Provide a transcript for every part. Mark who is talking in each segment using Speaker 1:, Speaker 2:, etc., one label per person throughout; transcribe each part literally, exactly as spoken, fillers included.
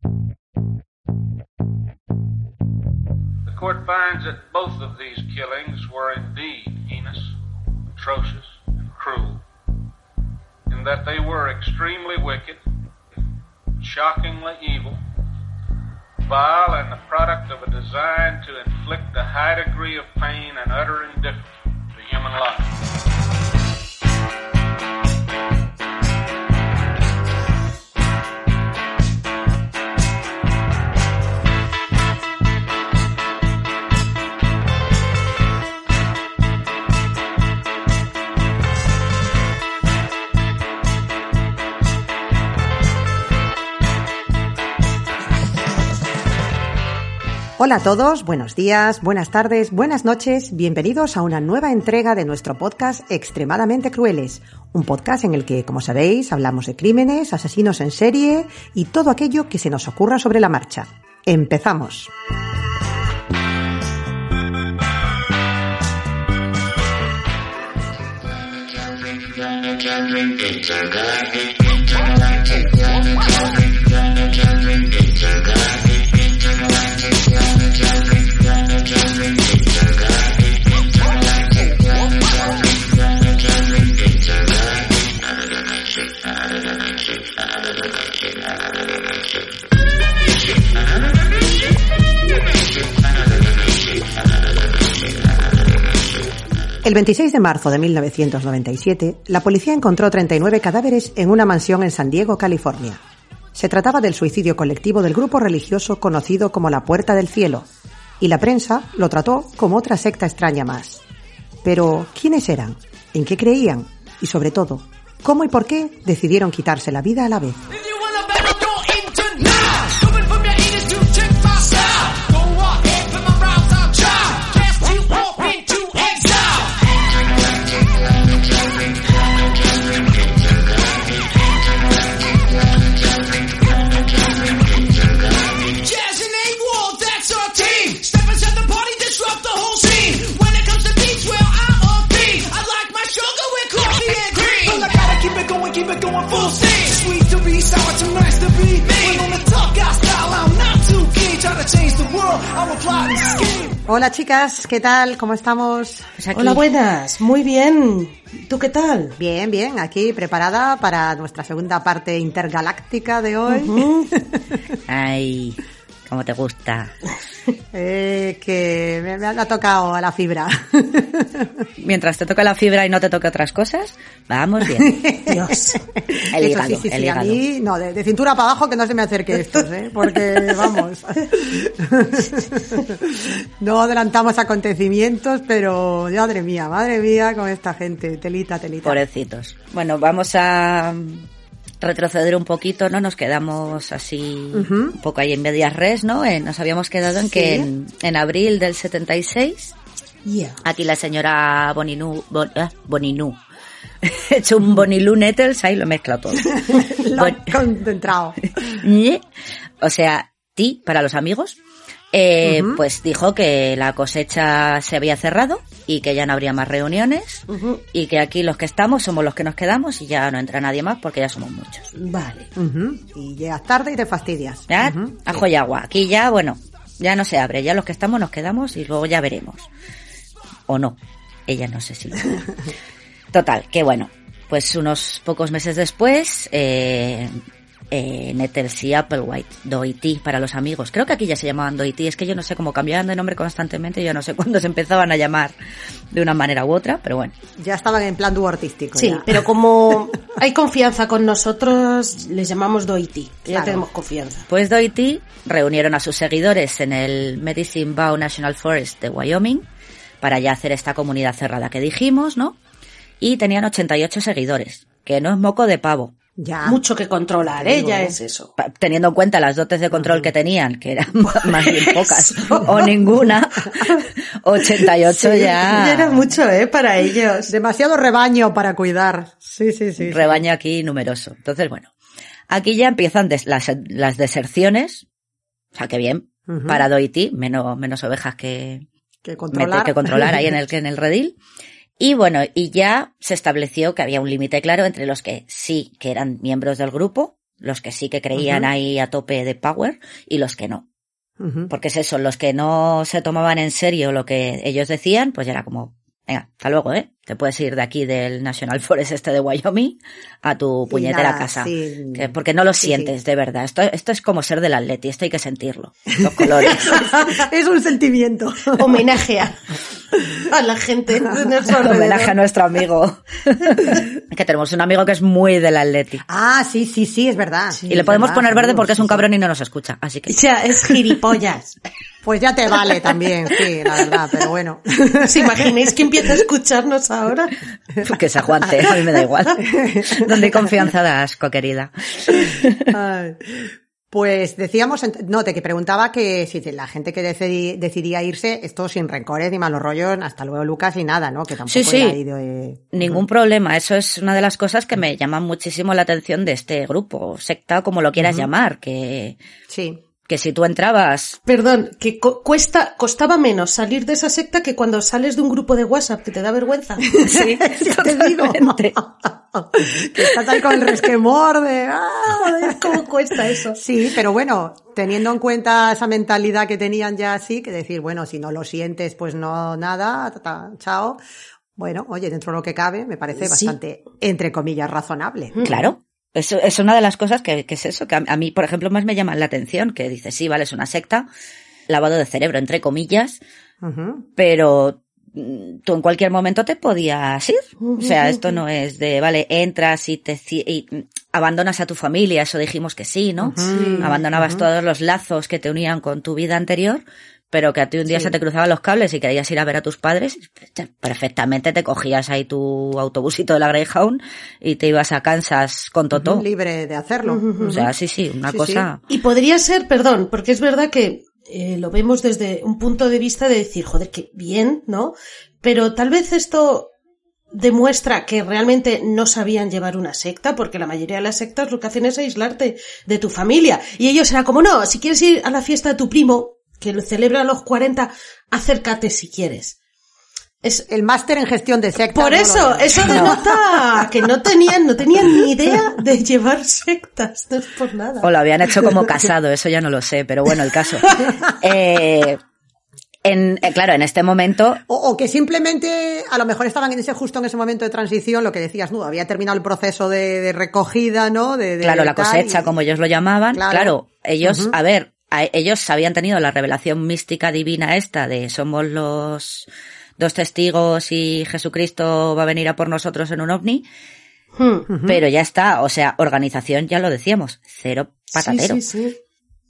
Speaker 1: The court finds that both of these killings were indeed heinous, atrocious, and cruel, in that they were extremely wicked, shockingly evil, vile, and the product of a design to inflict a high degree of pain and utter indifference to human life.
Speaker 2: Hola a todos, buenos días, buenas tardes, buenas noches, bienvenidos a una nueva entrega de nuestro podcast Extremadamente Crueles, un podcast en el que, como sabéis, hablamos de crímenes, asesinos en serie y todo aquello que se nos ocurra sobre la marcha. ¡Empezamos! El veintiséis de marzo de mil novecientos noventa y siete, la policía encontró treinta y nueve cadáveres en una mansión en San Diego, California. Se trataba del suicidio colectivo del grupo religioso conocido como la Puerta del Cielo, y la prensa lo trató como otra secta extraña más. Pero, ¿quiénes eran? ¿En qué creían? Y sobre todo, ¿cómo y por qué decidieron quitarse la vida a la vez? Hola chicas, ¿qué tal? ¿Cómo estamos?
Speaker 3: Pues aquí. Hola, buenas, muy bien. ¿Tú qué tal?
Speaker 2: Bien, bien, aquí preparada para nuestra segunda parte intergaláctica de hoy.
Speaker 3: Uh-huh.
Speaker 4: Ay, cómo te gusta.
Speaker 2: Eh, que me, me ha tocado a la fibra.
Speaker 4: Mientras te toca la fibra y no te toque otras cosas, vamos bien.
Speaker 3: Dios.
Speaker 4: El hígado,
Speaker 2: sí, sí, sí,
Speaker 4: el hígado.
Speaker 2: A mí, no, de, de cintura para abajo que no se me acerque estos, ¿eh? Porque, vamos, no adelantamos acontecimientos, pero, madre mía, madre mía, con esta gente, telita, telita.
Speaker 4: Pobrecitos. Bueno, vamos a retroceder un poquito, ¿no? Nos quedamos así uh-huh. un poco ahí en medias res, ¿no? Eh, nos habíamos quedado en ¿Sí? que en, en abril del setenta y seis,
Speaker 2: yeah.
Speaker 4: aquí la señora Boninu, bon, eh, Boninu, he hecho un Bonilú Nettles, ahí lo he mezclado todo.
Speaker 2: Lo he concentrado.
Speaker 4: O sea, ti, para los amigos, eh,
Speaker 2: uh-huh.
Speaker 4: pues dijo que la cosecha se había cerrado y que ya no habría más reuniones
Speaker 2: uh-huh.
Speaker 4: y que aquí los que estamos somos los que nos quedamos y ya no entra nadie más porque ya somos muchos.
Speaker 2: Vale. Uh-huh. Y llegas tarde y te fastidias.
Speaker 4: ¿Ya?
Speaker 2: Uh-huh.
Speaker 4: Ajo y agua. Aquí ya, bueno, ya no se abre. Ya los que estamos nos quedamos y luego ya veremos. O no. Ella no sé si lo sabe. Total, que bueno, pues unos pocos meses después, eh, eh, Nettles y Applewhite, Doity para los amigos. Creo que aquí ya se llamaban Doity, es que yo no sé cómo cambiaban de nombre constantemente, yo no sé cuándo se empezaban a llamar de una manera u otra, pero bueno.
Speaker 2: Ya estaban en plan dúo artístico.
Speaker 3: Sí,
Speaker 2: ya.
Speaker 3: Pero como hay confianza con nosotros, les llamamos Doity, ya
Speaker 2: claro.
Speaker 3: tenemos confianza.
Speaker 4: Pues Doity reunieron a sus seguidores en el Medicine Bow National Forest de Wyoming para ya hacer esta comunidad cerrada que dijimos, ¿no? Y tenían ochenta y ocho seguidores, que no es moco de pavo.
Speaker 3: Ya. Mucho que controlar, ¿eh? Ya es eso.
Speaker 4: Teniendo en cuenta las dotes de control que tenían, que eran más bien pocas o ninguna, ochenta y ocho
Speaker 3: sí,
Speaker 4: ya...
Speaker 3: ya era mucho, ¿eh? Para ellos.
Speaker 2: Demasiado rebaño para cuidar. Sí, sí, sí.
Speaker 4: Rebaño aquí numeroso. Entonces, bueno, aquí ya empiezan des- las, las deserciones. O sea, que bien. Uh-huh. Para Doity, menos, menos ovejas que,
Speaker 2: que controlar.
Speaker 4: que controlar ahí en el, en el redil. Y bueno, y ya se estableció que había un límite claro entre los que sí, que eran miembros del grupo, los que sí que creían uh-huh. ahí a tope de power y los que no.
Speaker 2: Uh-huh.
Speaker 4: Porque es eso, los que no se tomaban en serio lo que ellos decían, pues ya era como, venga, hasta luego, ¿eh? Te puedes ir de aquí del National Forest este de Wyoming a tu puñetera nada, casa.
Speaker 2: Sí.
Speaker 4: Que, porque no lo sí, sientes, sí. de verdad. Esto, esto es como ser del Atleti, esto hay que sentirlo. Los colores.
Speaker 2: Es un sentimiento.
Speaker 3: Homenaje a, a la gente.
Speaker 4: Homenaje a nuestro amigo. Que tenemos un amigo que es muy del Atleti.
Speaker 2: Ah, sí, sí, sí, es verdad. Sí,
Speaker 4: y le podemos
Speaker 2: verdad,
Speaker 4: poner verde
Speaker 2: seguro,
Speaker 4: porque es un
Speaker 2: sí,
Speaker 4: cabrón
Speaker 2: sí.
Speaker 4: y no nos escucha, así que...
Speaker 3: Ya, es gilipollas.
Speaker 2: Pues ya te vale también, sí, la verdad, pero bueno.
Speaker 3: ¿Os imagináis que empieza a escucharnos ahora?
Speaker 4: Que se aguante, a mí me da igual. Donde hay confianza da asco, querida.
Speaker 2: Ay. Pues decíamos, no, te que preguntaba que si la gente que decidí, decidía irse, esto sin rencores ni malos rollos, hasta luego Lucas y nada, ¿no? Que tampoco
Speaker 4: sí, sí.
Speaker 2: era ido, eh...
Speaker 4: Ningún uh-huh. problema. Eso es una de las cosas que me llaman muchísimo la atención de este grupo, secta, como lo quieras uh-huh. llamar, que...
Speaker 2: Sí.
Speaker 4: Que si tú entrabas...
Speaker 3: Perdón, que co- cuesta, costaba menos salir de esa secta que cuando sales de un grupo de WhatsApp que te da vergüenza.
Speaker 4: Sí, te digo.
Speaker 2: Que estás ahí con el resquemor de... ¡Ah!
Speaker 3: Joder, ¿cómo cuesta eso?
Speaker 2: Sí, pero bueno, teniendo en cuenta esa mentalidad que tenían ya así, que decir, bueno, si no lo sientes, pues no nada, ta, ta, chao. Bueno, oye, dentro de lo que cabe, me parece
Speaker 3: sí.
Speaker 2: bastante, entre comillas, razonable.
Speaker 4: Claro. Es, es una de las cosas que, que es eso, que a, a mí, por ejemplo, más me llama la atención, que dice, sí, vale, es una secta, lavado de cerebro, entre comillas, uh-huh. pero tú en cualquier momento te podías ir. Uh-huh. O sea, esto no es de, vale, entras y te y abandonas a tu familia, eso dijimos que sí, ¿no?
Speaker 2: Uh-huh.
Speaker 4: Abandonabas
Speaker 2: uh-huh.
Speaker 4: todos los lazos que te unían con tu vida anterior, pero que a ti un día sí. se te cruzaban los cables y querías ir a ver a tus padres, perfectamente te cogías ahí tu autobusito de la Greyhound y te ibas a Kansas con Totó.
Speaker 2: Uh-huh, libre de hacerlo.
Speaker 4: Uh-huh. O sea, sí, sí, una
Speaker 2: sí,
Speaker 4: cosa...
Speaker 3: Sí. Y podría ser, perdón, porque es verdad que eh, lo vemos desde un punto de vista de decir, joder, qué bien, ¿no? Pero tal vez esto demuestra que realmente no sabían llevar una secta, porque la mayoría de las sectas lo que hacen es aislarte de tu familia. Y ellos eran como, no, si quieres ir a la fiesta de tu primo, que lo celebra a los cuarenta, acércate si quieres.
Speaker 2: Es el máster en gestión de sectas.
Speaker 3: Por eso, no lo... eso denota no. que no tenían, no tenían ni idea de llevar sectas, no es por nada.
Speaker 4: O lo habían hecho como casado, eso ya no lo sé, pero bueno, el caso. eh, en, eh, claro, en este momento...
Speaker 2: O, o que simplemente, a lo mejor estaban en ese, justo en ese momento de transición, lo que decías, no, había terminado el proceso de, de recogida, ¿no? De, de
Speaker 4: claro, la cosecha, y... como ellos lo llamaban. Claro, claro ellos, uh-huh. a ver, a, ellos habían tenido la revelación mística divina esta de somos los dos testigos y Jesucristo va a venir a por nosotros en un ovni, uh-huh. pero ya está, o sea, organización, ya lo decíamos, cero patatero.
Speaker 3: Sí, sí, sí.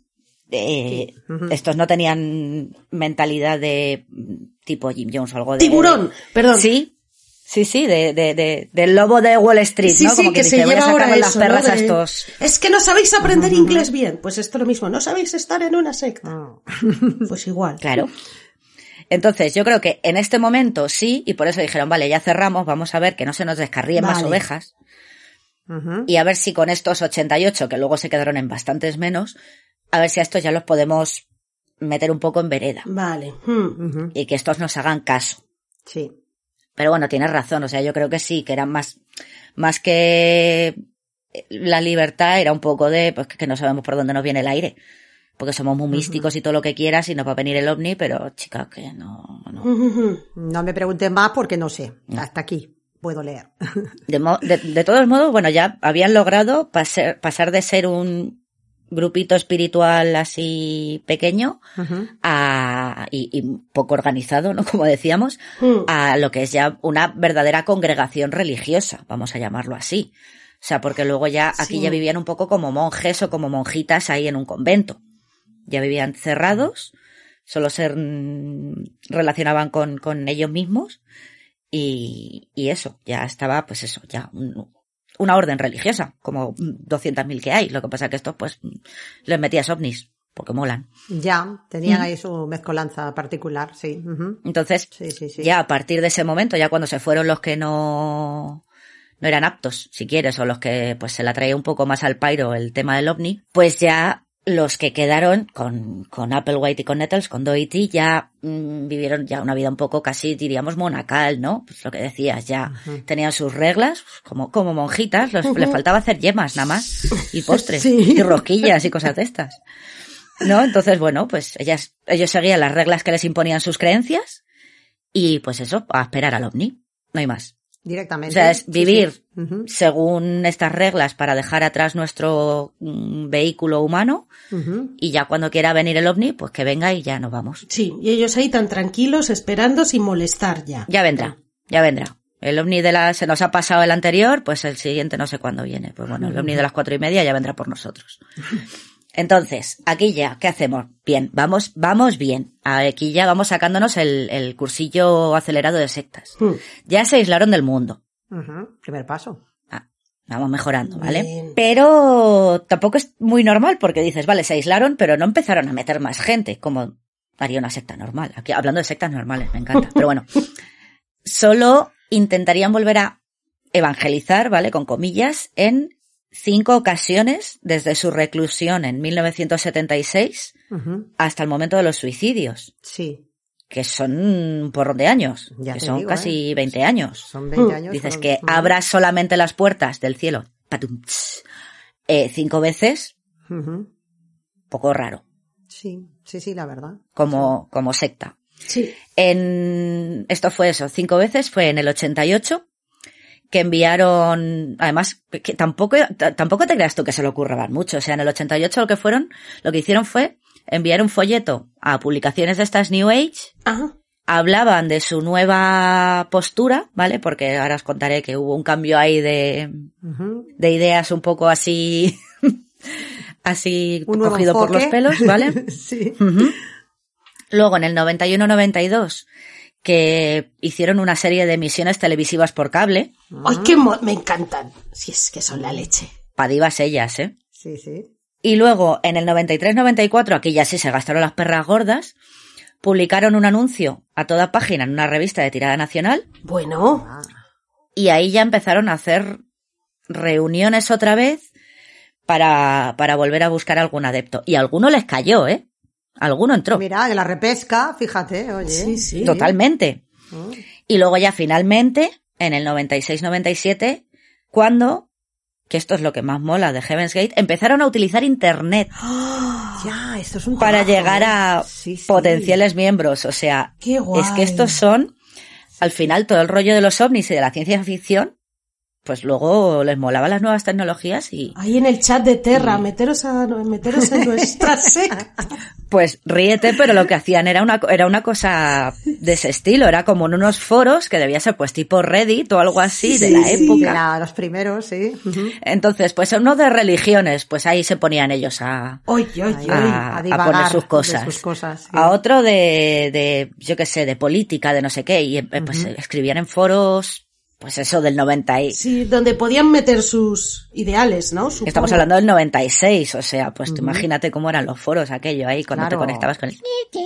Speaker 4: Eh, uh-huh. Estos no tenían mentalidad de tipo Jim Jones o algo de...
Speaker 3: ¡Tiburón! Perdón.
Speaker 4: Sí, sí, sí, de, de, de, del lobo de Wall Street,
Speaker 3: sí,
Speaker 4: ¿no?
Speaker 3: Sí,
Speaker 4: como que,
Speaker 3: que
Speaker 4: dice,
Speaker 3: se
Speaker 4: voy a sacarle las
Speaker 3: eso,
Speaker 4: perras
Speaker 3: ¿no?
Speaker 4: a
Speaker 3: de...
Speaker 4: estos...
Speaker 3: Es que no sabéis aprender uh-huh. inglés bien. Pues esto lo mismo, no sabéis estar en una secta. Uh-huh. Pues igual.
Speaker 4: Claro. Entonces, yo creo que en este momento sí, y por eso dijeron, vale, ya cerramos, vamos a ver que no se nos descarríen vale. más ovejas. Uh-huh. Y a ver si con estos ochenta y ocho, que luego se quedaron en bastantes menos, a ver si a estos ya los podemos meter un poco en vereda.
Speaker 3: Vale. Uh-huh.
Speaker 4: Y que estos nos hagan caso.
Speaker 2: Sí.
Speaker 4: Pero bueno, tienes razón, o sea, yo creo que sí, que eran más, más que la libertad, era un poco de, pues que no sabemos por dónde nos viene el aire. Porque somos muy místicos uh-huh. y todo lo que quieras y nos va a venir el ovni, pero chica, que no... No,
Speaker 2: uh-huh. no me preguntes más porque no sé. No. Hasta aquí puedo leer.
Speaker 4: De, mo- de, de todos modos, bueno, ya habían logrado pasar, pasar de ser un grupito espiritual así pequeño uh-huh. a, y, y poco organizado, ¿no? Como decíamos, uh-huh. a lo que es ya una verdadera congregación religiosa, vamos a llamarlo así. O sea, porque luego ya aquí sí. ya vivían un poco como monjes o como monjitas ahí en un convento. Ya vivían cerrados, solo se relacionaban con, con ellos mismos y, y eso, ya estaba, pues eso, ya un, una orden religiosa, como doscientos mil que hay. Lo que pasa que estos, pues, les metías ovnis, porque molan.
Speaker 2: Ya, tenían ahí su mezcolanza particular, sí. Uh-huh.
Speaker 4: Entonces,
Speaker 2: sí, sí, sí.
Speaker 4: ya a partir de ese momento, ya cuando se fueron los que no... no eran aptos, si quieres, o los que pues se la traía un poco más al pairo el tema del ovni, pues ya los que quedaron con, con Applewhite y con Nettles, con Doherty, ya mmm, vivieron ya una vida un poco casi, diríamos, monacal, ¿no? Pues lo que decías, ya uh-huh. tenían sus reglas, como, como monjitas, los, uh-huh. les faltaba hacer yemas nada más, y postres, sí. y rosquillas y cosas de estas, ¿no? Entonces, bueno, pues ellas, ellos seguían las reglas que les imponían sus creencias, y pues eso, a esperar al ovni, no hay más.
Speaker 2: Directamente.
Speaker 4: O sea, es vivir
Speaker 2: sí, sí. Uh-huh.
Speaker 4: según estas reglas para dejar atrás nuestro mm, vehículo humano uh-huh. y ya cuando quiera venir el ovni, pues que venga y ya nos vamos.
Speaker 3: Sí, y ellos ahí tan tranquilos esperando sin molestar ya.
Speaker 4: Ya vendrá, ya vendrá. El ovni de la, se nos ha pasado el anterior, pues el siguiente no sé cuándo viene. Pues bueno, el ovni de las cuatro y media ya vendrá por nosotros. Entonces, aquí ya, ¿qué hacemos? Bien, vamos, vamos bien. Aquí ya vamos sacándonos el, el cursillo acelerado de sectas. Mm. Ya se aislaron del mundo.
Speaker 2: Uh-huh. Primer paso.
Speaker 4: Ah, vamos mejorando, ¿vale?
Speaker 3: Bien.
Speaker 4: Pero tampoco es muy normal porque dices, vale, se aislaron, pero no empezaron a meter más gente, como haría una secta normal. Aquí hablando de sectas normales, me encanta. Pero bueno, solo intentarían volver a evangelizar, ¿vale? Con comillas, en cinco ocasiones desde su reclusión en mil novecientos setenta y seis uh-huh. hasta el momento de los suicidios.
Speaker 2: Sí.
Speaker 4: Que son un porrón de años.
Speaker 2: Ya
Speaker 4: que
Speaker 2: te
Speaker 4: son
Speaker 2: digo,
Speaker 4: casi
Speaker 2: ¿eh?
Speaker 4: veinte años.
Speaker 2: Son veinte años.
Speaker 4: Dices
Speaker 2: son...
Speaker 4: que uh-huh. abras solamente las puertas del cielo. Patum, tss, eh, cinco veces. Uh-huh. Poco raro.
Speaker 2: Sí, sí, sí, la verdad.
Speaker 4: Como, sí. como secta.
Speaker 3: Sí.
Speaker 4: En, esto fue eso, cinco veces, fue en el ochenta y ocho. Que enviaron, además, que tampoco, t- tampoco te creas tú que se lo ocurraban mucho. O sea, en el ochenta y ocho lo que fueron, lo que hicieron fue enviar un folleto a publicaciones de estas New Age.
Speaker 3: Ajá.
Speaker 4: Hablaban de su nueva postura, ¿vale? Porque ahora os contaré que hubo un cambio ahí de, uh-huh. de ideas un poco así, así
Speaker 2: un
Speaker 4: cogido por los pelos, ¿vale?
Speaker 2: Sí.
Speaker 4: Uh-huh. Luego, en el noventa y uno noventa y dos, que hicieron una serie de emisiones televisivas por cable.
Speaker 3: ¡Ay, qué mo- me encantan! Si es que son la leche.
Speaker 4: Padivas ellas, ¿eh?
Speaker 2: Sí, sí.
Speaker 4: Y luego, en el noventa y tres noventa y cuatro, aquí ya sí se gastaron las perras gordas, publicaron un anuncio a toda página en una revista de tirada nacional.
Speaker 3: Bueno.
Speaker 4: Y ahí ya empezaron a hacer reuniones otra vez para, para volver a buscar algún adepto. Y a alguno les cayó, ¿eh? Alguno entró.
Speaker 2: Mira, en la repesca, fíjate, oye.
Speaker 3: Sí, sí.
Speaker 4: Totalmente.
Speaker 2: Oh.
Speaker 4: Y luego ya finalmente, en el noventa y seis noventa y siete, cuando, que esto es lo que más mola de Heaven's Gate, empezaron a utilizar Internet.
Speaker 2: ¡Oh! Ya, esto es un
Speaker 4: para
Speaker 2: trabajo,
Speaker 4: llegar a
Speaker 2: ¿eh? sí, sí.
Speaker 4: potenciales miembros. O sea,
Speaker 3: ¡qué guay!
Speaker 4: Es que estos son, al final, todo el rollo de los ovnis y de la ciencia ficción, pues luego les molaban las nuevas tecnologías y...
Speaker 3: Ahí en el chat de Terra, y... meteros, a, meteros en nuestra secta.
Speaker 4: Pues ríete, pero lo que hacían era una, era una cosa de ese estilo, era como en unos foros que debía ser pues tipo Reddit o algo así, sí, de la
Speaker 2: sí,
Speaker 4: época.
Speaker 2: Era los primeros, sí. Uh-huh.
Speaker 4: Entonces, pues uno de religiones, pues ahí se ponían ellos a,
Speaker 3: oy, oy, oy,
Speaker 4: a, a, a poner sus cosas.
Speaker 2: Sus cosas sí.
Speaker 4: A otro de, de, yo qué sé, de política, de no sé qué, y pues uh-huh. escribían en foros... Pues eso del noventa y...
Speaker 3: Sí, donde podían meter sus ideales, ¿no? Supongo.
Speaker 4: Estamos hablando del noventa y seis, o sea, pues uh-huh. tú imagínate cómo eran los foros aquello ahí, cuando
Speaker 2: claro.
Speaker 4: te conectabas con el...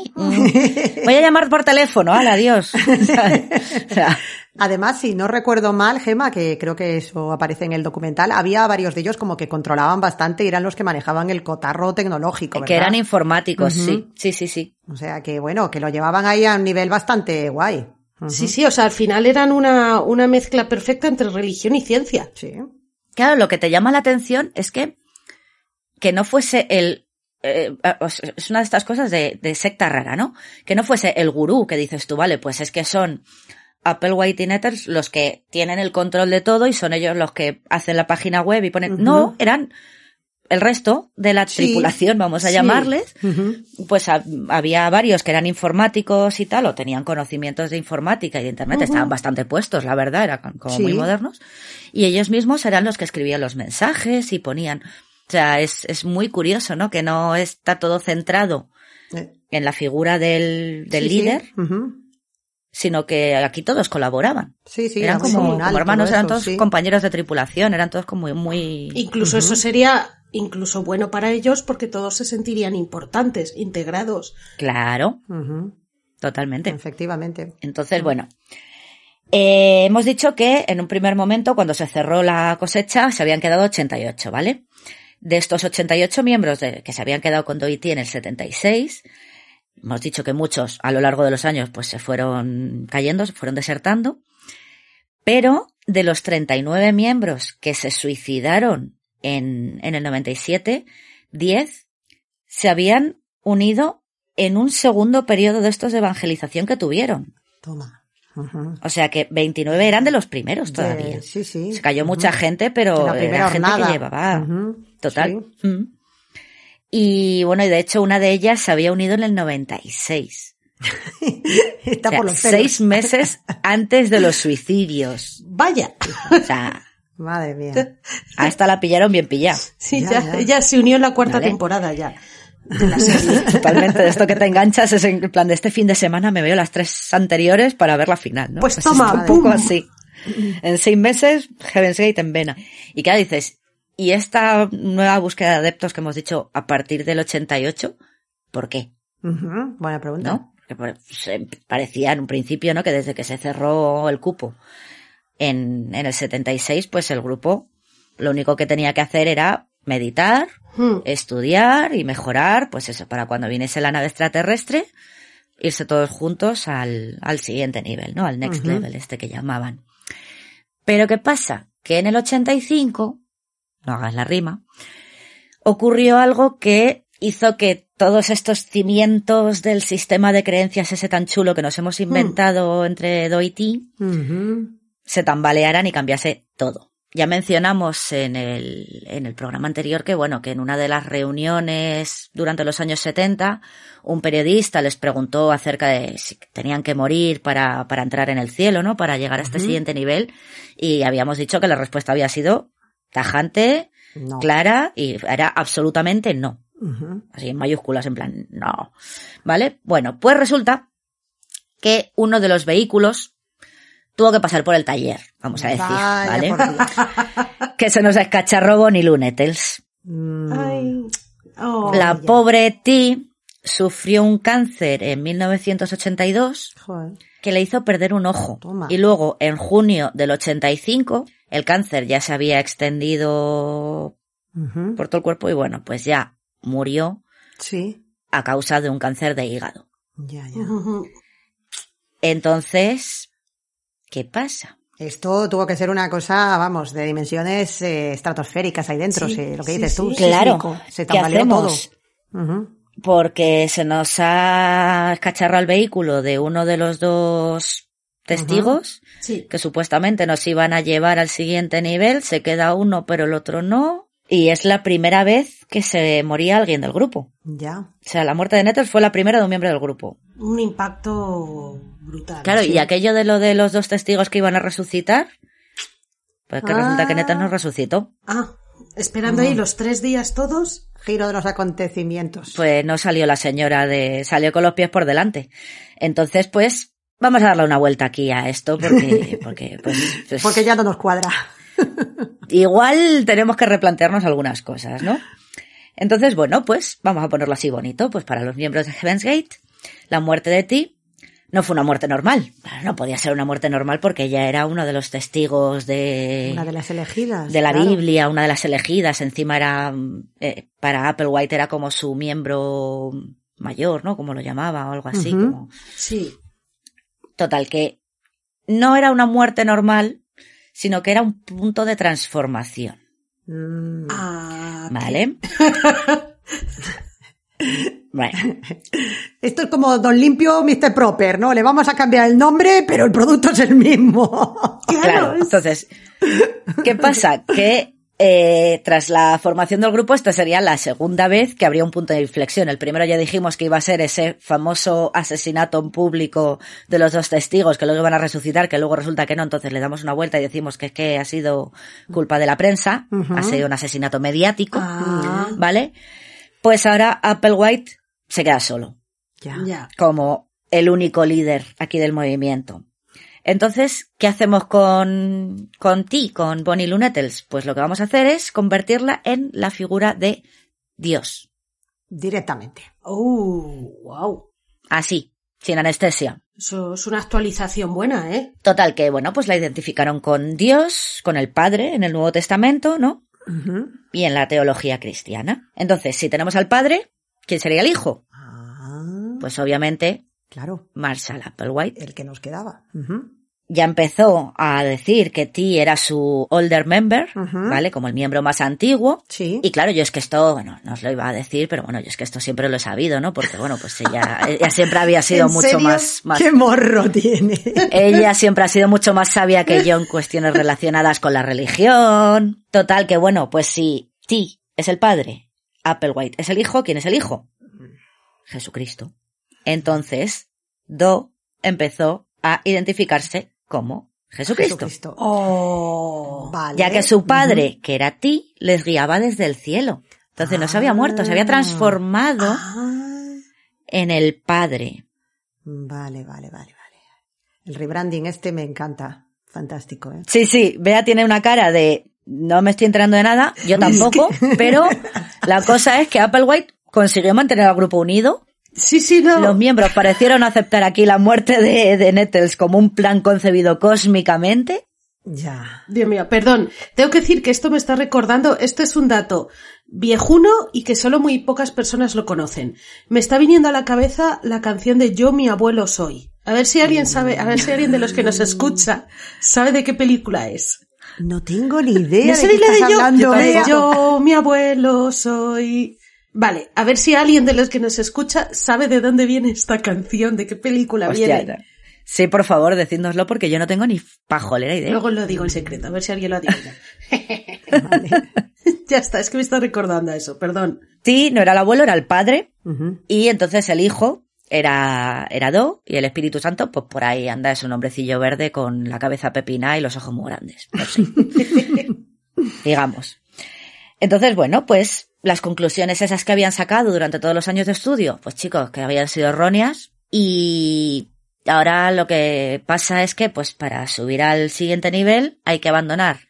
Speaker 4: Voy a llamar por teléfono, ¡hala, adiós! O sea,
Speaker 2: además, si no recuerdo mal, Gema, que creo que eso aparece en el documental, había varios de ellos como que controlaban bastante y eran los que manejaban el cotarro tecnológico, ¿verdad?
Speaker 4: Que eran informáticos, uh-huh. sí, sí, sí, sí.
Speaker 2: O sea que, bueno, que lo llevaban ahí a un nivel bastante guay. Uh-huh.
Speaker 3: Sí, sí, o sea, al final eran una, una mezcla perfecta entre religión y ciencia.
Speaker 2: Sí.
Speaker 4: Claro, lo que te llama la atención es que, que no fuese el, eh, es una de estas cosas de, de secta rara, ¿no? Que no fuese el gurú que dices tú, vale, pues es que son Applewhite y Nettles los que tienen el control de todo y son ellos los que hacen la página web y ponen, uh-huh. no, eran el resto de la sí, tripulación, vamos a sí. llamarles, uh-huh. pues a, había varios que eran informáticos y tal, o tenían conocimientos de informática y de internet, uh-huh. estaban bastante puestos, la verdad, eran como sí. muy modernos, y ellos mismos eran los que escribían los mensajes y ponían, o sea, es, es muy curioso, ¿no? Que no está todo centrado eh. en la figura del, del sí, líder, sí. Uh-huh. sino que aquí todos colaboraban.
Speaker 2: Sí, sí,
Speaker 4: eran como,
Speaker 2: como
Speaker 4: como hermanos,
Speaker 2: eso,
Speaker 4: eran todos
Speaker 2: sí.
Speaker 4: compañeros de tripulación, eran todos como muy...
Speaker 3: Incluso uh-huh. eso sería incluso bueno para ellos porque todos se sentirían importantes, integrados.
Speaker 4: Claro,
Speaker 2: uh-huh.
Speaker 4: totalmente.
Speaker 2: Efectivamente.
Speaker 4: Entonces, bueno, eh, hemos dicho que en un primer momento, cuando se cerró la cosecha, se habían quedado ochenta y ocho, ¿vale? De estos ochenta y ocho miembros de, que se habían quedado con Doherty en el setenta y seis, hemos dicho que muchos a lo largo de los años pues se fueron cayendo, se fueron desertando, pero de los treinta y nueve miembros que se suicidaron en, en el noventa y siete, diez se habían unido en un segundo periodo de estos de evangelización que tuvieron.
Speaker 2: Toma. Uh-huh.
Speaker 4: O sea que veintinueve eran de los primeros todavía.
Speaker 2: De, sí, sí.
Speaker 4: Se cayó uh-huh. mucha gente, pero
Speaker 2: la
Speaker 4: era gente
Speaker 2: jornada.
Speaker 4: que llevaba.
Speaker 2: Uh-huh.
Speaker 4: Total.
Speaker 2: Sí.
Speaker 4: Mm. Y bueno, y de hecho una de ellas se había unido en el noventa y seis.
Speaker 2: Está
Speaker 4: o sea,
Speaker 2: por los pelos.
Speaker 4: Seis meses antes de los suicidios.
Speaker 3: Vaya.
Speaker 4: O sea,
Speaker 2: madre mía.
Speaker 4: A esta la pillaron bien pillada.
Speaker 3: Sí,
Speaker 2: ya,
Speaker 3: ya,
Speaker 2: ya.
Speaker 3: ella se unió en la cuarta
Speaker 4: ¿Vale?
Speaker 3: temporada ya. De la serie.
Speaker 4: Totalmente, de esto que te enganchas es en plan de este fin de semana me veo las tres anteriores para ver la final, ¿no?
Speaker 3: Pues
Speaker 4: Pues
Speaker 3: toma,
Speaker 4: es un poco
Speaker 3: ¡pum!
Speaker 4: así. En seis meses, Heaven's Gate en vena. Y claro, dices, ¿y esta nueva búsqueda de adeptos que hemos dicho a partir del ochenta y ocho? ¿Por qué?
Speaker 2: Uh-huh. Buena pregunta.
Speaker 4: ¿No? Porque pues, parecía en un principio, ¿no? Que desde que se cerró el cupo en, en el setenta y seis, pues el grupo lo único que tenía que hacer era meditar,
Speaker 3: Hmm.
Speaker 4: estudiar y mejorar, pues eso, para cuando viniese la nave extraterrestre, irse todos juntos al, al siguiente nivel, ¿no? Al next
Speaker 2: Uh-huh.
Speaker 4: level, este que llamaban. Pero ¿qué pasa? Que en el ochenta y cinco, no hagas la rima, ocurrió algo que hizo que todos estos cimientos del sistema de creencias ese tan chulo que nos hemos inventado hmm. entre Doherty
Speaker 2: Uh-huh.
Speaker 4: se tambalearan y cambiase todo. Ya mencionamos en el, en el programa anterior que, bueno, que en una de las reuniones durante los años setenta, un periodista les preguntó acerca de si tenían que morir para, para entrar en el cielo, ¿no? Para llegar a este uh-huh. siguiente nivel. Y habíamos dicho que la respuesta había sido tajante, no. clara, y era absolutamente no. Uh-huh. Así en mayúsculas, en plan, no. ¿Vale? Bueno, pues resulta que uno de los vehículos tuvo que pasar por el taller, vamos a decir, Vaya ¿vale? Que se nos escacharró Bonnie Lou Nettles.
Speaker 2: Mm.
Speaker 3: Ay. Oh,
Speaker 4: la
Speaker 3: ya.
Speaker 4: pobre T sufrió un cáncer en mil novecientos ochenta y dos
Speaker 2: Joder.
Speaker 4: que le hizo perder un ojo.
Speaker 2: Toma.
Speaker 4: Y luego, en junio del ochenta y cinco, el cáncer ya se había extendido uh-huh. por todo el cuerpo y bueno, pues ya murió
Speaker 2: sí.
Speaker 4: a causa de un cáncer de hígado.
Speaker 2: Ya, ya.
Speaker 3: Uh-huh.
Speaker 4: Entonces, ¿qué pasa?
Speaker 2: Esto tuvo que ser una cosa, vamos, de dimensiones eh, estratosféricas ahí dentro,
Speaker 3: Sí,
Speaker 2: sí, lo que
Speaker 3: sí,
Speaker 2: dices tú.
Speaker 3: sí.
Speaker 4: Claro.
Speaker 2: sísmico, se
Speaker 4: ¿Qué
Speaker 2: tambaleó
Speaker 4: hacemos?
Speaker 2: todo. Uh-huh.
Speaker 4: Porque se nos ha escacharrado el vehículo de uno de los dos testigos
Speaker 3: uh-huh. sí.
Speaker 4: que supuestamente nos iban a llevar al siguiente nivel, se queda uno pero el otro no, y es la primera vez que se moría alguien del grupo.
Speaker 2: Ya.
Speaker 4: O sea, la muerte de Nettles fue la primera de un miembro del grupo.
Speaker 3: Un impacto brutal.
Speaker 4: Claro,
Speaker 3: sí.
Speaker 4: y aquello de lo de los dos testigos que iban a resucitar, pues que ah. resulta que Nettles no resucitó.
Speaker 3: Ah, esperando uh-huh. ahí los tres días todos.
Speaker 2: Giro de los acontecimientos.
Speaker 4: Pues no salió la señora de... salió con los pies por delante. Entonces, pues, vamos a darle una vuelta aquí a esto porque... porque, pues, pues,
Speaker 2: porque ya no nos cuadra.
Speaker 4: Igual tenemos que replantearnos algunas cosas, ¿no? Entonces, bueno, pues vamos a ponerlo así bonito. Pues para los miembros de Heaven's Gate, la muerte de T no fue una muerte normal. No podía ser una muerte normal porque ella era uno de los testigos de...
Speaker 2: Una de las elegidas.
Speaker 4: De la
Speaker 2: claro.
Speaker 4: Biblia, una de las elegidas. Encima era... Eh, para Applewhite era como su miembro mayor, ¿no? Como lo llamaba o algo así.
Speaker 2: Uh-huh.
Speaker 4: Como...
Speaker 3: Sí.
Speaker 4: Total, que no era una muerte normal, sino que era un punto de transformación.
Speaker 2: Mm.
Speaker 3: Ah,
Speaker 4: ¿vale? Bueno.
Speaker 2: Esto es como Don Limpio, mister Proper, ¿no? Le vamos a cambiar el nombre, pero el producto es el mismo.
Speaker 4: Claro, entonces, ¿qué pasa? Que eh, tras la formación del grupo, esta sería la segunda vez que habría un punto de inflexión. El primero ya dijimos que iba a ser ese famoso asesinato en público de los dos testigos que luego iban a resucitar, que luego resulta que no, entonces le damos una vuelta y decimos que es que ha sido culpa de la prensa, uh-huh. ha sido un asesinato mediático, uh-huh. ¿vale? Pues ahora Applewhite se queda solo.
Speaker 2: Ya.
Speaker 3: Ya.
Speaker 4: Como el único líder aquí del movimiento. Entonces, ¿qué hacemos con, con T, con Bonnie Lou Nettles? Pues lo que vamos a hacer es convertirla en la figura de Dios.
Speaker 2: Directamente.
Speaker 3: Oh, wow.
Speaker 4: Así, sin anestesia.
Speaker 3: Eso es una actualización buena, ¿eh?
Speaker 4: Total, que bueno, pues la identificaron con Dios, con el Padre en el Nuevo Testamento, ¿no?
Speaker 2: Uh-huh.
Speaker 4: y en la teología cristiana. Entonces, si tenemos al padre, ¿quién sería el hijo?
Speaker 2: Ah,
Speaker 4: Pues obviamente
Speaker 2: claro,
Speaker 4: Marshall Applewhite.
Speaker 2: el que nos quedaba. Uh-huh.
Speaker 4: Ya empezó a decir que T era su older member,
Speaker 2: Ujú.
Speaker 4: ¿vale? Como el miembro más antiguo.
Speaker 2: Sí.
Speaker 4: Y claro, yo es que esto, bueno, no os lo iba a decir, pero bueno, yo es que esto siempre lo he sabido, ¿no? Porque bueno, pues ella, ella siempre había sido
Speaker 2: ¿En
Speaker 4: mucho
Speaker 2: serio?
Speaker 4: más, más...
Speaker 2: ¡Qué morro tiene!
Speaker 4: Ella siempre ha sido mucho más sabia que yo en cuestiones relacionadas con la religión. Total, que bueno, pues si T es el padre, Applewhite es el hijo, ¿quién es el hijo? Jesucristo. Entonces, Do empezó a identificarse como Jesucristo.
Speaker 2: Jesucristo.
Speaker 3: Oh.
Speaker 2: Vale.
Speaker 4: Ya que su padre, que era T, les guiaba desde el cielo. Entonces no se había muerto, se había transformado
Speaker 2: Ah,
Speaker 4: en el padre.
Speaker 2: vale, vale, vale, vale. El rebranding este me encanta. Fantástico, ¿eh?
Speaker 4: Sí, sí, Bea tiene una cara de no me estoy enterando de nada, yo tampoco, pero la cosa es que Applewhite consiguió mantener al grupo unido.
Speaker 3: Sí, sí, no.
Speaker 4: Los miembros parecieron aceptar aquí la muerte de, de Nettles como un plan concebido cósmicamente.
Speaker 2: Ya.
Speaker 3: Dios mío, perdón. Tengo que decir que esto me está recordando, esto es un dato viejuno y que solo muy pocas personas lo conocen. Me está viniendo a la cabeza la canción de Yo mi abuelo soy. A ver si alguien sabe, a ver si alguien de los que nos escucha sabe de qué película es.
Speaker 2: No tengo ni idea
Speaker 3: ¿No
Speaker 2: de
Speaker 3: sabéis
Speaker 2: qué
Speaker 3: la de
Speaker 2: estás
Speaker 3: yo?
Speaker 2: hablando,
Speaker 3: La de
Speaker 2: Bea.
Speaker 3: Yo mi abuelo soy. Vale, a ver si alguien de los que nos escucha sabe de dónde viene esta canción, de qué película
Speaker 4: Hostia,
Speaker 3: viene.
Speaker 4: sí, por favor, decídnoslo porque yo no tengo ni pajolera idea.
Speaker 3: Luego lo digo en secreto, a ver si alguien lo adivina.
Speaker 2: Vale.
Speaker 3: Ya está, es que me está recordando a eso, perdón.
Speaker 4: Sí, no era el abuelo, era el padre.
Speaker 2: Ujú.
Speaker 4: Y entonces el hijo era, era Do y el Espíritu Santo, pues por ahí anda, es un hombrecillo verde con la cabeza pepina y los ojos muy grandes. Pues sí. Digamos. Entonces, bueno, pues las conclusiones esas que habían sacado durante todos los años de estudio, pues chicos, que habían sido erróneas. Y ahora lo que pasa es que, pues para subir al siguiente nivel hay que abandonar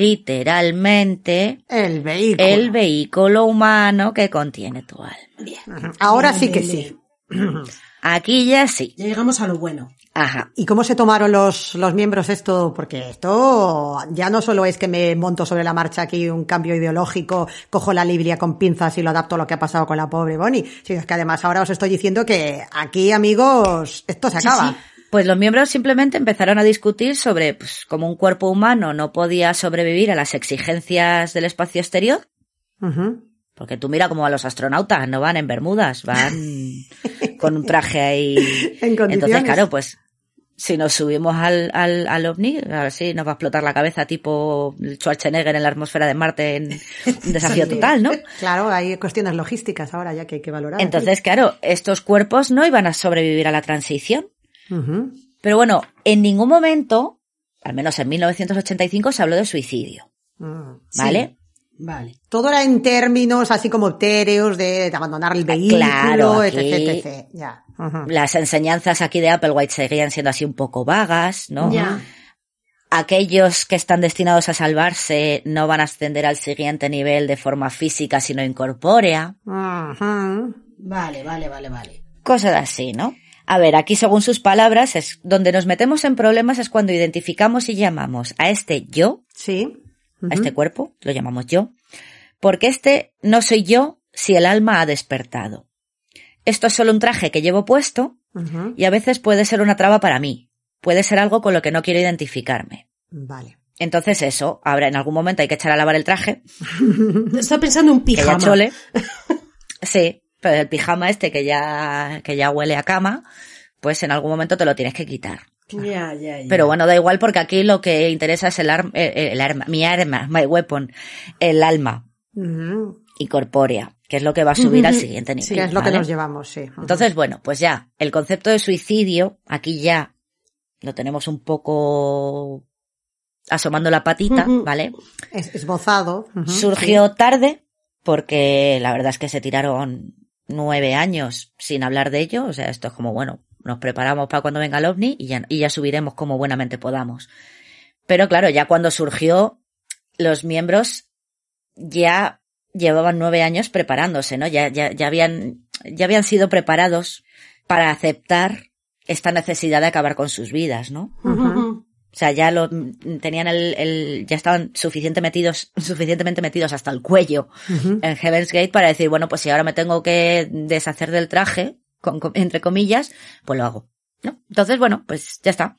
Speaker 4: literalmente
Speaker 2: El vehículo.
Speaker 4: el vehículo humano que contiene tu alma.
Speaker 3: Bien.
Speaker 2: Ujú. Ahora
Speaker 3: Bien,
Speaker 2: sí que
Speaker 3: bien,
Speaker 2: sí.
Speaker 3: bien.
Speaker 4: Aquí ya sí.
Speaker 3: Ya llegamos a lo bueno.
Speaker 4: Ajá.
Speaker 2: ¿Y cómo se tomaron los, los miembros esto? Porque esto ya no solo es que me monto sobre la marcha aquí un cambio ideológico, cojo la Biblia con pinzas y lo adapto a lo que ha pasado con la pobre Bonnie, sino es que además ahora os estoy diciendo que aquí, amigos, esto se
Speaker 3: Sí,
Speaker 2: acaba.
Speaker 3: sí.
Speaker 4: Pues los miembros simplemente empezaron a discutir sobre pues, cómo un cuerpo humano no podía sobrevivir a las exigencias del espacio exterior.
Speaker 2: Ujú.
Speaker 4: Porque tú mira cómo a los astronautas, no van en bermudas, van con un traje ahí.
Speaker 2: En condiciones.
Speaker 4: Entonces, claro, pues si nos subimos al, al, al ovni, a ver si nos va a explotar la cabeza tipo Schwarzenegger en la atmósfera de Marte en un desafío
Speaker 2: Sí.
Speaker 4: total, ¿no?
Speaker 2: Claro, hay cuestiones logísticas ahora ya que hay que valorar.
Speaker 4: Entonces, claro, estos cuerpos no iban a sobrevivir a la transición.
Speaker 2: Ujú.
Speaker 4: Pero bueno, en ningún momento, al menos en mil novecientos ochenta y cinco, se habló de suicidio,
Speaker 2: Mm.
Speaker 4: ¿vale?
Speaker 3: Vale.
Speaker 2: Todo era en términos así como etéreos de, de abandonar el vehículo,
Speaker 4: Claro, aquí-
Speaker 2: etc, etcétera. Ya. Ujú.
Speaker 4: Las enseñanzas aquí de Applewhite seguían siendo así un poco vagas, ¿no?
Speaker 3: Ya.
Speaker 4: Aquellos que están destinados a salvarse no van a ascender al siguiente nivel de forma física, sino incorpórea.
Speaker 2: Ujú.
Speaker 3: Vale, vale, vale, vale.
Speaker 4: Cosas así, ¿no? A ver, aquí según sus palabras, es donde nos metemos en problemas es cuando identificamos y llamamos a este yo,
Speaker 2: Sí. Ujú.
Speaker 4: a este cuerpo, lo llamamos yo, porque este no soy yo si el alma ha despertado. Esto es solo un traje que llevo puesto
Speaker 2: Ujú.
Speaker 4: y a veces puede ser una traba para mí, puede ser algo con lo que no quiero identificarme.
Speaker 2: Vale.
Speaker 4: Entonces eso, ahora en algún momento hay que echar a lavar el traje,
Speaker 3: Está pensando en un
Speaker 4: que ya
Speaker 3: pijama.
Speaker 4: chole. Sí, pero el pijama este que ya, que ya huele a cama, pues en algún momento te lo tienes que quitar.
Speaker 3: Ya, ya, ya.
Speaker 4: Pero bueno, da igual porque aquí lo que interesa es el arma, el, el arma, mi arma, my weapon, el alma
Speaker 2: Ujú.
Speaker 4: incorpórea, que es lo que va a subir al
Speaker 3: Ujú.
Speaker 4: siguiente nivel.
Speaker 3: Sí,
Speaker 2: Que es lo
Speaker 4: ¿vale?
Speaker 2: que nos llevamos, sí. Ujú.
Speaker 4: Entonces, bueno, pues ya, el concepto de suicidio, aquí ya lo tenemos un poco asomando la patita,
Speaker 3: Ujú.
Speaker 4: ¿vale?
Speaker 2: Es esbozado. Ujú.
Speaker 4: Surgió tarde, porque la verdad es que se tiraron nueve años sin hablar de ello, o sea, esto es como, bueno, nos preparamos para cuando venga el ovni y ya, y ya subiremos como buenamente podamos. Pero claro, ya cuando surgió, los miembros ya llevaban nueve años preparándose, ¿no? Ya, ya, ya habían, ya habían sido preparados para aceptar esta necesidad de acabar con sus vidas, ¿no?
Speaker 3: Ujú, ujú.
Speaker 4: O sea, ya lo tenían el, el ya estaban suficiente metidos, suficientemente metidos hasta el cuello uh-huh. en Heaven's Gate para decir, bueno, pues si ahora me tengo que deshacer del traje, con, con, entre comillas, pues lo hago, ¿no? Entonces, bueno, pues ya está.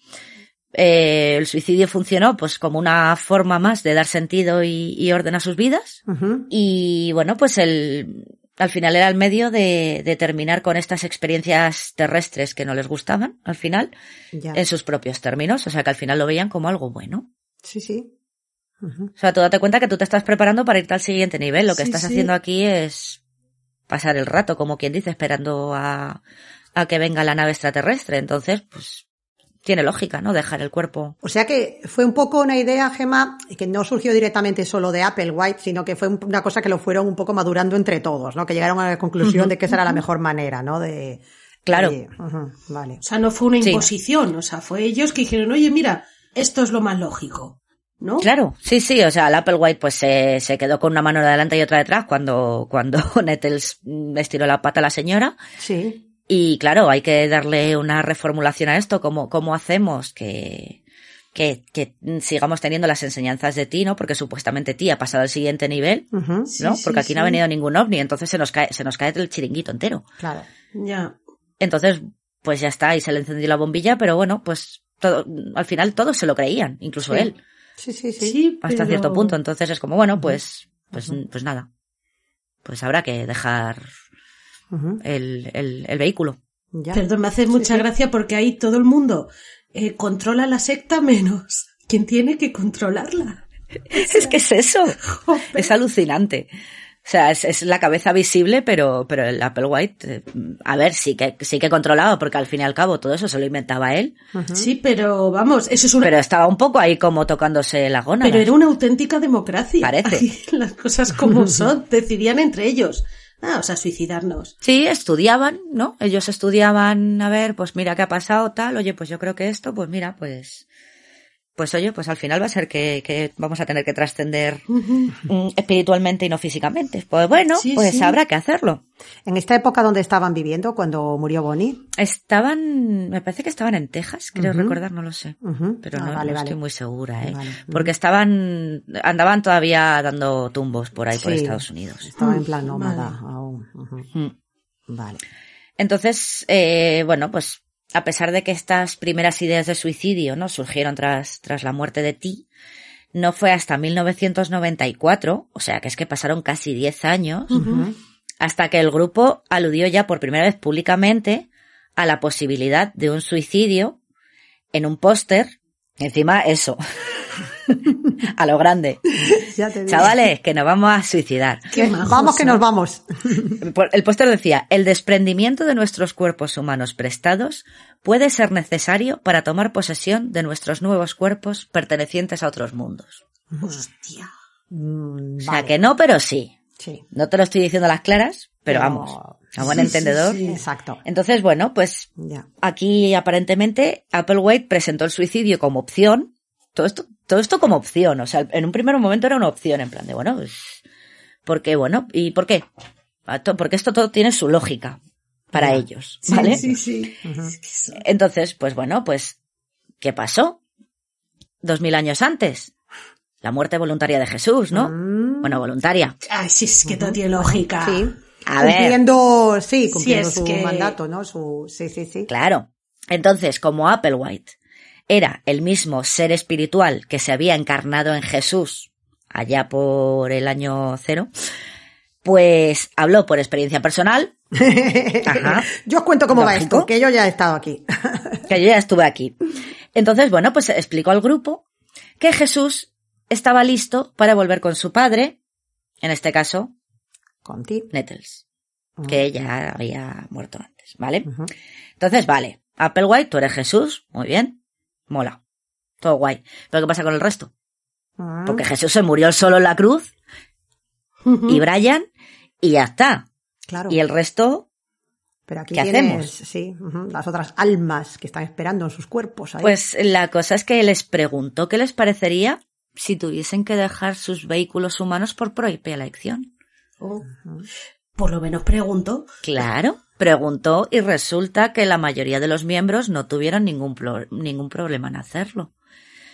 Speaker 4: Eh, el suicidio funcionó pues como una forma más de dar sentido y, y orden a sus vidas. Uh-huh. Y bueno, pues el, al final era el medio de, de terminar con estas experiencias terrestres que no les gustaban, al final, ya. en sus propios términos. O sea, que al final lo veían como algo bueno.
Speaker 2: Sí, sí. Uh-huh.
Speaker 4: O sea, tú date cuenta que tú te estás preparando para irte al siguiente nivel. Lo que sí, estás sí. haciendo aquí es pasar el rato, como quien dice, esperando a, a que venga la nave extraterrestre. Entonces, pues, tiene lógica, ¿no? Dejar el cuerpo.
Speaker 2: O sea que fue un poco una idea, Gemma, que no surgió directamente solo de Applewhite, sino que fue una cosa que lo fueron un poco madurando entre todos, ¿no? Que llegaron a la conclusión uh-huh. de que esa era la mejor manera, ¿no? De,
Speaker 4: claro.
Speaker 2: De, uh-huh, vale.
Speaker 3: O sea, no fue una imposición, sí. o sea, fue ellos que dijeron, oye, mira, esto es lo más lógico, ¿no?
Speaker 4: Claro, sí, sí, o sea, el Applewhite pues se, se quedó con una mano adelante y otra detrás cuando, cuando Nettles estiró la pata a la señora.
Speaker 2: Sí.
Speaker 4: Y claro, hay que darle una reformulación a esto, ¿cómo, cómo hacemos que, que, que sigamos teniendo las enseñanzas de ti, ¿no? Porque supuestamente ti ha pasado al siguiente nivel, uh-huh. ¿no? Sí, Porque aquí sí, no ha venido sí. ningún ovni, entonces se nos cae, se nos cae el chiringuito entero.
Speaker 2: Claro.
Speaker 3: Ya.
Speaker 4: Entonces, pues ya está, y se le encendió la bombilla, pero bueno, pues todo, al final todos se lo creían, incluso
Speaker 2: sí.
Speaker 4: él.
Speaker 2: Sí, sí, sí.
Speaker 3: sí
Speaker 4: hasta
Speaker 3: pero...
Speaker 4: cierto punto, entonces es como, bueno, pues, pues,
Speaker 2: uh-huh.
Speaker 4: pues nada. Pues habrá que dejar uh-huh. el, el, el vehículo.
Speaker 3: Ya. Perdón, me hace mucha sí, gracia sí. porque ahí todo el mundo eh, controla la secta menos quien tiene que controlarla.
Speaker 4: O sea, es que es eso. Joder. Es alucinante. O sea, es, es la cabeza visible, pero, pero el Applewhite, eh, a ver, sí que, sí que controlaba, porque al fin y al cabo todo eso se lo inventaba él.
Speaker 3: Uh-huh. Sí, pero vamos, eso es una...
Speaker 4: Pero estaba un poco ahí como tocándose la gónada.
Speaker 3: Pero era una auténtica democracia.
Speaker 4: Parece.
Speaker 3: Ahí, las cosas como son, decidían entre ellos. Ah, o sea, suicidarnos.
Speaker 4: Sí, estudiaban, ¿no? Ellos estudiaban, a ver, pues mira qué ha pasado, tal, oye, pues yo creo que esto, pues mira, pues... Pues oye, pues al final va a ser que, que vamos a tener que trascender uh-huh. espiritualmente y no físicamente. Pues bueno, sí, pues sí. habrá que hacerlo.
Speaker 2: ¿En esta época dónde estaban viviendo cuando murió Bonnie?
Speaker 4: Estaban, me parece que estaban en Texas, creo uh-huh. recordar, no lo sé.
Speaker 2: Uh-huh.
Speaker 4: Pero
Speaker 2: ah,
Speaker 4: no,
Speaker 2: vale,
Speaker 4: no
Speaker 2: vale.
Speaker 4: estoy muy segura, ¿eh?
Speaker 2: Vale. Uh-huh.
Speaker 4: Porque estaban, andaban todavía dando tumbos por ahí,
Speaker 2: sí,
Speaker 4: por Estados Unidos.
Speaker 2: Estaban en plan nómada vale. aún. Uh-huh.
Speaker 4: Mm.
Speaker 2: Vale.
Speaker 4: Entonces, eh, bueno, pues a pesar de que estas primeras ideas de suicidio, ¿no? surgieron tras, tras la muerte de Ti, no fue hasta mil novecientos noventa y cuatro, o sea que es que pasaron casi diez años, uh-huh. hasta que el grupo aludió ya por primera vez públicamente a la posibilidad de un suicidio en un póster, encima eso, a lo grande.
Speaker 2: Ya te digo.
Speaker 4: Chavales, que nos vamos a suicidar.
Speaker 2: Qué majos, vamos que nos vamos.
Speaker 4: El póster decía, el desprendimiento de nuestros cuerpos humanos prestados puede ser necesario para tomar posesión de nuestros nuevos cuerpos pertenecientes a otros mundos.
Speaker 3: Hostia.
Speaker 2: Mm,
Speaker 4: o sea
Speaker 2: vale.
Speaker 4: que no, pero sí.
Speaker 2: Sí.
Speaker 4: No te lo estoy diciendo a las claras, pero, pero vamos, a buen
Speaker 2: sí,
Speaker 4: entendedor.
Speaker 2: Sí, sí. Exacto.
Speaker 4: Entonces, bueno, pues
Speaker 2: ya.
Speaker 4: Aquí aparentemente Applewhite presentó el suicidio como opción. Todo esto, todo esto como opción, o sea, en un primer momento era una opción, en plan de, bueno, pues, ¿por qué? Bueno, ¿y por qué? Porque esto todo tiene su lógica para yeah. ellos, ¿vale?
Speaker 3: Sí, sí, sí.
Speaker 2: Uh-huh.
Speaker 4: Entonces, pues bueno, pues, ¿qué pasó? Dos mil años antes. La muerte voluntaria de Jesús, ¿no? Mm. Bueno, voluntaria.
Speaker 3: Ay, sí, es que uh-huh. todo tiene lógica.
Speaker 2: Sí.
Speaker 4: A
Speaker 2: cumpliendo,
Speaker 4: ver.
Speaker 2: sí, cumpliendo
Speaker 3: sí,
Speaker 2: su
Speaker 3: que...
Speaker 2: mandato, ¿no? Su, sí, sí, sí.
Speaker 4: Claro. Entonces, como Applewhite era el mismo ser espiritual que se había encarnado en Jesús allá por el año cero, pues habló por experiencia personal. Ajá.
Speaker 2: Yo os cuento cómo
Speaker 4: Lógico.
Speaker 2: va esto, que yo ya he estado aquí.
Speaker 4: Que yo ya estuve aquí. Entonces, bueno, pues explicó al grupo que Jesús estaba listo para volver con su padre, en este caso,
Speaker 2: con ti,
Speaker 4: Nettles, uh-huh. que ya había muerto antes, ¿vale? Uh-huh. Entonces, vale, Applewhite, tú eres Jesús, muy bien. Mola. Todo guay. ¿Pero qué pasa con el resto? Uh-huh. Porque Jesús se murió solo en la cruz uh-huh. y Brian y ya está.
Speaker 2: Claro.
Speaker 4: Y el resto,
Speaker 2: pero aquí
Speaker 4: ¿qué
Speaker 2: tienes,
Speaker 4: hacemos?
Speaker 2: Sí, uh-huh, las otras almas que están esperando en sus cuerpos. Ahí.
Speaker 4: Pues la cosa es que les preguntó qué les parecería si tuviesen que dejar sus vehículos humanos por propia elección.
Speaker 3: Oh. Uh-huh. Por lo menos preguntó.
Speaker 4: Claro. Preguntó y resulta que la mayoría de los miembros no tuvieron ningún, pro- ningún problema en hacerlo.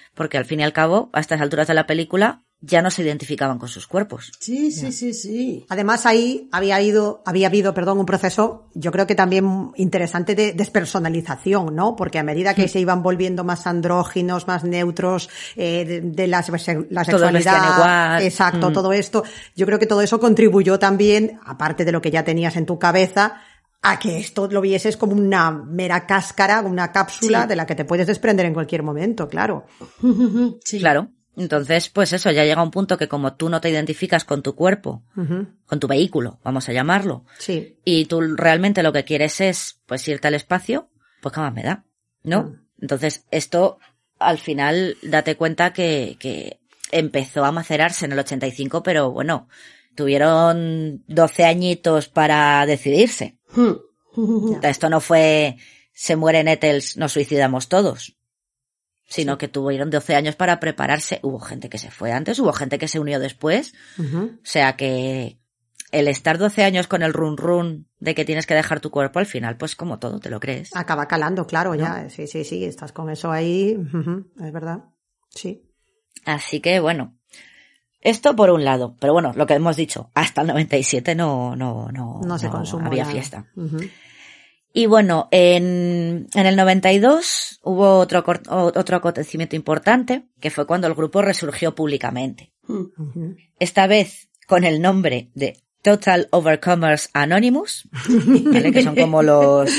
Speaker 4: porque al fin y al cabo, a estas alturas de la película, ya no se identificaban con sus cuerpos.
Speaker 3: Sí, sí, sí, sí.
Speaker 2: Además ahí había ido, había habido, perdón, un proceso, yo creo que también interesante de despersonalización, ¿no? Porque a medida que sí. se iban volviendo más andróginos, más neutros, eh, de, de la, la sexualidad,
Speaker 4: igual.
Speaker 2: exacto,
Speaker 4: mm.
Speaker 2: todo esto, yo creo que todo eso contribuyó también, aparte de lo que ya tenías en tu cabeza, a que esto lo vieses como una mera cáscara, una cápsula sí. de la que te puedes desprender en cualquier momento, claro.
Speaker 4: Sí. Claro. Entonces, pues eso, ya llega un punto que como tú no te identificas con tu cuerpo, uh-huh. con tu vehículo, vamos a llamarlo,
Speaker 2: sí.
Speaker 4: y tú realmente lo que quieres es, pues, irte al espacio, pues qué más me da, ¿no? Uh-huh. Entonces, esto, al final, date cuenta que, que empezó a macerarse en el ochenta y cinco, pero bueno, tuvieron doce añitos para decidirse. Uh-huh. Esto no fue, se muere Nettles, nos suicidamos todos. Sino sí. que tuvieron doce años para prepararse. Hubo gente que se fue antes, hubo gente que se unió después. Uh-huh. O sea que el estar doce años con el run run de que tienes que dejar tu cuerpo, al final, pues como todo, te lo crees.
Speaker 2: Acaba calando, claro, ¿no? Ya. Sí, sí, sí, estás con eso ahí. Uh-huh. Es verdad. Sí.
Speaker 4: Así que, bueno, esto por un lado. Pero bueno, lo que hemos dicho, hasta el noventa y siete no, no, no,
Speaker 2: no se no consumó
Speaker 4: había
Speaker 2: nada.
Speaker 4: Fiesta.
Speaker 2: Uh-huh.
Speaker 4: Y bueno, en, en el noventa y dos hubo otro, otro acontecimiento importante, que fue cuando el grupo resurgió públicamente. Uh-huh. Esta vez con el nombre de Total Overcomers Anonymous, ¿vale? Que son como los...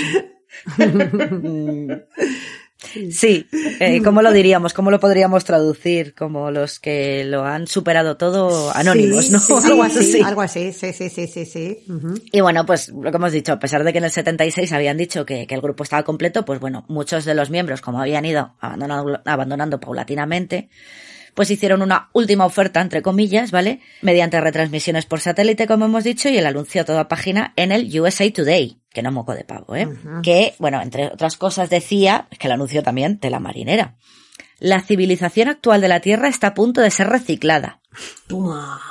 Speaker 4: Sí, eh, ¿cómo lo diríamos? ¿Cómo lo podríamos traducir? Como los que lo han superado todo anónimos,
Speaker 2: sí,
Speaker 4: ¿no?
Speaker 2: Sí, algo así, sí. algo así, sí, sí, sí, sí, sí. Uh-huh.
Speaker 4: Y bueno, pues lo que hemos dicho, a pesar de que en el setenta y seis habían dicho que, que el grupo estaba completo, pues bueno, muchos de los miembros, como habían ido abandonando, abandonando paulatinamente, pues hicieron una última oferta, entre comillas, ¿vale? Mediante retransmisiones por satélite, como hemos dicho, y el anuncio a toda página en el U S A Today, que no moco de pavo, ¿eh? Uh-huh. Que, bueno, entre otras cosas decía, que el anuncio también, tela marinera. La civilización actual de la Tierra está a punto de ser reciclada.
Speaker 3: Toma,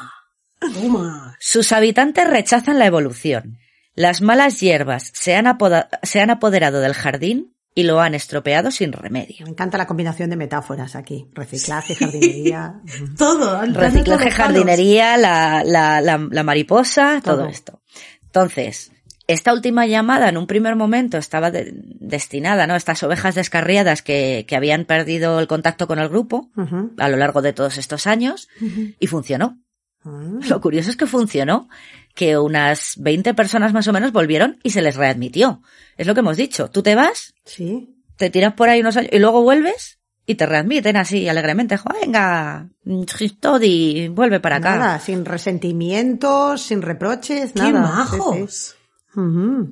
Speaker 3: toma.
Speaker 4: Sus habitantes rechazan la evolución. Las malas hierbas se han, apoda- se han apoderado del jardín y lo han estropeado sin remedio.
Speaker 2: Me encanta la combinación de metáforas aquí. Reciclaje, jardinería.
Speaker 3: Todo.
Speaker 4: Reciclaje, jardinería, la, la, la, la mariposa, todo. todo esto. Entonces, esta última llamada en un primer momento estaba de, destinada, ¿no? Estas ovejas descarriadas que, que habían perdido el contacto con el grupo uh-huh. a lo largo de todos estos años uh-huh. y funcionó. Uh-huh. Lo curioso es que funcionó, que unas veinte personas más o menos volvieron y se les readmitió. Es lo que hemos dicho. Tú te vas,
Speaker 2: sí.
Speaker 4: te tiras por ahí unos años y luego vuelves y te readmiten así alegremente. Venga, Todi, vuelve para acá.
Speaker 2: Nada, sin resentimientos, sin reproches,
Speaker 3: ¡Qué
Speaker 2: nada.
Speaker 3: majos!
Speaker 2: Sí, sí. Uh-huh.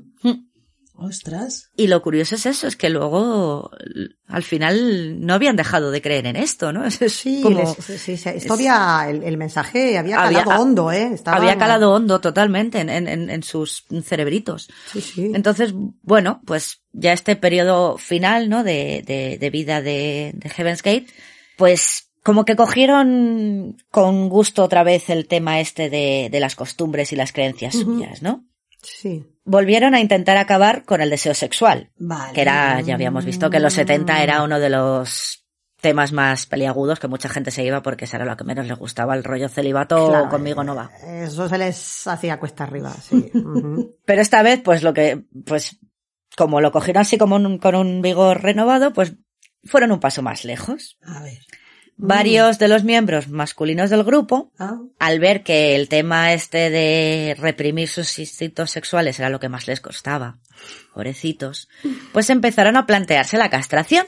Speaker 3: ¡Ostras!
Speaker 4: Y lo curioso es eso, es que luego al final no habían dejado de creer en esto, ¿no? Es
Speaker 2: sí,
Speaker 4: como,
Speaker 2: les, sí, sí, esto es, había, el, el mensaje había calado
Speaker 4: había,
Speaker 2: hondo, ¿eh? Estaba,
Speaker 4: había calado hondo totalmente en, en, en sus cerebritos.
Speaker 2: Sí, sí.
Speaker 4: Entonces, bueno, pues ya este periodo final, ¿no? De, de, de vida de, de Heaven's Gate, pues como que cogieron con gusto otra vez el tema este de, de las costumbres y las creencias uh-huh. suyas, ¿no?
Speaker 2: Sí.
Speaker 4: Volvieron a intentar acabar con el deseo sexual,
Speaker 3: vale.
Speaker 4: que era, ya habíamos visto que en los setenta era uno de los temas más peliagudos, que mucha gente se iba porque eso era lo que menos les gustaba, el rollo celibato, claro, conmigo no va.
Speaker 2: Eso se les hacía cuesta arriba, sí. Uh-huh.
Speaker 4: Pero esta vez, pues lo que, pues, como lo cogieron así como un, con un vigor renovado, pues fueron un paso más lejos.
Speaker 3: A ver.
Speaker 4: Varios de los miembros masculinos del grupo,
Speaker 3: ah.
Speaker 4: al ver que el tema este de reprimir sus instintos sexuales era lo que más les costaba, pobrecitos, pues empezaron a plantearse la castración.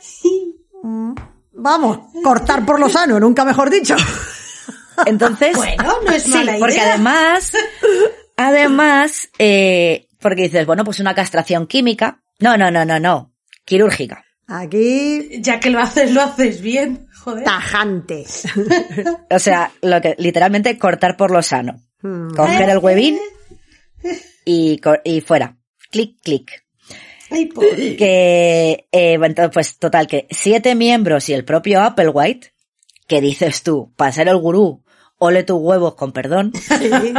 Speaker 2: Vamos, cortar por lo sano, nunca mejor dicho.
Speaker 4: Entonces,
Speaker 3: bueno, no es
Speaker 4: sí,
Speaker 3: mala idea.
Speaker 4: porque además, además, eh, porque dices, bueno, pues una castración química. No, no, no, no, no, quirúrgica.
Speaker 2: Aquí,
Speaker 3: ya que lo haces, lo haces bien, joder.
Speaker 2: Tajante.
Speaker 4: O sea, lo que literalmente cortar por lo sano. Hmm. Coger el huevín y, y fuera. Clic, clic.
Speaker 3: Ay, pobre.
Speaker 4: Que, eh, entonces, pues total, que siete miembros y el propio Applewhite, que dices tú, para ser el gurú, ole tus huevos con perdón.
Speaker 2: Sí.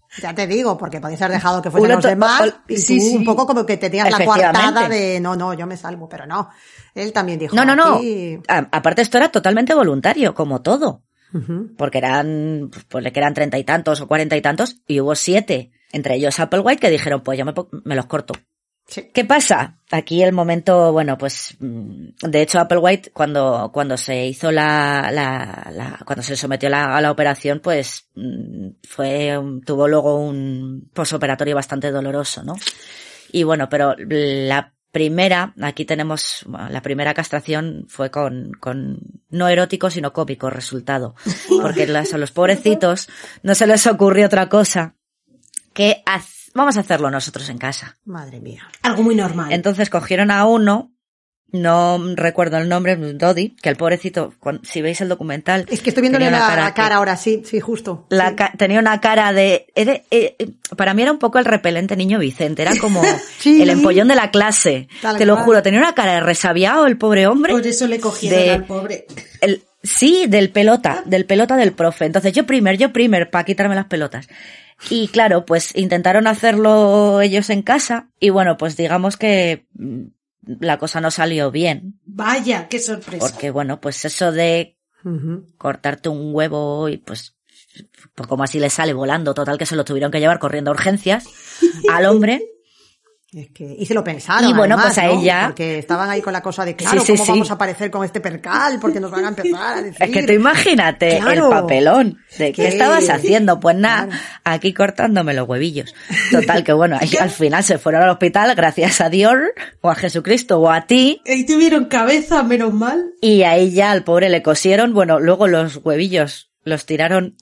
Speaker 2: Ya te digo, porque podías haber dejado que fuesen
Speaker 4: Uno
Speaker 2: los
Speaker 4: to-
Speaker 2: demás
Speaker 4: ol-
Speaker 2: y
Speaker 4: sí,
Speaker 2: tú
Speaker 4: sí.
Speaker 2: un poco como que tenías la
Speaker 4: Efectivamente.
Speaker 2: coartada de no, no, yo me salvo, pero no. Él también dijo,
Speaker 4: No, no, no.
Speaker 2: aquí...
Speaker 4: A- aparte esto era totalmente voluntario, como todo.
Speaker 2: Ujú.
Speaker 4: Porque eran, pues que eran treinta y tantos o cuarenta y tantos, y hubo siete, entre ellos Applewhite, que dijeron, pues yo me, po- me los corto.
Speaker 2: Sí.
Speaker 4: ¿Qué pasa? Aquí el momento, bueno, pues, mm, de hecho Applewhite, cuando, cuando se hizo la, la, la cuando se sometió la, a la operación, pues, mm, fue, un- tuvo luego un posoperatorio bastante doloroso, ¿no? Y bueno, pero la primera, aquí tenemos, bueno, la primera castración fue con, con, no erótico, sino cómico resultado. Porque las, a los pobrecitos no se les ocurrió otra cosa que haz- vamos a hacerlo nosotros en casa.
Speaker 2: Madre mía.
Speaker 3: Algo muy normal.
Speaker 4: Entonces cogieron a uno, no recuerdo el nombre, Dodi, que el pobrecito, cuando- si veis el documental...
Speaker 2: Es que estoy viéndole
Speaker 4: tenía
Speaker 2: la,
Speaker 4: una
Speaker 2: la cara
Speaker 4: que-
Speaker 2: ahora, sí, sí, justo.
Speaker 4: la
Speaker 2: Sí.
Speaker 4: ca- tenía una cara de... era- eh, eh, para mí era un poco el repelente niño Vicente, era como
Speaker 2: Sí.
Speaker 4: el empollón de la clase.
Speaker 2: Tal
Speaker 4: Te lo
Speaker 2: cual.
Speaker 4: juro, tenía una cara de resabiado el pobre hombre.
Speaker 3: Por eso le cogieron
Speaker 4: de-
Speaker 3: al pobre.
Speaker 4: El, sí, del pelota, del pelota del profe. Entonces yo primer, yo primer, para quitarme las pelotas. Y claro, pues intentaron hacerlo ellos en casa y bueno, pues digamos que mm, la cosa no salió bien.
Speaker 3: Vaya, qué sorpresa.
Speaker 4: Porque bueno, pues eso de
Speaker 2: Ujú.
Speaker 4: cortarte un huevo y pues, pues como así le sale volando, total que se lo tuvieron que llevar corriendo a urgencias al hombre.
Speaker 2: Es que, y se lo pensaron.
Speaker 4: Y bueno,
Speaker 2: además,
Speaker 4: pues a
Speaker 2: ¿no?
Speaker 4: ella-
Speaker 2: Porque estaban ahí con la cosa de, claro,
Speaker 4: Sí, sí,
Speaker 2: ¿cómo
Speaker 4: sí.
Speaker 2: vamos a aparecer con este percal? Porque nos van a empezar a decir.
Speaker 4: Es que tú imagínate
Speaker 2: Claro.
Speaker 4: el papelón de qué
Speaker 2: ¿Qué?
Speaker 4: estabas haciendo. Pues nada,
Speaker 2: Claro.
Speaker 4: aquí cortándome los huevillos. Total que bueno, ahí al final se fueron al hospital gracias a Dios o a Jesucristo o a ti.
Speaker 3: Ahí tuvieron cabeza, menos mal.
Speaker 4: Y ahí ya al pobre le cosieron, bueno, luego los huevillos los tiraron,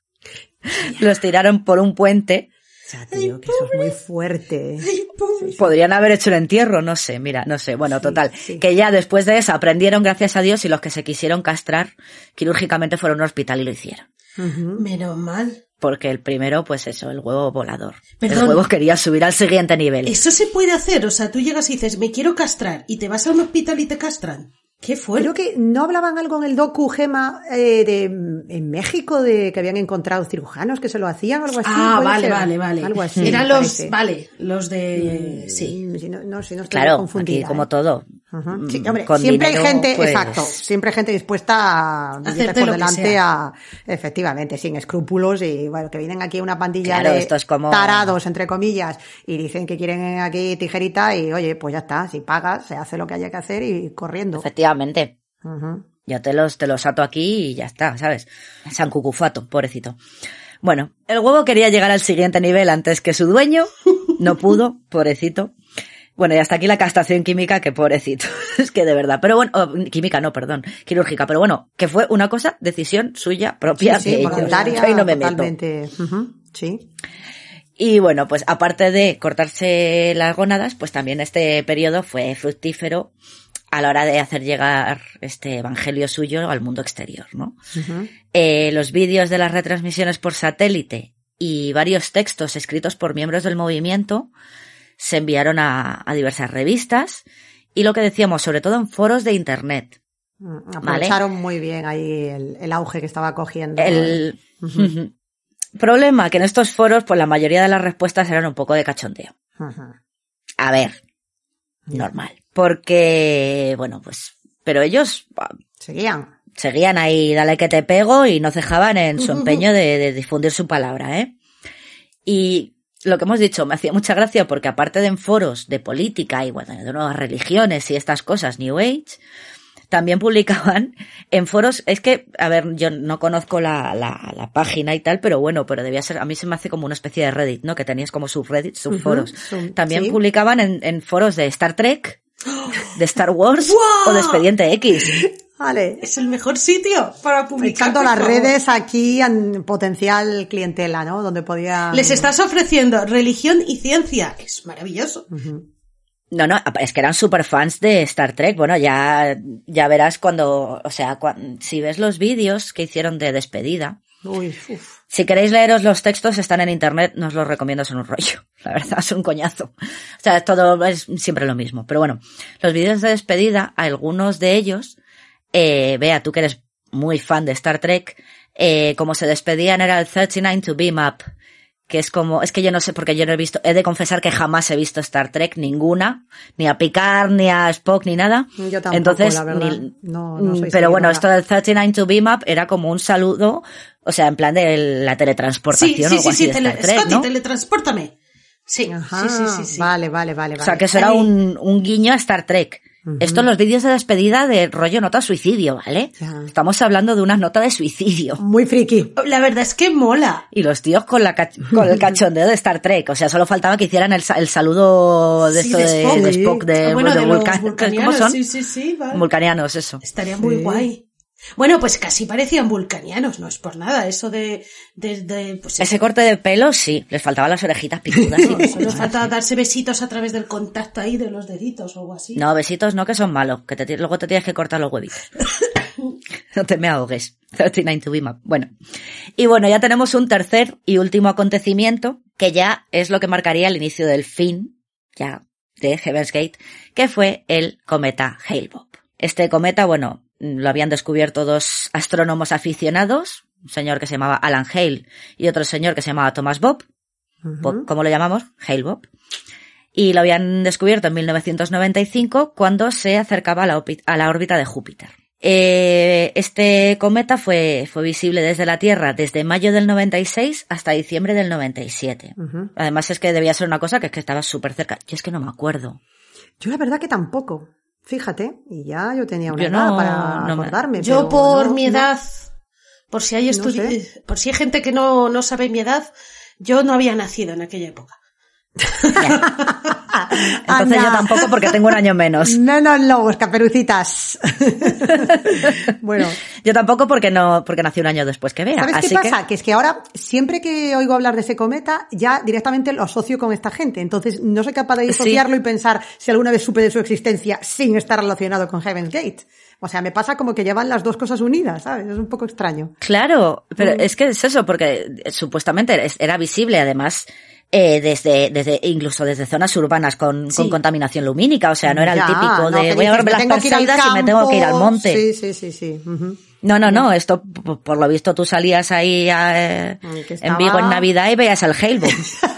Speaker 4: los tiraron por un puente.
Speaker 2: O sea, tío, que eso es muy fuerte.
Speaker 3: Ay, pobre.
Speaker 4: Podrían haber hecho el entierro, no sé, mira, no sé. Bueno, total,
Speaker 2: sí.
Speaker 4: que ya después de eso aprendieron, gracias a Dios, y los que se quisieron castrar quirúrgicamente fueron a un hospital y lo hicieron.
Speaker 2: Ujú.
Speaker 3: Menos mal.
Speaker 4: Porque el primero, pues eso, el huevo volador.
Speaker 3: Perdón.
Speaker 4: El huevo quería subir al siguiente nivel.
Speaker 3: Eso se puede hacer, o sea, tú llegas y dices, me quiero castrar, y te vas a un hospital y te castran. ¿Qué fue?
Speaker 2: Creo que no hablaban algo en el docu, Gema, eh, de en México, de que habían encontrado cirujanos que se lo hacían, algo así.
Speaker 3: Ah,
Speaker 2: ¿puede
Speaker 3: vale,
Speaker 2: ser?
Speaker 3: vale, vale.
Speaker 2: Algo así.
Speaker 3: Eran
Speaker 2: me
Speaker 3: los,
Speaker 2: parece.
Speaker 3: vale, los de, sí.
Speaker 2: Mm, si no, no, si no estoy
Speaker 4: Claro,
Speaker 2: confundida.
Speaker 4: aquí como
Speaker 2: ¿eh?
Speaker 4: todo.
Speaker 2: Ujú. Sí,
Speaker 4: Mm,
Speaker 2: hombre,
Speaker 4: con
Speaker 2: siempre
Speaker 4: dinero,
Speaker 2: hay gente,
Speaker 4: pues,
Speaker 2: exacto, siempre hay gente dispuesta a billetes
Speaker 3: Hacerte
Speaker 2: por
Speaker 3: lo que
Speaker 2: delante
Speaker 3: sea.
Speaker 2: a, efectivamente, sin escrúpulos y bueno, que vienen aquí una pandilla
Speaker 4: Claro,
Speaker 2: de
Speaker 4: esto es como-
Speaker 2: tarados, entre comillas, y dicen que quieren aquí tijerita y oye, pues ya está, si pagas, se hace lo que haya que hacer y corriendo.
Speaker 4: Efectivamente.
Speaker 2: Ujú.
Speaker 4: Yo te los, te los ato aquí y ya está, ¿sabes? San Cucufato, pobrecito. Bueno, el huevo quería llegar al siguiente nivel antes que su dueño. No pudo, pobrecito. Bueno, y hasta aquí la castración química, que pobrecito. Es que de verdad. Pero bueno, oh, química no, perdón, quirúrgica. Pero bueno, que fue una cosa, decisión suya propia.
Speaker 2: Sí,
Speaker 4: de
Speaker 2: sí,
Speaker 4: ellos.
Speaker 2: voluntaria,
Speaker 4: Ahí no me meto.
Speaker 2: totalmente. Ujú, sí.
Speaker 4: Y bueno, pues aparte de cortarse las gónadas, pues también este periodo fue fructífero a la hora de hacer llegar este evangelio suyo al mundo exterior, ¿no?
Speaker 2: Ujú.
Speaker 4: Eh, los vídeos de las retransmisiones por satélite y varios textos escritos por miembros del movimiento se enviaron a, a diversas revistas y lo que decíamos, sobre todo en foros de internet.
Speaker 2: Mm, Aprovecharon muy bien ahí el, el auge que estaba cogiendo.
Speaker 4: El
Speaker 2: Ujú.
Speaker 4: problema que en estos foros, pues la mayoría de las respuestas eran un poco de cachondeo.
Speaker 2: Ujú.
Speaker 4: A ver,
Speaker 2: Ya.
Speaker 4: normal. Porque, bueno, pues, pero ellos bah,
Speaker 2: Seguían.
Speaker 4: seguían ahí, dale que te pego, y no cejaban en su empeño de, de difundir su palabra, ¿eh? Y lo que hemos dicho me hacía mucha gracia porque aparte de en foros de política y bueno, de nuevas religiones y estas cosas, New Age, también publicaban en foros, es que, a ver, yo no conozco la, la, la página y tal, pero bueno, pero debía ser, a mí se me hace como una especie de Reddit, ¿no? Que tenías como subreddit, subforos.
Speaker 2: Ujú,
Speaker 4: También
Speaker 2: sí.
Speaker 4: publicaban en, en foros de Star Trek, de Star Wars
Speaker 3: ¡Guau!
Speaker 4: o de Expediente X.
Speaker 2: Vale.
Speaker 3: Es el mejor sitio para publicar.
Speaker 2: Echando
Speaker 3: por
Speaker 2: las
Speaker 3: favor.
Speaker 2: redes aquí en potencial clientela, ¿no? Donde podía...
Speaker 3: Les estás ofreciendo religión y ciencia. Es maravilloso.
Speaker 2: Ujú.
Speaker 4: No, no, es que eran super fans de Star Trek. Bueno, ya, ya verás cuando, o sea, cuan- si ves los vídeos que hicieron de despedida.
Speaker 2: Uy, uf.
Speaker 4: Si queréis leeros los textos, están en internet, no os los recomiendo, son un rollo. La verdad, es un coñazo. O sea, todo es siempre lo mismo. Pero bueno, los vídeos de despedida, algunos de ellos, eh, Bea, tú que eres muy fan de Star Trek, eh, como se despedían era el thirty-nine to beam up, que es como, es que yo no sé, porque yo no he visto, he de confesar que jamás he visto Star Trek, ninguna, ni a Picard, ni a Spock, ni nada.
Speaker 2: Yo tampoco,
Speaker 4: Entonces,
Speaker 2: la verdad.
Speaker 4: Ni,
Speaker 2: no, no soy
Speaker 4: pero bueno,
Speaker 2: seguidora.
Speaker 4: esto del treinta y nueve to Beam Up era como un saludo, o sea, en plan de la teletransportación
Speaker 3: Sí,
Speaker 4: o
Speaker 3: sí,
Speaker 4: algo
Speaker 3: sí,
Speaker 4: así
Speaker 3: sí,
Speaker 4: de
Speaker 3: tele,
Speaker 4: Star Trek,
Speaker 3: Scotty,
Speaker 4: ¿no?
Speaker 3: teletranspórtame. Sí,
Speaker 2: Ajá,
Speaker 3: sí, sí, sí, sí.
Speaker 2: Vale, vale, vale, vale.
Speaker 4: O sea, que eso era un, un guiño a Star Trek. Uh-huh. Esto en los vídeos de despedida de rollo nota suicidio, ¿vale?
Speaker 2: Ya.
Speaker 4: Estamos hablando de una nota de suicidio.
Speaker 2: Muy friki.
Speaker 3: La verdad es que mola.
Speaker 4: Y los tíos con la cach- con el cachondeo de Star Trek. O sea, solo faltaba que hicieran el, el saludo de
Speaker 3: Sí,
Speaker 4: esto
Speaker 3: de
Speaker 4: de,
Speaker 3: Spock.
Speaker 4: de Spock, de,
Speaker 3: bueno,
Speaker 4: de,
Speaker 3: de
Speaker 4: vulca-
Speaker 3: los vulcanianos.
Speaker 4: ¿Cómo son?
Speaker 3: Sí, sí, sí, vale.
Speaker 4: Vulcanianos, eso.
Speaker 3: Estaría muy
Speaker 2: Sí.
Speaker 3: guay. Bueno, pues casi parecían vulcanianos, no es por nada, eso de... de, de pues
Speaker 4: Ese corte de pelo, sí. Les faltaban las orejitas picudas. Sí.
Speaker 3: Solo falta darse besitos a través del contacto ahí de los deditos o algo así.
Speaker 4: No, besitos no, que son malos. Que te, luego te tienes que cortar los huevitos. No te me ahogues. treinta y nueve to Beam Up. Bueno. Y bueno, ya tenemos un tercer y último acontecimiento, que ya es lo que marcaría el inicio del fin, ya, de Heaven's Gate, que fue el cometa Hale-Bopp. Este cometa, bueno, lo habían descubierto dos astrónomos aficionados, un señor que se llamaba Alan Hale y otro señor que se llamaba Thomas Bob. Uh-huh. ¿Cómo lo llamamos? Hale-Bopp. Y lo habían descubierto en mil novecientos noventa y cinco cuando se acercaba a la, a la órbita de Júpiter. Eh, este cometa fue, fue visible desde la Tierra desde mayo del noventa y seis hasta diciembre del noventa y siete. Uh-huh. Además es que debía ser una cosa que es que estaba súper cerca. Yo es que no me acuerdo.
Speaker 2: Yo la verdad que tampoco. Fíjate, y ya yo tenía una
Speaker 4: yo
Speaker 2: edad
Speaker 4: no,
Speaker 2: para
Speaker 4: no
Speaker 2: acordarme.
Speaker 3: Me... Yo
Speaker 2: pero
Speaker 3: por
Speaker 2: no,
Speaker 3: mi
Speaker 2: no.
Speaker 3: edad, por si hay estudi-
Speaker 2: no sé.
Speaker 3: por si hay gente que no, no sabe mi edad, yo no había nacido en aquella época.
Speaker 4: Entonces Anda. Yo tampoco porque tengo un año menos.
Speaker 2: No, no, no, caperucitas. Bueno.
Speaker 4: Yo tampoco porque no, porque nací un año después que Vera.
Speaker 2: ¿Sabes
Speaker 4: así
Speaker 2: qué pasa?
Speaker 4: Que...
Speaker 2: que es que ahora, siempre que oigo hablar de ese cometa, ya directamente lo asocio con esta gente. Entonces, no soy capaz de disociarlo sí. y pensar si alguna vez supe de su existencia sin estar relacionado con Heaven's Gate. O sea, me pasa como que llevan las dos cosas unidas, ¿sabes? Es un poco extraño.
Speaker 4: Claro, pero
Speaker 2: mm.
Speaker 4: es que es eso, porque supuestamente era visible, además, eh, desde, desde, incluso desde zonas urbanas con, sí. con contaminación lumínica. O sea, no era
Speaker 2: ya,
Speaker 4: el típico de
Speaker 2: no,
Speaker 4: voy a verme las Perseidas y me tengo que ir al monte.
Speaker 2: Sí, sí, sí, sí. Uh-huh.
Speaker 4: No, no, no, esto, por lo visto, tú salías ahí a, eh, estaba... en Vigo en Navidad y veías el Hale-Bopp.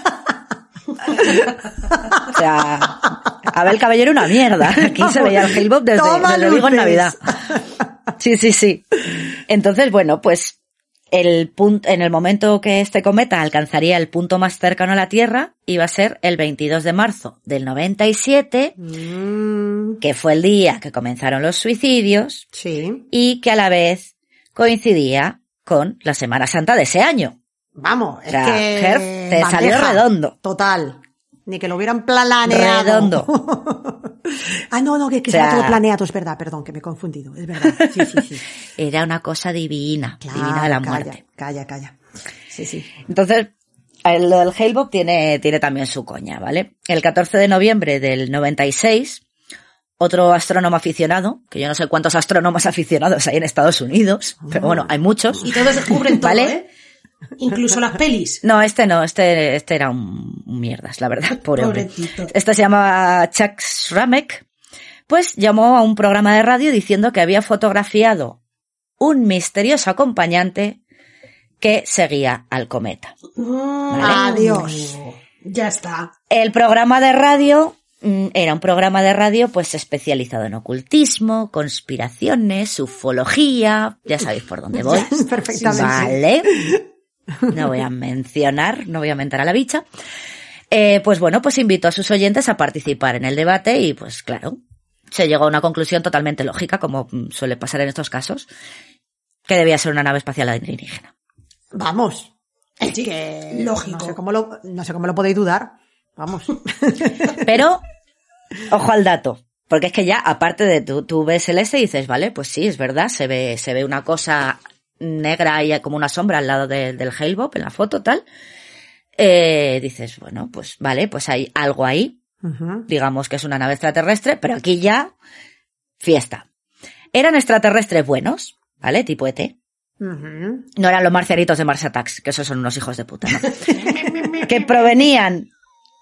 Speaker 4: O sea, Abel Caballero una mierda. Aquí se veía el Hale-Bopp desde, desde Vigo en Navidad. Sí, sí, sí. Entonces, bueno, pues el punto, en el momento que este cometa alcanzaría el punto más cercano a la Tierra, iba a ser el veintidós de marzo del noventa y siete, mm. que fue el día que comenzaron los suicidios,
Speaker 2: sí.
Speaker 4: y que a la vez coincidía con la Semana Santa de ese año.
Speaker 2: Vamos, es
Speaker 4: o sea,
Speaker 2: que...
Speaker 4: Herf, te bandeja, salió redondo.
Speaker 2: Total. Ni que lo hubieran planeado.
Speaker 4: Redondo.
Speaker 2: Ah, no, no, que, que o sea, será todo planeado, es verdad, perdón, que me he confundido, es verdad. Sí, sí, sí.
Speaker 4: Era una cosa divina,
Speaker 2: claro,
Speaker 4: divina de la
Speaker 2: calla,
Speaker 4: muerte.
Speaker 2: Calla, calla. Sí, sí.
Speaker 4: Entonces, el, el Hale-Bopp tiene, tiene también su coña, ¿vale? El catorce de noviembre del noventa y seis, otro astrónomo aficionado, que yo no sé cuántos astrónomos aficionados hay en Estados Unidos, oh. pero bueno, hay muchos.
Speaker 3: Y todos descubren todo,
Speaker 4: ¿vale?
Speaker 3: ¿eh? Incluso las pelis.
Speaker 4: No, este no, este, este era un, un mierdas, la verdad, pobre hombre. Este se llamaba Chuck Schramek, pues llamó a un programa de radio diciendo que había fotografiado un misterioso acompañante que seguía al cometa.
Speaker 2: ¿Vale? Adiós.
Speaker 3: Ya está.
Speaker 4: El programa de radio era un programa de radio pues especializado en ocultismo, conspiraciones, ufología, ya sabéis por dónde voy.
Speaker 2: Perfectamente.
Speaker 4: Vale. No voy a mencionar, no voy a mentar a la bicha. Eh, pues bueno, pues invitó a sus oyentes a participar en el debate y pues claro, se llegó a una conclusión totalmente lógica, como suele pasar en estos casos, que debía ser una nave espacial alienígena.
Speaker 2: Vamos. Es
Speaker 3: sí,
Speaker 2: que
Speaker 3: lógico.
Speaker 2: No sé cómo lo, no sé cómo lo podéis dudar. Vamos.
Speaker 4: Pero, ojo al dato. Porque es que ya, aparte de tú, tú ves el S y dices, vale, pues sí, es verdad, se ve, se ve una cosa negra y como una sombra al lado de, del Hale-Bopp en la foto, tal. Eh, dices, bueno, pues vale, pues hay algo ahí. Uh-huh. Digamos que es una nave extraterrestre, pero aquí ya, fiesta. Eran extraterrestres buenos, ¿vale? Tipo E T. Uh-huh. No eran los marcianitos de Mars Attacks, que esos son unos hijos de puta, ¿no? Que provenían...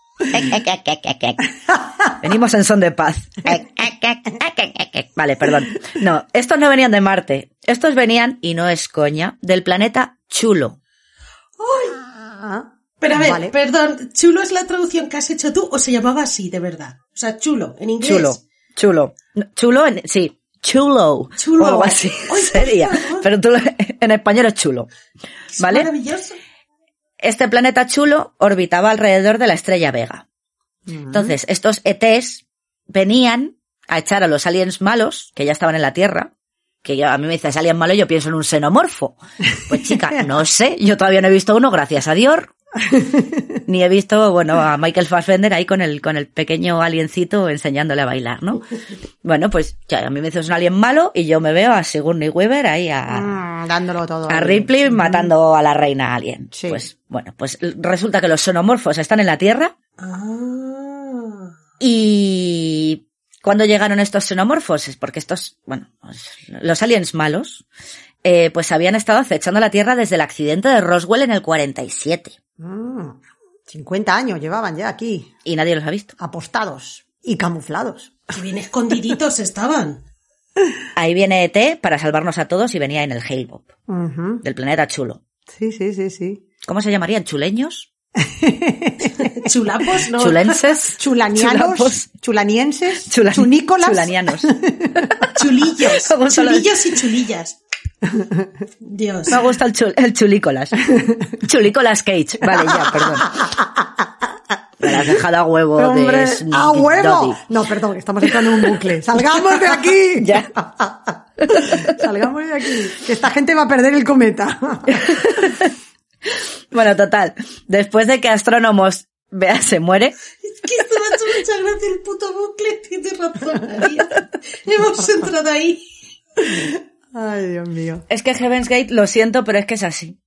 Speaker 4: Venimos en son de paz. Vale, perdón. No, estos no venían de Marte. Estos venían, y no es coña, del planeta Chulo.
Speaker 3: Pero a ver,
Speaker 2: Vale.
Speaker 3: perdón, ¿chulo es la traducción que has hecho tú o se llamaba así, de verdad? O sea, chulo, en inglés.
Speaker 4: Chulo, chulo. Chulo, en, sí, chulo.
Speaker 3: Chulo.
Speaker 4: O algo así
Speaker 3: Ay,
Speaker 4: sería.
Speaker 3: por favor.
Speaker 4: Pero tú, en español es chulo.
Speaker 3: Es
Speaker 4: ¿Vale?
Speaker 3: maravilloso.
Speaker 4: Este planeta chulo orbitaba alrededor de la estrella Vega. Entonces, estos E Tes venían a echar a los aliens malos, que ya estaban en la Tierra, que yo, a mí me dices alien malo, yo pienso en un xenomorfo. Pues chica, no sé, yo todavía no he visto uno, gracias a Dior. Ni he visto, bueno, a Michael Fassbender ahí con el, con el pequeño aliencito enseñándole a bailar, ¿no? Bueno, pues ya, a mí me dices un alien malo y yo me veo a Sigourney Weaver ahí a...
Speaker 2: Mm, dándolo todo.
Speaker 4: A Ripley matando a la reina alien.
Speaker 2: Sí.
Speaker 4: Pues, bueno, pues resulta que los xenomorfos están en la Tierra.
Speaker 3: Ah.
Speaker 4: Y ¿cuándo llegaron estos xenomorfos? Es porque estos, bueno, los aliens malos, eh, pues habían estado acechando la Tierra desde el accidente de Roswell en el cuarenta y siete.
Speaker 2: Mm, cincuenta años llevaban ya aquí,
Speaker 4: Y nadie los ha visto.
Speaker 2: apostados y camuflados.
Speaker 3: Que bien escondiditos estaban.
Speaker 4: Ahí viene E T para salvarnos a todos y venía en el Hale-Bopp,
Speaker 2: Ujú.
Speaker 4: del planeta chulo.
Speaker 2: Sí, sí, sí, sí.
Speaker 4: ¿Cómo se llamarían? ¿Chuleños?
Speaker 3: Chulapos, ¿no?
Speaker 4: ¿Chulenses?
Speaker 2: Chulanianos,
Speaker 4: Chulapos.
Speaker 2: chulanienses,
Speaker 4: Chulan-
Speaker 2: chunícolas.
Speaker 4: Chulanianos.
Speaker 3: Chulillos.
Speaker 4: Me gusta lo de-
Speaker 3: Chulillos y chulillas. Dios.
Speaker 4: Me gusta el, chul- el chulícolas. Chulícolas Cage. Vale, ya, perdón. Me la has dejado a huevo
Speaker 2: Hombre,
Speaker 4: de Sneaky
Speaker 2: ¡a huevo!
Speaker 4: Doddy.
Speaker 2: No, perdón, que estamos entrando en un bucle. ¡Salgamos de aquí!
Speaker 4: Ya.
Speaker 2: Salgamos de aquí, que esta gente va a perder el cometa.
Speaker 4: Bueno, total. Después de que Astrónomos vea se muere,
Speaker 3: Es que esto me ha hecho mucha gracia el puto bucle. Tienes razón, María. Hemos entrado ahí.
Speaker 2: Ay, Dios mío.
Speaker 4: es que Heaven's Gate, lo siento, pero es que es así.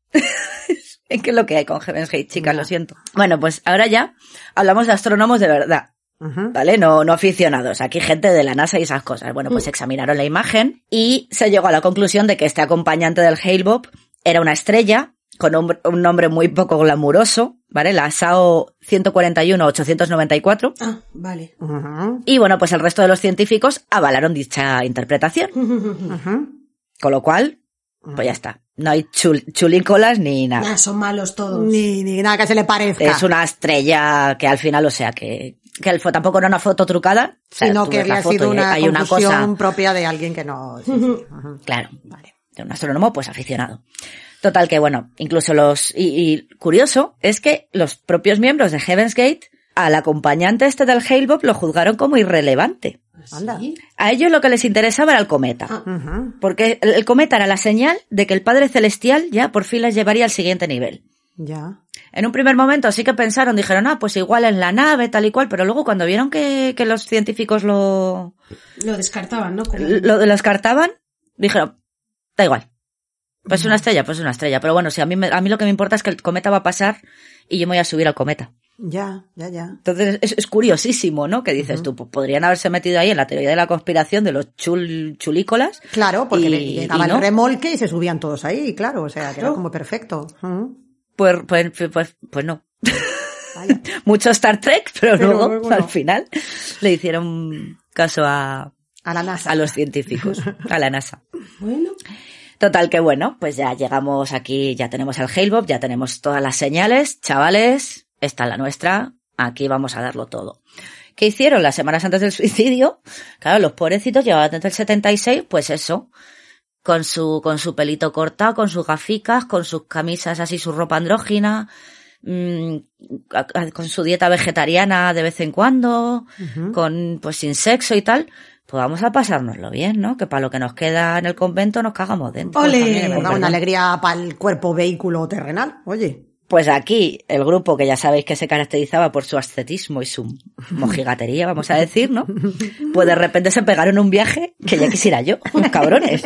Speaker 4: Es que es lo que hay con Heaven's Gate, chicas, lo siento. Bueno, pues ahora ya hablamos de astrónomos de verdad.
Speaker 2: Ujú.
Speaker 4: ¿Vale? No, no aficionados. Aquí gente de la NASA y esas cosas. Bueno, pues examinaron la imagen y se llegó a la conclusión de que este acompañante del Hale-Bopp era una estrella con un, un nombre muy poco glamuroso, ¿vale? La S A O ciento cuarenta y uno ochocientos noventa y cuatro.
Speaker 3: Ah, vale.
Speaker 2: Ujú.
Speaker 4: Y bueno, pues el resto de los científicos avalaron dicha interpretación.
Speaker 2: Ujú.
Speaker 4: Con lo cual, pues ya está. No hay chul- chulícolas ni nada.
Speaker 3: Ah, son malos todos.
Speaker 2: Ni, ni nada que se le parezca.
Speaker 4: Es una estrella que al final, o sea, que, que el fo- tampoco era una foto trucada. O sea,
Speaker 2: Sino
Speaker 4: tú
Speaker 2: que
Speaker 4: ves la
Speaker 2: había
Speaker 4: foto
Speaker 2: sido
Speaker 4: y
Speaker 2: una
Speaker 4: hay una
Speaker 2: conclusión
Speaker 4: cosa,
Speaker 2: propia de alguien que no... sí, sí. Ujú.
Speaker 4: claro, vale, de un astrónomo pues aficionado. Total que bueno, incluso los, y, y curioso es que los propios miembros de Heaven's Gate al acompañante este del Hale-Bopp lo juzgaron como irrelevante.
Speaker 2: Anda.
Speaker 3: ¿Sí?
Speaker 4: A ellos lo que les interesaba era el cometa.
Speaker 3: Ah.
Speaker 2: Ujú.
Speaker 4: Porque el, el cometa era la señal de que el Padre Celestial ya por fin les llevaría al siguiente nivel.
Speaker 2: Ya.
Speaker 4: En un primer momento sí que pensaron, dijeron, ah, pues igual en la nave, tal y cual, pero luego cuando vieron que, que los científicos lo,
Speaker 3: Lo descartaban, ¿no? Como-
Speaker 4: lo, lo descartaban, dijeron, da igual. Pues una estrella, pues una estrella. Pero bueno, si a mí, me- a mí lo que me importa es que el cometa va a pasar y yo me voy a subir al cometa.
Speaker 2: Ya, ya, ya.
Speaker 4: Entonces es, es curiosísimo, ¿no? Que dices tú, pues podrían haberse metido ahí en la teoría de la conspiración de los chul, chulícolas.
Speaker 2: Claro, porque
Speaker 4: y-
Speaker 2: le llegaba
Speaker 4: y no.
Speaker 2: el remolque y se subían todos ahí, claro, o sea, que era
Speaker 3: Claro.
Speaker 2: como perfecto. Ujú.
Speaker 4: Pues, pues, pues, pues no.
Speaker 2: Vaya.
Speaker 4: Mucho Star Trek, pero,
Speaker 2: Pero
Speaker 4: luego,
Speaker 2: luego no.
Speaker 4: al final, le hicieron caso a,
Speaker 2: A la NASA.
Speaker 4: a los científicos, a la NASA.
Speaker 3: Bueno.
Speaker 4: Total que bueno, pues ya llegamos aquí, ya tenemos el Hale-Bopp, ya tenemos todas las señales. Chavales, esta es la nuestra, aquí vamos a darlo todo. ¿Qué hicieron las semanas antes del suicidio? Claro, los pobrecitos llevaban desde el setenta y seis, pues eso, con su, con su pelito cortado, con sus gaficas, con sus camisas así, su ropa andrógina, mmm, a- a- con su dieta vegetariana de vez en cuando,
Speaker 2: Ujú.
Speaker 4: con, pues sin sexo y tal. Pues vamos a pasárnoslo bien, ¿no? Que para lo que nos queda en el convento nos cagamos dentro.
Speaker 3: ¡Ole!
Speaker 4: También, con
Speaker 2: Venga,
Speaker 4: perdón.
Speaker 2: una alegría para el cuerpo vehículo terrenal, oye.
Speaker 4: Pues aquí, el grupo que ya sabéis que se caracterizaba por su ascetismo y su mojigatería, vamos a decir, ¿no? Pues de repente se pegaron un viaje que ya quisiera yo, unos cabrones.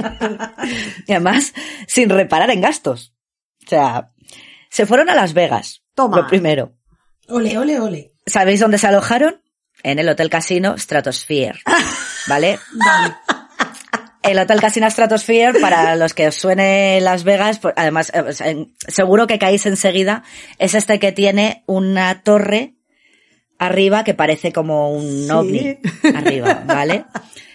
Speaker 4: Y además, sin reparar en gastos. O sea, se fueron a Las Vegas.
Speaker 2: Toma.
Speaker 4: Lo primero.
Speaker 3: Ole, ole, ole.
Speaker 4: ¿Sabéis dónde se alojaron? En el Hotel Casino Stratosphere. ¿Vale?
Speaker 3: Vale.
Speaker 4: El Hotel Casino Stratosphere, para los que os suene Las Vegas, pues, además, eh, pues, en- seguro que caéis enseguida, es este que tiene una torre arriba que parece como un
Speaker 2: Sí.
Speaker 4: ovni arriba, ¿vale?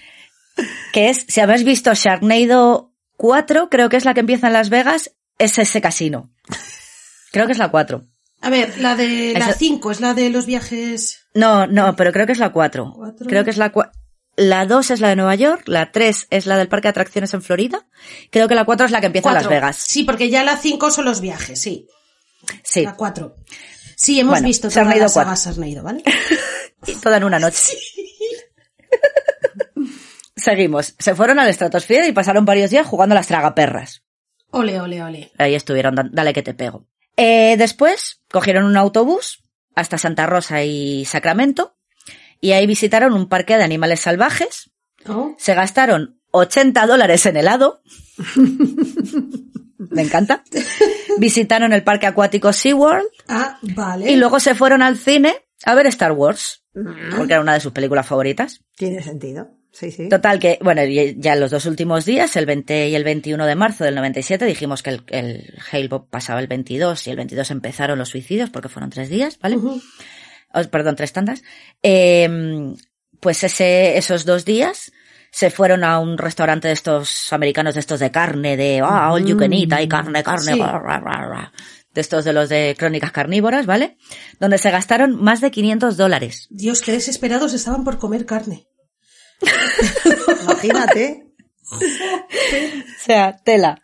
Speaker 4: Que es, si habéis visto Sharknado cuatro, creo que es la que empieza en Las Vegas, es ese casino. Creo que es la cuatro.
Speaker 3: A ver, la de la
Speaker 4: Esa...
Speaker 3: cinco es la de los viajes...
Speaker 4: No, no, pero creo que es la cuatro.
Speaker 3: ¿Cuatro?
Speaker 4: Creo que es la cuatro. La dos es la de Nueva York, la tres es la del parque de atracciones en Florida. Creo que la cuatro es la que empieza en Las Vegas.
Speaker 3: Sí, porque ya la cinco son los viajes, sí.
Speaker 4: Sí.
Speaker 3: La cuatro. Sí, hemos
Speaker 4: bueno,
Speaker 3: visto todas las sagas Sarneido, ¿vale?
Speaker 4: Y toda en una noche. Sí. Seguimos. Se fueron al Stratosphere y pasaron varios días jugando a las tragaperras.
Speaker 3: Ole, ole, ole.
Speaker 4: Ahí estuvieron, dale que te pego. Eh, después cogieron un autobús hasta Santa Rosa y Sacramento y ahí visitaron un parque de animales salvajes.
Speaker 3: Oh.
Speaker 4: Se gastaron ochenta dólares en helado. Me encanta. Visitaron el parque acuático SeaWorld.
Speaker 3: Ah, vale.
Speaker 4: Y luego se fueron al cine a ver Star Wars, porque era una de sus películas favoritas.
Speaker 2: Tiene sentido. Sí, sí.
Speaker 4: Total que, bueno, ya los dos últimos días, el veinte y el veintiuno de marzo del noventa y siete, dijimos que el, el Hale-Bopp pasaba el veintidós y el veintidós empezaron los suicidios porque fueron tres días, ¿vale? Uh-huh. Oh, perdón, tres tandas. Eh, pues ese, esos dos días se fueron a un restaurante de estos americanos, de estos de carne, de ah, oh, all you can eat, hay carne, carne, sí. rah, rah, rah, rah, de estos de los de Crónicas Carnívoras, ¿vale? Donde se gastaron más de quinientos dólares.
Speaker 3: Dios, qué desesperados estaban por comer carne.
Speaker 2: Imagínate.
Speaker 4: O sea, tela.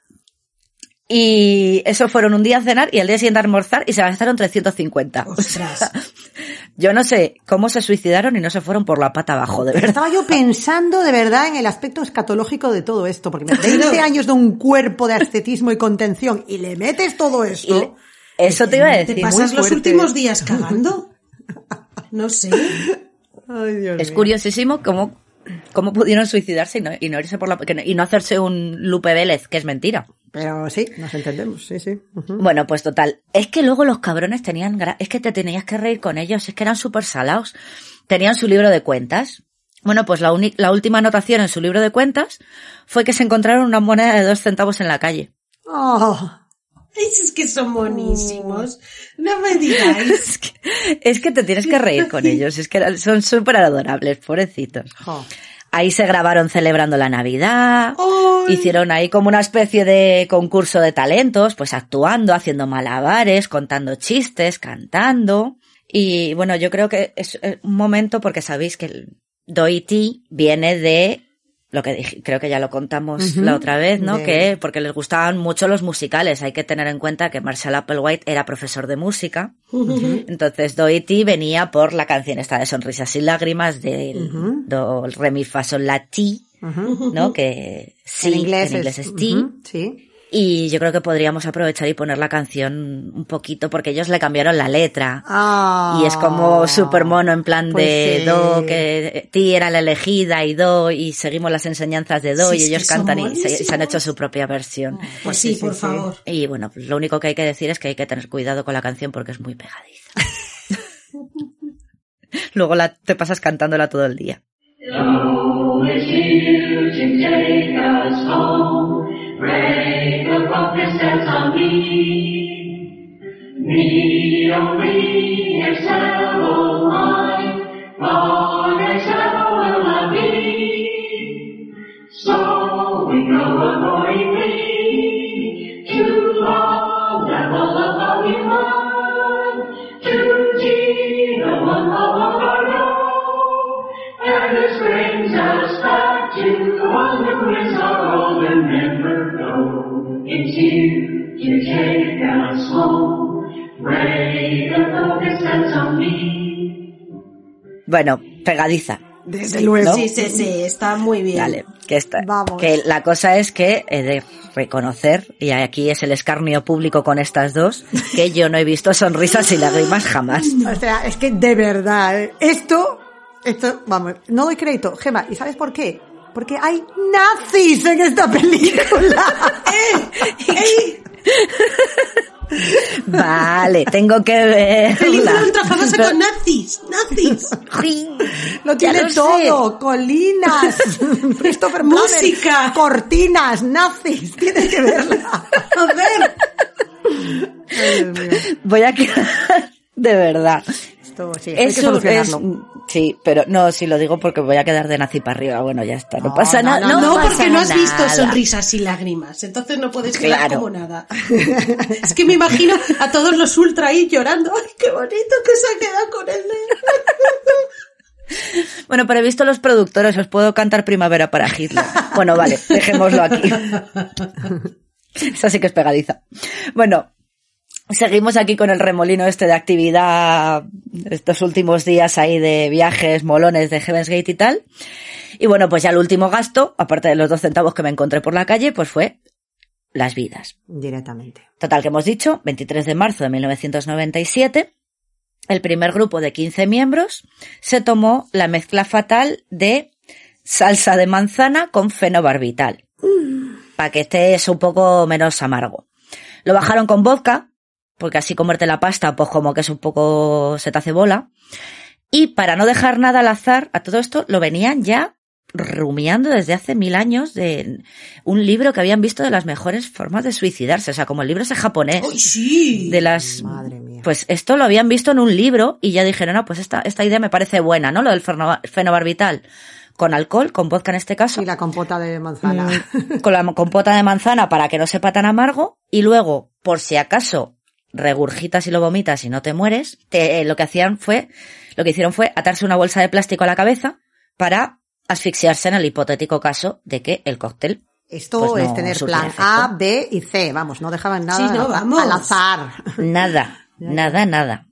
Speaker 4: Y eso fueron un día a cenar y al día siguiente a almorzar y se gastaron trescientos cincuenta.
Speaker 3: Ostras.
Speaker 4: O sea, yo no sé cómo se suicidaron y no se fueron por la pata abajo, de verdad.
Speaker 2: Estaba yo pensando de verdad en el aspecto escatológico de todo esto, porque veinte años de un cuerpo de ascetismo y contención y le metes todo esto.
Speaker 4: Le... Eso te iba a decir.
Speaker 3: ¿Te pasas los últimos días cagando? No sé.
Speaker 2: Ay, Dios
Speaker 4: es
Speaker 2: mío.
Speaker 4: Curiosísimo cómo, cómo pudieron suicidarse y no, y no irse por la, y no hacerse un Lupe Vélez, que es mentira.
Speaker 2: Pero sí, nos entendemos, sí, sí. Uh-huh.
Speaker 4: Bueno, pues total. Es que luego los cabrones tenían, gra- es que te tenías que reír con ellos, es que eran súper salados. Tenían su libro de cuentas. Bueno, pues la, uni- la última anotación en su libro de cuentas fue que se encontraron una moneda de dos centavos en la calle.
Speaker 2: Oh.
Speaker 3: Es que son monísimos. No me digáis.
Speaker 4: es, que, es que te tienes que reír con ellos, es que son súper adorables, pobrecitos.
Speaker 2: Oh.
Speaker 4: Ahí se grabaron celebrando la Navidad,
Speaker 3: ¡Ay!
Speaker 4: Hicieron ahí como una especie de concurso de talentos, pues actuando, haciendo malabares, contando chistes, cantando. Y bueno, yo creo que es un momento porque sabéis que el Doity viene de lo que dije, creo que ya lo contamos uh-huh. la otra vez, ¿no? De... Que porque les gustaban mucho los musicales. Hay que tener en cuenta que Marshall Applewhite era profesor de música. Uh-huh. Entonces Doity venía por la canción esta de Sonrisas y Lágrimas del uh-huh. do, re mi fa sol la ti, uh-huh. ¿no? Que sí, en inglés, en inglés es, es ti.
Speaker 2: Uh-huh. Sí.
Speaker 4: Y yo creo que podríamos aprovechar y poner la canción un poquito porque ellos le cambiaron la letra.
Speaker 2: Ah,
Speaker 4: y es como súper mono en plan
Speaker 2: pues
Speaker 4: de
Speaker 2: sí.
Speaker 4: do, que ti era la elegida y do, y seguimos las enseñanzas de do, sí, y ellos es cantan y se, se han hecho su propia versión.
Speaker 3: Pues, pues sí, sí, por sí, favor.
Speaker 4: Y bueno, pues lo único que hay que decir es que hay que tener cuidado con la canción porque es muy pegadiza. Luego la, te pasas cantándola todo el día.
Speaker 5: Pray the prophet sets on me, me only excello I, Lord excello will I be. So we go accordingly to all that will above you run, to G, the one of our Lord, and it brings us back to the one who is our golden member. It's you to take us home. Pray the focus that's on me.
Speaker 4: Bueno, pegadiza.
Speaker 2: Desde luego.
Speaker 3: ¿No? Sí, sí, sí, está muy bien.
Speaker 4: Dale, que está.
Speaker 2: Vamos.
Speaker 4: Que la cosa es que he de reconocer, y aquí es el escarnio público con estas dos, que yo no he visto Sonrisas y Lágrimas jamás.
Speaker 2: O sea, es que de verdad, esto, esto, vamos, no doy crédito, Gemma, ¿y sabes por qué? Porque hay nazis en esta película.
Speaker 3: ¡Eh! ¡Eh!
Speaker 4: Vale, tengo que ver.
Speaker 3: Película ultra famosa con nazis. Nazis.
Speaker 2: Lo tiene
Speaker 4: lo
Speaker 2: todo.
Speaker 4: Sé.
Speaker 2: Colinas. Christopher Plummer.
Speaker 3: Música.
Speaker 2: Cortinas. Nazis. Tienes que verla.
Speaker 3: A ver.
Speaker 2: Ay, Dios mío.
Speaker 4: Voy a quedar de verdad.
Speaker 2: Esto, sí,
Speaker 4: es,
Speaker 2: hay que
Speaker 4: es Sí, pero no, si lo digo porque voy a quedar de nazi para arriba. Bueno, ya está, no,
Speaker 2: No,
Speaker 4: pasa
Speaker 2: no,
Speaker 4: nada.
Speaker 2: no,
Speaker 3: No,
Speaker 4: pasa
Speaker 3: porque no has visto
Speaker 4: nada.
Speaker 3: sonrisas y lágrimas, entonces no puedes quedar
Speaker 4: Claro.
Speaker 3: como nada. Es que me imagino a todos los ultra ahí llorando. ¡Ay, qué bonito que se ha quedado con el nene!
Speaker 4: Bueno, pero he visto los productores, os puedo cantar Primavera para Hitler. Bueno, vale, dejémoslo aquí. Esa sí que es pegadiza. Bueno, seguimos aquí con el remolino este de actividad estos últimos días ahí de viajes, molones de Heaven's Gate y tal. Y bueno, pues ya el último gasto, aparte de los dos centavos que me encontré por la calle, pues fue las vidas.
Speaker 2: Directamente.
Speaker 4: Total, que hemos dicho, veintitrés de marzo de mil novecientos noventa y siete, el primer grupo de quince miembros se tomó la mezcla fatal de salsa de manzana con fenobarbital, mm. para que esté un poco menos amargo. Lo bajaron con vodka, porque así comerte la pasta, pues como que es un poco, se te hace bola. Y para no dejar nada al azar, a todo esto lo venían ya rumiando desde hace mil años de un libro que habían visto de las mejores formas de suicidarse. O sea, como el libro ese japonés.
Speaker 3: ¡Ay, sí!
Speaker 4: De las,
Speaker 2: Madre mía.
Speaker 4: pues esto lo habían visto en un libro y ya dijeron, no, pues esta, esta idea me parece buena, ¿no? Lo del feno- fenobarbital. Con alcohol, con vodka en este caso.
Speaker 2: Y la compota de manzana.
Speaker 4: Mm, con la compota de manzana para que no sepa tan amargo. Y luego, por si acaso regurgitas y lo vomitas y no te mueres, te, eh, lo que hacían fue, lo que hicieron fue atarse una bolsa de plástico a la cabeza para asfixiarse en el hipotético caso de que el cóctel.
Speaker 2: Esto
Speaker 4: pues no
Speaker 2: es tener
Speaker 4: surtiera
Speaker 2: plan
Speaker 4: efecto.
Speaker 2: A, B y C. Vamos, no dejaban nada
Speaker 3: Sí, no,
Speaker 2: al-
Speaker 3: vamos.
Speaker 2: al azar.
Speaker 4: Nada,
Speaker 2: Ya, ya.
Speaker 4: nada, nada.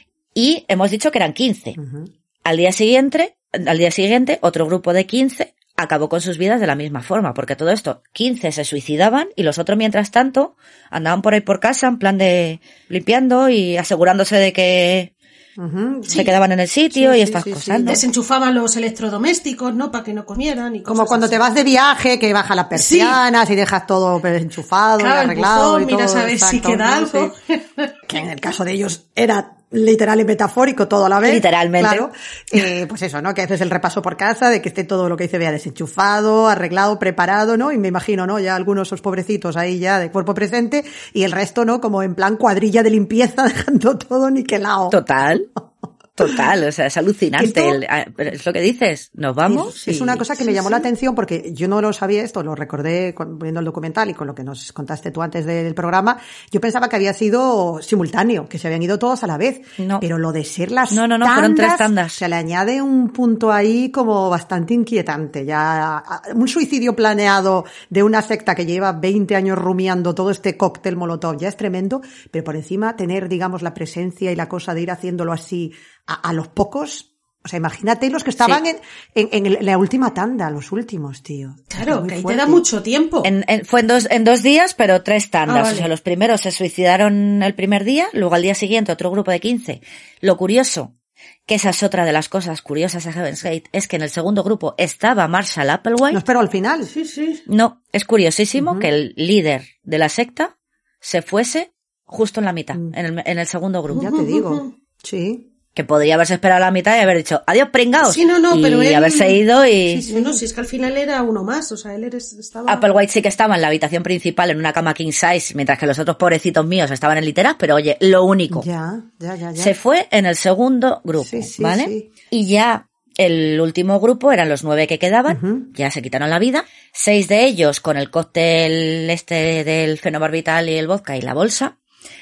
Speaker 4: Y hemos dicho que eran quince.
Speaker 2: Ujú.
Speaker 4: Al día siguiente, al día siguiente, otro grupo de quince acabó con sus vidas de la misma forma, porque todo esto, quince se suicidaban y los otros, mientras tanto, andaban por ahí por casa en plan de limpiando y asegurándose de que
Speaker 2: Ujú.
Speaker 4: se
Speaker 3: Sí.
Speaker 4: quedaban en el sitio
Speaker 2: Sí,
Speaker 4: y
Speaker 2: sí,
Speaker 4: estas
Speaker 2: sí,
Speaker 4: cosas,
Speaker 2: sí.
Speaker 4: ¿no?
Speaker 3: Desenchufaban los electrodomésticos, ¿no? Para que no comieran y cosas
Speaker 2: Como cuando
Speaker 3: así.
Speaker 2: te vas de viaje, que bajas las persianas y dejas todo enchufado y
Speaker 3: Claro, el
Speaker 2: arreglado
Speaker 3: buzón,
Speaker 2: y todo.
Speaker 3: miras a ver si
Speaker 2: exacto,
Speaker 3: queda
Speaker 2: ¿no?
Speaker 3: algo.
Speaker 2: Sí. Que en el caso de ellos era literal y metafórico todo a la vez.
Speaker 4: Literalmente.
Speaker 2: Claro. Eh, pues eso, ¿no? Que haces el repaso por casa de que esté todo lo que dice Bea desenchufado, arreglado, preparado, ¿no? Y me imagino, ¿no? Ya algunos esos pobrecitos ahí ya de cuerpo presente y el resto, ¿no? Como en plan cuadrilla de limpieza, dejando todo niquelado.
Speaker 4: Total. Total, o sea, es alucinante.
Speaker 2: Esto-
Speaker 4: El- ah, pero es lo que dices, nos vamos.
Speaker 2: Es, es
Speaker 4: y-
Speaker 2: una cosa que me
Speaker 3: sí,
Speaker 2: llamó
Speaker 3: sí.
Speaker 2: la atención porque yo no lo sabía esto, lo recordé con- viendo el documental y con lo que nos contaste tú antes de- del programa. Yo pensaba que había sido simultáneo, que se habían ido todos a la vez.
Speaker 4: No.
Speaker 2: Pero lo de ser las
Speaker 4: No, no, no,
Speaker 2: tandas,
Speaker 4: fueron tres tandas.
Speaker 2: se le añade un punto ahí como bastante inquietante. Ya a- un suicidio planeado de una secta que lleva veinte años rumiando todo este cóctel molotov ya es tremendo, pero por encima tener, digamos, la presencia y la cosa de ir haciéndolo así a, a los pocos. O sea, imagínate los que estaban
Speaker 4: Sí.
Speaker 2: en, en, en la última tanda, los últimos, tío.
Speaker 3: Claro,
Speaker 2: Muy
Speaker 3: que ahí te
Speaker 2: fuerte.
Speaker 3: da mucho tiempo.
Speaker 4: En, en- fue en dos, en dos días, pero tres tandas.
Speaker 3: Ah, vale.
Speaker 4: O sea, los primeros se suicidaron el primer día, luego al día siguiente otro grupo de quince. Lo curioso, que esa es otra de las cosas curiosas de Heaven's Gate, es que en el segundo grupo estaba Marshall Applewhite.
Speaker 2: No espero al final.
Speaker 3: Sí, sí.
Speaker 4: No, es curiosísimo
Speaker 2: Ujú.
Speaker 4: que el líder de la secta se fuese justo en la mitad,
Speaker 2: Mm.
Speaker 4: en, el, en el segundo grupo.
Speaker 2: Ya te digo. Sí.
Speaker 4: Que podría haberse esperado la mitad y haber dicho, adiós pringaos.
Speaker 3: Sí, no, no,
Speaker 4: y
Speaker 3: pero él...
Speaker 4: haberse ido y...
Speaker 3: Sí, sí, no, si es que al final era uno más, o sea, él eres, estaba...
Speaker 4: Applewhite sí que estaba en la habitación principal en una cama king size, mientras que los otros pobrecitos míos estaban en literas, pero oye, lo único,
Speaker 2: Ya, ya, ya, ya.
Speaker 4: se fue en el segundo grupo,
Speaker 2: Sí, sí,
Speaker 4: ¿vale?
Speaker 2: sí.
Speaker 4: Y ya el último grupo eran los nueve que quedaban,
Speaker 2: Ujú.
Speaker 4: ya se quitaron la vida, seis de ellos con el cóctel este del fenobarbital y el vodka y la bolsa,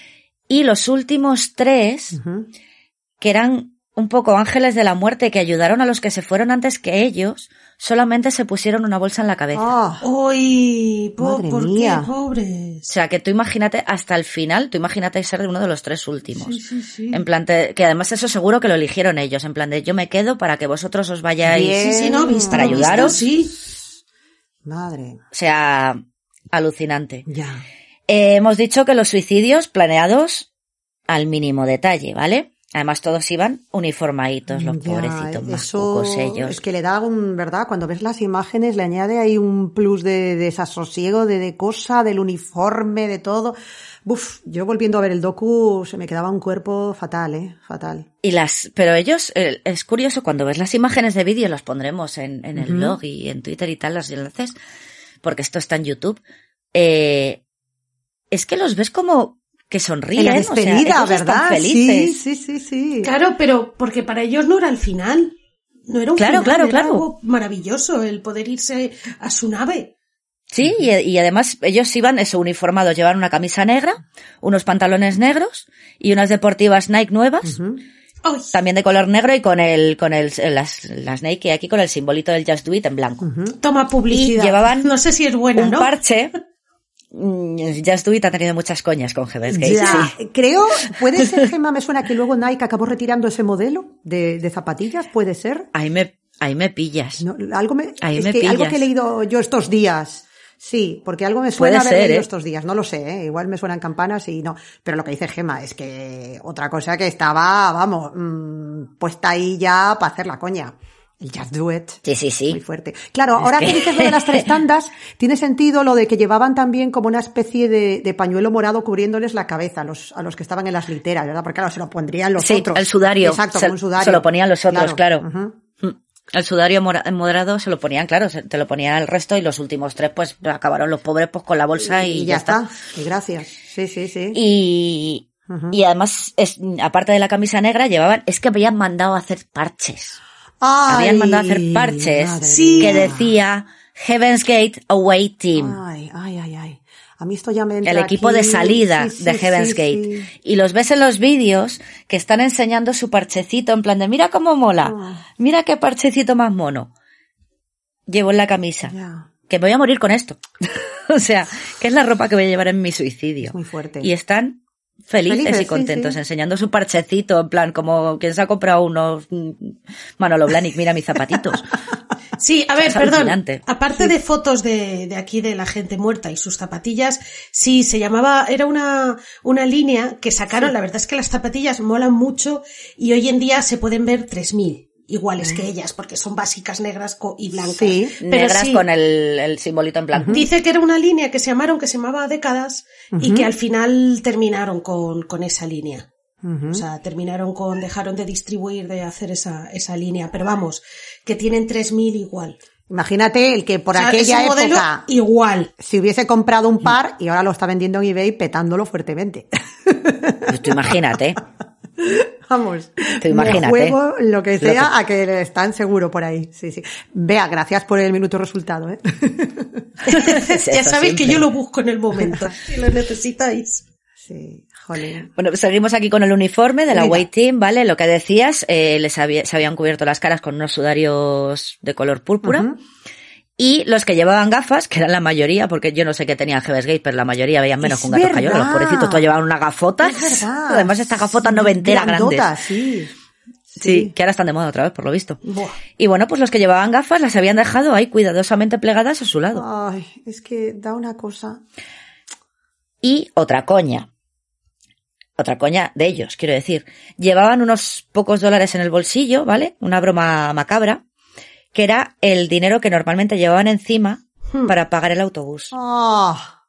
Speaker 4: y los últimos tres,
Speaker 2: Ujú.
Speaker 4: que eran un poco ángeles de la muerte que ayudaron a los que se fueron antes que ellos, solamente se pusieron una bolsa en la cabeza.
Speaker 2: Ah,
Speaker 3: ¡Uy! Po-
Speaker 2: Madre
Speaker 3: ¿Por
Speaker 2: mía.
Speaker 3: qué, pobres?
Speaker 4: O sea, que tú imagínate hasta el final, tú imagínate ser uno de los tres últimos.
Speaker 3: Sí, sí, sí.
Speaker 4: En plan, de- que además eso seguro que lo eligieron ellos, en plan de yo me quedo para que vosotros os vayáis.
Speaker 2: Bien.
Speaker 3: Sí, sí, no, visto,
Speaker 4: Para
Speaker 3: visto,
Speaker 4: ayudaros.
Speaker 3: sí.
Speaker 2: madre.
Speaker 4: O sea, alucinante.
Speaker 2: Ya.
Speaker 4: Eh, hemos dicho que los suicidios planeados al mínimo detalle, ¿vale? Además todos iban uniformaditos, los
Speaker 2: Ya,
Speaker 4: pobrecitos más
Speaker 2: eso
Speaker 4: cucos ellos.
Speaker 2: es que le da un, ¿verdad? Cuando ves las imágenes le añade ahí un plus de, de desasosiego, de, de cosa, del uniforme, de todo. Uf, yo volviendo a ver el docu se me quedaba un cuerpo fatal, ¿eh? Fatal.
Speaker 4: Y las, pero ellos, eh, es curioso, cuando ves las imágenes de vídeo, las pondremos en, en el
Speaker 2: Ujú.
Speaker 4: blog y en Twitter y tal, los enlaces, porque esto está en YouTube, eh, es que los ves como que sonríen,
Speaker 2: En la
Speaker 4: o sea,
Speaker 2: despedida,
Speaker 4: ellos están
Speaker 2: ¿verdad?
Speaker 4: felices.
Speaker 2: Sí, sí, sí, sí.
Speaker 3: Claro, pero porque para ellos no era el final. No era un
Speaker 4: Claro,
Speaker 3: final,
Speaker 4: claro,
Speaker 3: era
Speaker 4: claro.
Speaker 3: algo maravilloso el poder irse a su nave.
Speaker 4: Sí, y, y además ellos iban eso, uniformados, llevaban una camisa negra, unos pantalones negros y unas deportivas Nike nuevas,
Speaker 2: Ujú.
Speaker 3: ¡Ay!
Speaker 4: también de color negro y con el, con el, las, las Nike aquí con el simbolito del Just Do It en blanco.
Speaker 2: Ujú.
Speaker 3: Toma publicidad.
Speaker 4: Y llevaban
Speaker 3: no sé si es buena,
Speaker 4: Un
Speaker 3: ¿no?
Speaker 4: parche. Mm, Just Do It ha tenido muchas coñas con Heaven's Gate,
Speaker 2: Ya,
Speaker 4: sí.
Speaker 2: creo, puede ser, Gemma, me suena que luego Nike acabó retirando ese modelo de, de zapatillas, puede ser.
Speaker 4: Ahí me, ahí me pillas.
Speaker 2: No, algo me,
Speaker 4: Ahí
Speaker 2: es
Speaker 4: me
Speaker 2: que algo
Speaker 4: pillas.
Speaker 2: que he leído yo estos días. Sí, porque algo me suena
Speaker 4: Puede
Speaker 2: haber
Speaker 4: ser,
Speaker 2: leído
Speaker 4: ¿eh?
Speaker 2: estos días, no lo sé, ¿eh? Igual me suenan campanas y no. Pero lo que dice Gemma es que otra cosa que estaba, vamos, mmm, puesta ahí ya para hacer la coña. El Just Do It.
Speaker 4: Sí, sí,
Speaker 2: Muy
Speaker 4: sí.
Speaker 2: fuerte. Claro, ahora que...
Speaker 4: que-
Speaker 2: que dices lo de las tres tandas, tiene sentido lo de que llevaban también como una especie de, de pañuelo morado cubriéndoles la cabeza a los, a los que estaban en las literas, ¿verdad? Porque claro, se lo pondrían los
Speaker 4: Sí,
Speaker 2: otros.
Speaker 4: el sudario.
Speaker 2: Exacto,
Speaker 4: se,
Speaker 2: como un sudario.
Speaker 4: se lo ponían los otros, claro.
Speaker 2: Ujú.
Speaker 4: Mm. El sudario mora- morado se lo ponían, claro, se- te lo ponían el resto y los últimos tres pues acabaron los pobres pues con la bolsa y,
Speaker 2: Y ya está. Y gracias. Sí, sí, sí.
Speaker 4: Y,
Speaker 2: Ujú.
Speaker 4: y además, es, aparte de la camisa negra, llevaban, es que habían mandado a hacer parches.
Speaker 2: Ay,
Speaker 4: habían mandado a hacer parches
Speaker 2: madre
Speaker 4: que
Speaker 2: mía.
Speaker 4: decía Heaven's Gate Away Team.
Speaker 2: Ay, ay, ay, ay. A mí esto ya me entra
Speaker 4: El equipo
Speaker 2: aquí.
Speaker 4: de salida
Speaker 2: Sí, sí,
Speaker 4: de Heaven's
Speaker 2: sí,
Speaker 4: Gate.
Speaker 2: sí.
Speaker 4: Y los ves en los vídeos que están enseñando su parchecito en plan de mira cómo mola,
Speaker 2: Ah.
Speaker 4: mira qué parchecito más mono. Llevo en la camisa.
Speaker 2: Ya,
Speaker 4: Que me voy a morir con esto. O sea, que es la ropa que voy a llevar en mi suicidio.
Speaker 2: es muy fuerte.
Speaker 4: Y están felices,
Speaker 2: Felices,
Speaker 4: y contentos
Speaker 2: sí, sí.
Speaker 4: enseñando su parchecito, en plan como quien se ha comprado unos mm, Manolo Blahnik, mira mis zapatitos.
Speaker 3: Sí, a ver,
Speaker 4: Es
Speaker 3: perdón.
Speaker 4: alucinante.
Speaker 3: Aparte de fotos de, de aquí de la gente muerta y sus zapatillas, sí, se llamaba, era una, una línea que sacaron, la verdad es que las zapatillas molan mucho y hoy en día se pueden ver tres mil iguales que ellas, porque son básicas negras co- y blancas.
Speaker 2: Sí.
Speaker 3: Pero
Speaker 4: Negras
Speaker 3: sí,
Speaker 4: con el, el simbolito en blanco.
Speaker 3: dice que era una línea que se llamaron, que se llamaba Décadas y que al final terminaron con, con esa línea.
Speaker 2: Ujú.
Speaker 3: O sea, terminaron con, dejaron de distribuir, de hacer esa, esa línea. Pero vamos, que tienen tres mil igual.
Speaker 2: Imagínate el que por
Speaker 3: O sea,
Speaker 2: aquella
Speaker 3: ese modelo
Speaker 2: época
Speaker 3: igual.
Speaker 2: se hubiese comprado un par y ahora lo está vendiendo en eBay petándolo fuertemente.
Speaker 4: Pues tú imagínate.
Speaker 2: Vamos,
Speaker 4: Tú imagínate.
Speaker 2: me juego lo que
Speaker 4: Lo
Speaker 2: sea
Speaker 4: que-
Speaker 2: a que están seguro por ahí. Sí, sí. Vea, gracias por el minuto resultado, ¿eh?
Speaker 4: Es
Speaker 3: Ya
Speaker 4: eso
Speaker 3: sabéis que
Speaker 4: siempre.
Speaker 3: yo lo busco en el momento, si lo necesitáis.
Speaker 2: Sí, jolín.
Speaker 4: Bueno, seguimos aquí con el uniforme de la
Speaker 2: Venga.
Speaker 4: Away Team, ¿vale? Lo que decías, eh, les había- se habían cubierto las caras con unos sudarios de color púrpura.
Speaker 2: Ujú.
Speaker 4: Y los que llevaban gafas, que eran la mayoría, porque yo no sé qué tenían Heaven's Gate, pero la mayoría veían menos
Speaker 2: Es
Speaker 4: que un gato
Speaker 2: verdad.
Speaker 4: cayó. Los pobrecitos todos llevaban unas gafotas.
Speaker 2: Es verdad.
Speaker 4: Además, estas gafotas
Speaker 2: Sí,
Speaker 4: noventeras
Speaker 2: grandotas,
Speaker 4: grandes.
Speaker 2: sí.
Speaker 4: Sí, que ahora están de moda otra vez, por lo visto.
Speaker 3: Buah.
Speaker 4: Y bueno, pues los que llevaban gafas las habían dejado ahí cuidadosamente plegadas a su lado.
Speaker 2: Ay, es que da una cosa.
Speaker 4: Y otra coña. Otra coña de ellos, quiero decir. Llevaban unos pocos dólares en el bolsillo, ¿vale? Una broma macabra, que era el dinero que normalmente llevaban encima
Speaker 3: Hmm.
Speaker 4: para pagar el autobús.
Speaker 2: Ah.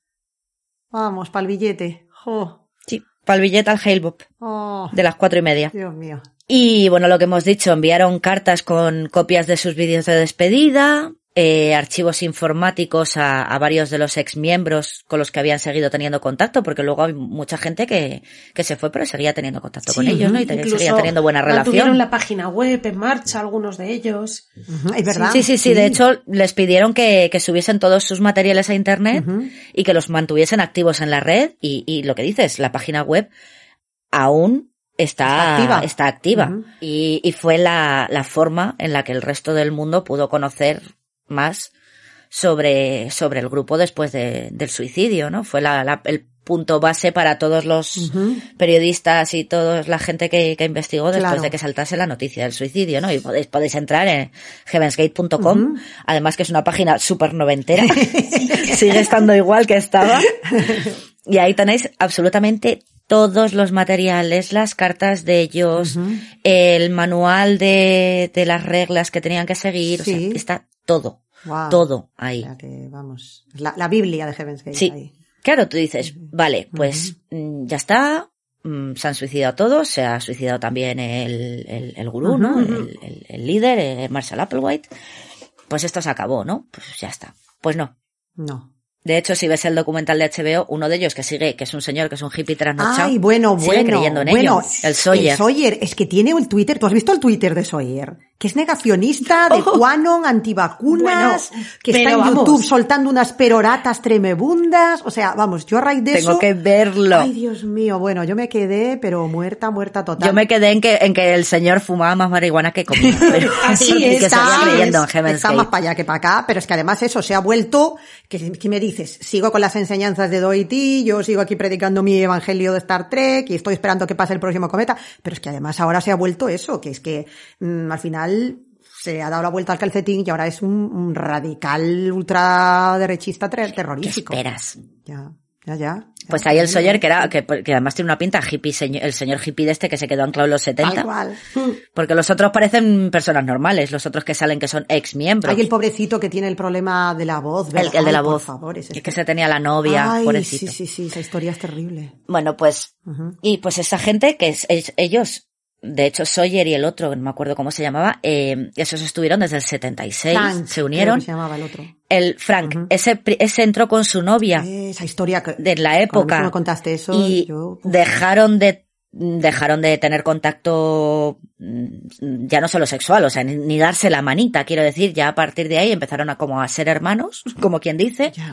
Speaker 2: Vamos, pa'l billete. Jo.
Speaker 4: Sí, para el billete al Hailbop
Speaker 2: Oh,
Speaker 4: de las cuatro y media.
Speaker 2: Dios mío.
Speaker 4: Y bueno, lo que hemos dicho, enviaron cartas con copias de sus vídeos de despedida, eh, archivos informáticos a, a varios de los exmiembros con los que habían seguido teniendo contacto, porque luego hay mucha gente que, que se fue pero seguía teniendo contacto con
Speaker 3: Sí,
Speaker 4: ellos, ¿no? Y te-
Speaker 3: incluso
Speaker 4: seguía teniendo buena
Speaker 3: mantuvieron
Speaker 4: relación.
Speaker 3: la página web en marcha, algunos de ellos.
Speaker 2: Ujú, es verdad.
Speaker 4: Sí, sí, sí, de hecho les pidieron que, que subiesen todos sus materiales a internet
Speaker 2: Ujú.
Speaker 4: y que los mantuviesen activos en la red y, y lo que dices, la página web aún está,
Speaker 2: Está activa.
Speaker 4: está activa.
Speaker 2: Ujú.
Speaker 4: y, y fue la, la forma en la que el resto del mundo pudo conocer más sobre, sobre el grupo después de, del suicidio, ¿no? Fue la, la- el punto base para todos los
Speaker 2: Ujú.
Speaker 4: periodistas y toda la gente que, que investigó después
Speaker 2: Claro.
Speaker 4: de que saltase la noticia del suicidio, ¿no? Y podéis, podéis entrar en heavensgate punto com,
Speaker 2: Ujú.
Speaker 4: además que es una página súper noventera, sigue estando igual que estaba, y ahí tenéis absolutamente todos los materiales, las cartas de ellos,
Speaker 2: Ujú.
Speaker 4: el manual de, de las reglas que tenían que seguir,
Speaker 2: Sí.
Speaker 4: o sea, está todo,
Speaker 2: Guau.
Speaker 4: todo
Speaker 2: O
Speaker 4: ahí.
Speaker 2: sea que, vamos, es la, la Biblia de Heaven's Gate
Speaker 4: Sí.
Speaker 2: ahí.
Speaker 4: Claro, tú dices, vale, pues mm, ya está, mm, se han suicidado todos, se ha suicidado también el, el, el gurú,
Speaker 2: Ujú,
Speaker 4: ¿no?
Speaker 2: ujú.
Speaker 4: El, el, el líder, eh, Marshall Applewhite. Pues esto se acabó, ¿no? Pues ya está. Pues no.
Speaker 2: No.
Speaker 4: De hecho, si ves el documental de H B O, uno de ellos que sigue, que es un señor, que es un hippie trasnochado,
Speaker 2: Ay, bueno,
Speaker 4: sigue
Speaker 2: bueno.
Speaker 4: creyendo en
Speaker 2: bueno,
Speaker 4: ello. El Sawyer.
Speaker 2: El Sawyer, es que tiene el Twitter. ¿Tú has visto el Twitter de Sawyer? que es negacionista de
Speaker 3: Oh.
Speaker 2: QAnon, antivacunas,
Speaker 3: Bueno,
Speaker 2: que está
Speaker 3: pero
Speaker 2: en
Speaker 3: vamos.
Speaker 2: YouTube soltando unas peroratas tremebundas. O sea, vamos, yo a raíz de
Speaker 4: Tengo
Speaker 2: eso...
Speaker 4: que verlo.
Speaker 2: Ay, Dios mío, bueno, yo me quedé, pero muerta, muerta total.
Speaker 4: Yo me quedé en que, en que el señor fumaba más marihuana que comía. Pero
Speaker 3: Así
Speaker 4: y
Speaker 3: es,
Speaker 4: que seguía
Speaker 3: así
Speaker 4: creyendo
Speaker 3: es.
Speaker 4: en Heaven's
Speaker 2: Está
Speaker 4: Gate.
Speaker 2: más para allá que para acá, pero es que además eso se ha vuelto, que, que me dices, sigo con las enseñanzas de Doherty, yo sigo aquí predicando mi evangelio de Star Trek y estoy esperando que pase el próximo cometa, pero es que además ahora se ha vuelto eso, que es que mmm, al final se ha dado la vuelta al calcetín y ahora es un, un radical ultraderechista ter-
Speaker 4: ¿Qué
Speaker 2: terrorífico.
Speaker 4: esperas?
Speaker 2: Ya, ya, ya.
Speaker 4: Pues ahí el Sawyer, que era, que, que además tiene una pinta hippie, señor- el señor hippie de este que se quedó anclado en los
Speaker 2: Tal
Speaker 4: setenta.
Speaker 2: cual.
Speaker 4: Porque los otros parecen personas normales, los otros que salen que son ex miembros.
Speaker 2: Hay el pobrecito que tiene el problema de la voz, ¿verdad?
Speaker 4: El, el de la
Speaker 2: Ay, por
Speaker 4: voz.
Speaker 2: favor, ese
Speaker 4: el que se tenía la novia,
Speaker 2: Ay,
Speaker 4: pobrecito.
Speaker 2: sí, sí, sí, esa historia es terrible.
Speaker 4: Bueno, pues,
Speaker 2: Ujú.
Speaker 4: y pues esa gente que es, es- ellos, de hecho Sawyer y el otro, no me acuerdo cómo se llamaba, eh, esos estuvieron desde el setenta y seis,
Speaker 2: Frank,
Speaker 4: se
Speaker 2: creo
Speaker 4: unieron.
Speaker 2: que se llamaba el otro.
Speaker 4: El Frank,
Speaker 2: Ujú.
Speaker 4: ese, pri- ese entró con su novia
Speaker 2: Esa historia que
Speaker 4: de la
Speaker 2: cuando
Speaker 4: época
Speaker 2: me contaste eso,
Speaker 4: y
Speaker 2: yo, uf,
Speaker 4: dejaron de dejaron de tener contacto mm, ya no solo sexual, o sea, ni, ni darse la manita, quiero decir, ya a partir de ahí empezaron a como a ser hermanos, como quien dice,
Speaker 2: ya.